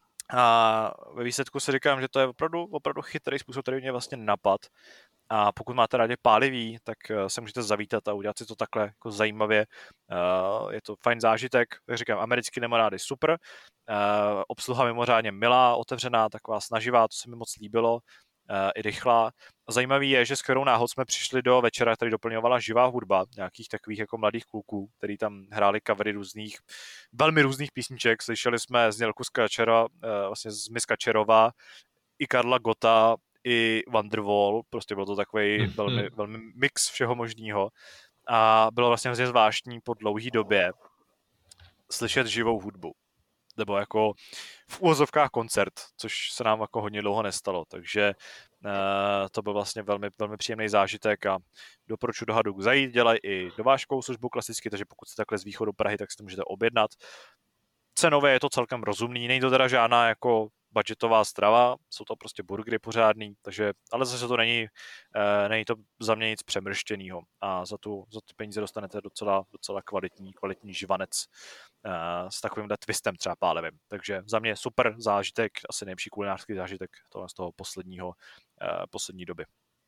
A ve výsledku si říkám, že to je opravdu, opravdu chytrý způsob, který mě vlastně napad. A pokud máte rádi pálivý, tak se můžete zavítat a udělat si to takhle jako zajímavě. Je to fajn zážitek, jak říkám, americký limonády super. Obsluha mimořádně milá, otevřená, taková snaživá, to se mi moc líbilo. I rychlá. Zajímavý je, že s chvěrou náhod jsme přišli do večera, který doplňovala živá hudba nějakých takových jako mladých kluků, který tam hráli covery různých, velmi různých písniček. Slyšeli jsme znělku z Kačera, vlastně z Miss Kačerova, i Karla Gota, i Wonderwall, prostě byl to takový velmi, velmi mix všeho možného. A bylo vlastně hrozně zvláštní po dlouhé době slyšet živou hudbu. Nebo jako v úvozovkách koncert, což se nám jako hodně dlouho nestalo, takže uh, to byl vlastně velmi, velmi příjemný zážitek a doporučuji do Haddock zajít, dělají i dovážkovou službu klasicky, takže pokud jste takhle z východu Prahy, tak si to můžete objednat. Cenově je to celkem rozumný, není to teda žádná jako budgetová strava, jsou to prostě burgery pořádný, takže, ale zase to není, uh, není to za mě nic přemrštěnýho a za, tu, za ty peníze dostanete docela, docela kvalitní, kvalitní živanec uh, s takovýmhle twistem třeba pálevým. Takže za mě super zážitek, asi nejlepší kulinářský zážitek toho z toho posledního, uh, poslední doby.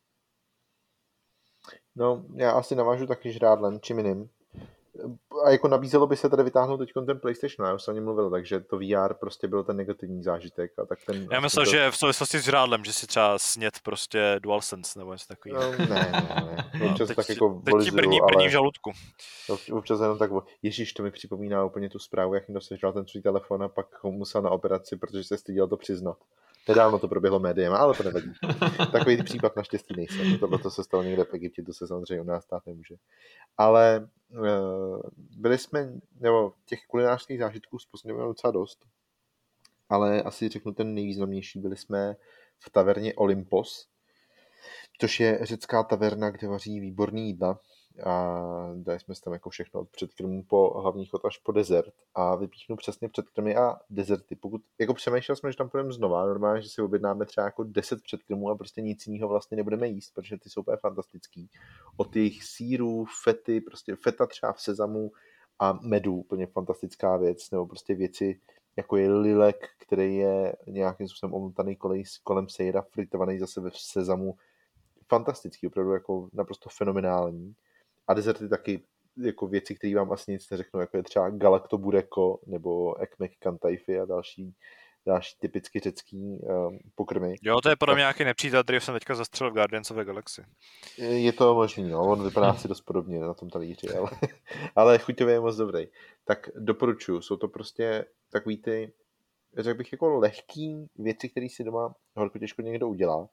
No, já asi navážu taky žrádlem, čím jiným. A jako nabízelo by se tady vytáhnout teď ten PlayStation, já už jsem o něm mluvil, takže to V R prostě byl ten negativní zážitek. A tak ten, já myslel, to... že v souvislosti s žrádlem, že si třeba snět prostě DualSense nebo něco takového. No, ne, ne, ne. Občas teď, tak jako teď ti brní, brní v žaludku. Občas jenom tak, ježíš, to mi připomíná úplně tu zprávu, jak někdo sežral ten svůj telefon a pak ho musel na operaci, protože se styděl to přiznat. Nedávno to proběhlo médiem, ale to nevadí. Takový případ naštěstí nejsem. Tohle to se stalo někde v Egyptě, to se samozřejmě u nás stát nemůže. Ale uh, byli jsme, nebo těch kulinářských zážitků způsobíme docela dost, ale asi řeknu ten nejvýznamnější. Byli jsme v taverně Olympos, což je řecká taverna, kde vaří výborný jídla. A dali jsme si tam jako všechno od předkrmů po hlavní chod až po dezert a vypíchnu přesně předkrmy a dezerty. Pokud jako přemýšlel jsme, že tam půjdeme znova, normálně, že si objednáme třeba jako deset předkrmů a prostě nic jiného vlastně nebudeme jíst, protože ty jsou úplně fantastický. Od těch sýrů, fety, prostě feta třeba v sezamu a medu, úplně fantastická věc, nebo prostě věci, jako je lilek, který je nějakým způsobem omutaný kolem sejra, fritovaný zase v sezamu. Fantastický, opravdu jako naprosto fenomenální. A dezerty taky jako věci, které vám asi nic neřeknou, jako je třeba galaktobureko nebo ekmek kantaifi a další, další typicky řecký um, pokrmy. Jo, to je podle mě nějaký nepřítel, který jsem teďka zastřelil v Guardians of the Galaxy. Je to možný, no, on vypadá si dost podobně na tom talíři, ale, ale chuťově je moc dobrý. Tak doporučuji, jsou to prostě takový ty, řekl bych, jako lehký věci, které si doma horko těžko někdo udělá.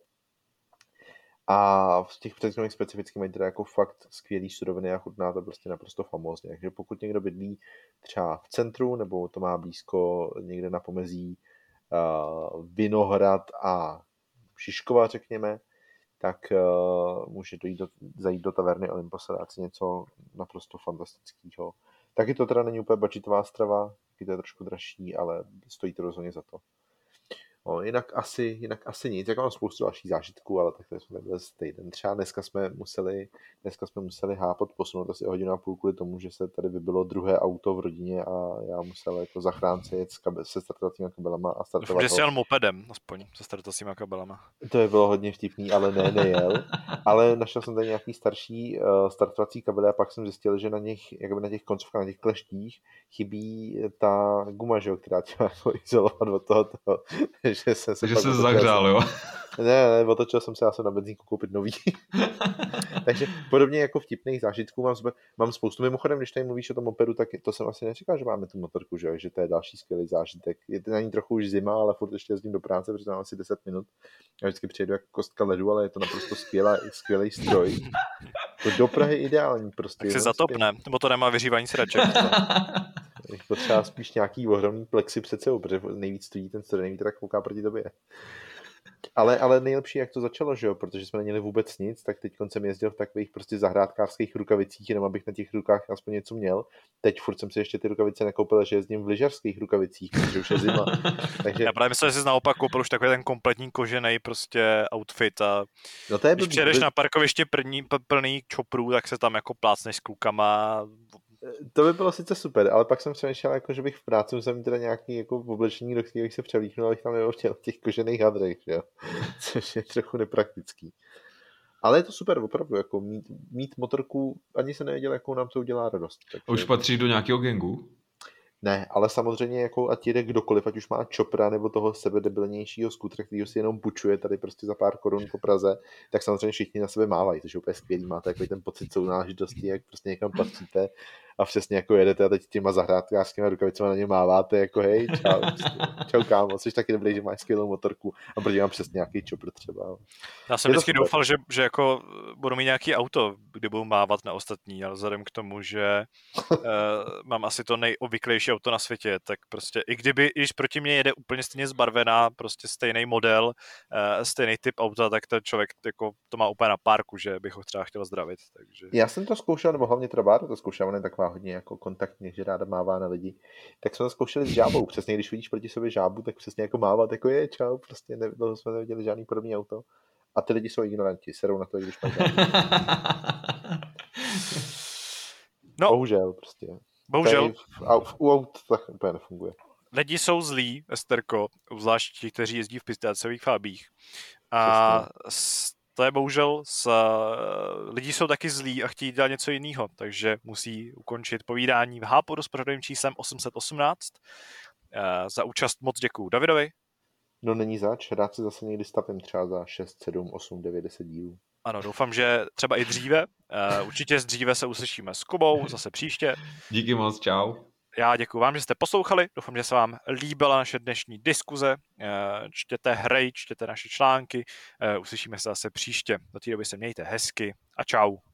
A v těch předkrmech specificky mají teda jako fakt skvělý suroviny a chutná to prostě naprosto famózně. Takže pokud někdo bydlí třeba v centru, nebo to má blízko někde na pomezí uh, Vinohrad a Šiškova, řekněme, tak uh, může dojít do, zajít do taverny Olympos a dát si něco naprosto fantastického. Taky to teda není úplně budgetová strava, taky to je trošku dražší, ale stojí to rozhodně za to. No, jinak asi, jinak asi nic, jako mám spoustu dalších zážitků, ale tak to jsme byli z týden. Třeba dneska jsme museli, dneska jsme museli hápat, posunout asi o hodinu a půl kvůli tomu, že se tady vybilo druhé auto v rodině a já musel jako zachránce jet se startovacíma kabelama a startovat. Že jsi jel mopedem, aspoň, se startovacíma kabelama. To je bylo hodně vtipný, ale ne, nejel. Ale našel jsem tady nějaký starší uh, startovací kabely a pak jsem zjistil, že na nich, jakoby na těch koncovkách, na těch kleštích chybí ta guma, že, která tě má izolovat od toho, toho. že jsem se, Takže se zahřál, jo? Ne, ne, otočil jsem se, já jsem na benzínku koupit nový. Takže podobně jako vtipných zážitků mám, mám spoustu. Mimochodem, když tady mluvíš o tom mopedu, tak to jsem asi neříkal, že máme tu motorku, že, že to je další skvělý zážitek. Je to na ní trochu už zima, ale furt ještě jezdím do práce, protože mám asi deset minut. Já vždycky přijedu jako kostka ledu, ale je to naprosto skvělá, skvělý stroj. To do Prahy ideální prostě. Tak se zatopne, nebo to nemá vyřívání sedaček. Potřeba spíš nějaký ohromný plexi před sebou, protože nejvíc stojí ten stroj, nejvíc tak kouká proti tobě. Ale, ale nejlepší, jak to začalo, že jo, protože jsme neměli vůbec nic, tak teď jsem jezdil v takových prostě zahrádkářských rukavicích, jenom abych na těch rukách aspoň něco měl. Teď furt jsem si ještě ty rukavice nekoupil, že jezdím v lyžařských rukavicích, protože už je zima. Takže... Já právě myslím, že jsi naopak koupil už takový ten kompletní kožený prostě outfit a no to je když by... přijedeš na parkoviště plný, plný čoprů, tak se tam jako plácneš s klukama. To by bylo sice super, ale pak jsem přemýšlel, jako, že bych v práci musel mít teda nějaký jako oblečení, do kterých se převlíknul, abych tam nebyl v těch kožených hadrech, jo? Což je trochu nepraktický. Ale je to super, opravdu, jako mít, mít motorku, ani se nevěděl, jakou nám to udělá radost. Takže... Už patří do nějakého gangu? Ne, ale samozřejmě jako ať jede kdokoliv, ať už má čopra nebo toho sebedebilnějšího skutra, který si jenom bučuje tady prostě za pár korun po Praze, tak samozřejmě všichni na sebe mávají, což je úplně skvělý, máte takový ten pocit sounáležitosti, jak prostě někam patříte a přesně jako jedete a teď těma zahrádkářskými rukavicemi na ně máváte, jako hej, čau, čau kámo, jsi taky dobrý, že máš skvělou motorku a protože mám přesně nějaký čopr třeba. Já jsem vždycky doufal, že, že jako budu mít nějaký auto, kdy budu mávat na ostatní, ale vzhledem k tomu, že uh, mám asi to nejobvyklejší nejlevnější auto na světě, tak prostě i kdyby, když proti mě jede úplně stejně zbarvená, prostě stejný model, uh, stejný typ auta, tak ten člověk jako, to má úplně na párku, že bych ho třeba chtěl zdravit. Takže... Já jsem to zkoušel, nebo hlavně teda Bára to zkoušel, ona je taková hodně jako kontaktní, že ráda mává na lidi. Tak jsme to zkoušeli s žábou. Přesně když vidíš proti sobě žábu, tak přesně jako mávat, jako je, čau, prostě ne, dlouho jsme neviděli žádný podobný auto. A ty lidi jsou ignoranti, serou na to, když mají žábu. No, bohužel prostě. Bohužel. V, v, u aut tak úplně nefunguje. Lidi jsou zlí, Esterko, zvlášť ti, kteří jezdí v pistáciových fábích. A s, to je bohužel, s, lidi jsou taky zlí a chtějí dělat něco jiného, takže musí ukončit povídání v Háporu s pořadovým číslem osm set osmnáct. E, za účast moc děkuju Davidovi. No není zač, rád se zase někdy stavím třeba za šest, sedm, osm, devět, deset dílů. Ano, doufám, že třeba i dříve. Uh, určitě z dříve se uslyšíme s Kubou, zase příště. Díky moc, čau. Já děkuji vám, že jste poslouchali. Doufám, že se vám líbila naše dnešní diskuze. Uh, čtěte hry, čtěte naše články. Uh, uslyšíme se zase příště. Do té doby se mějte hezky a čau.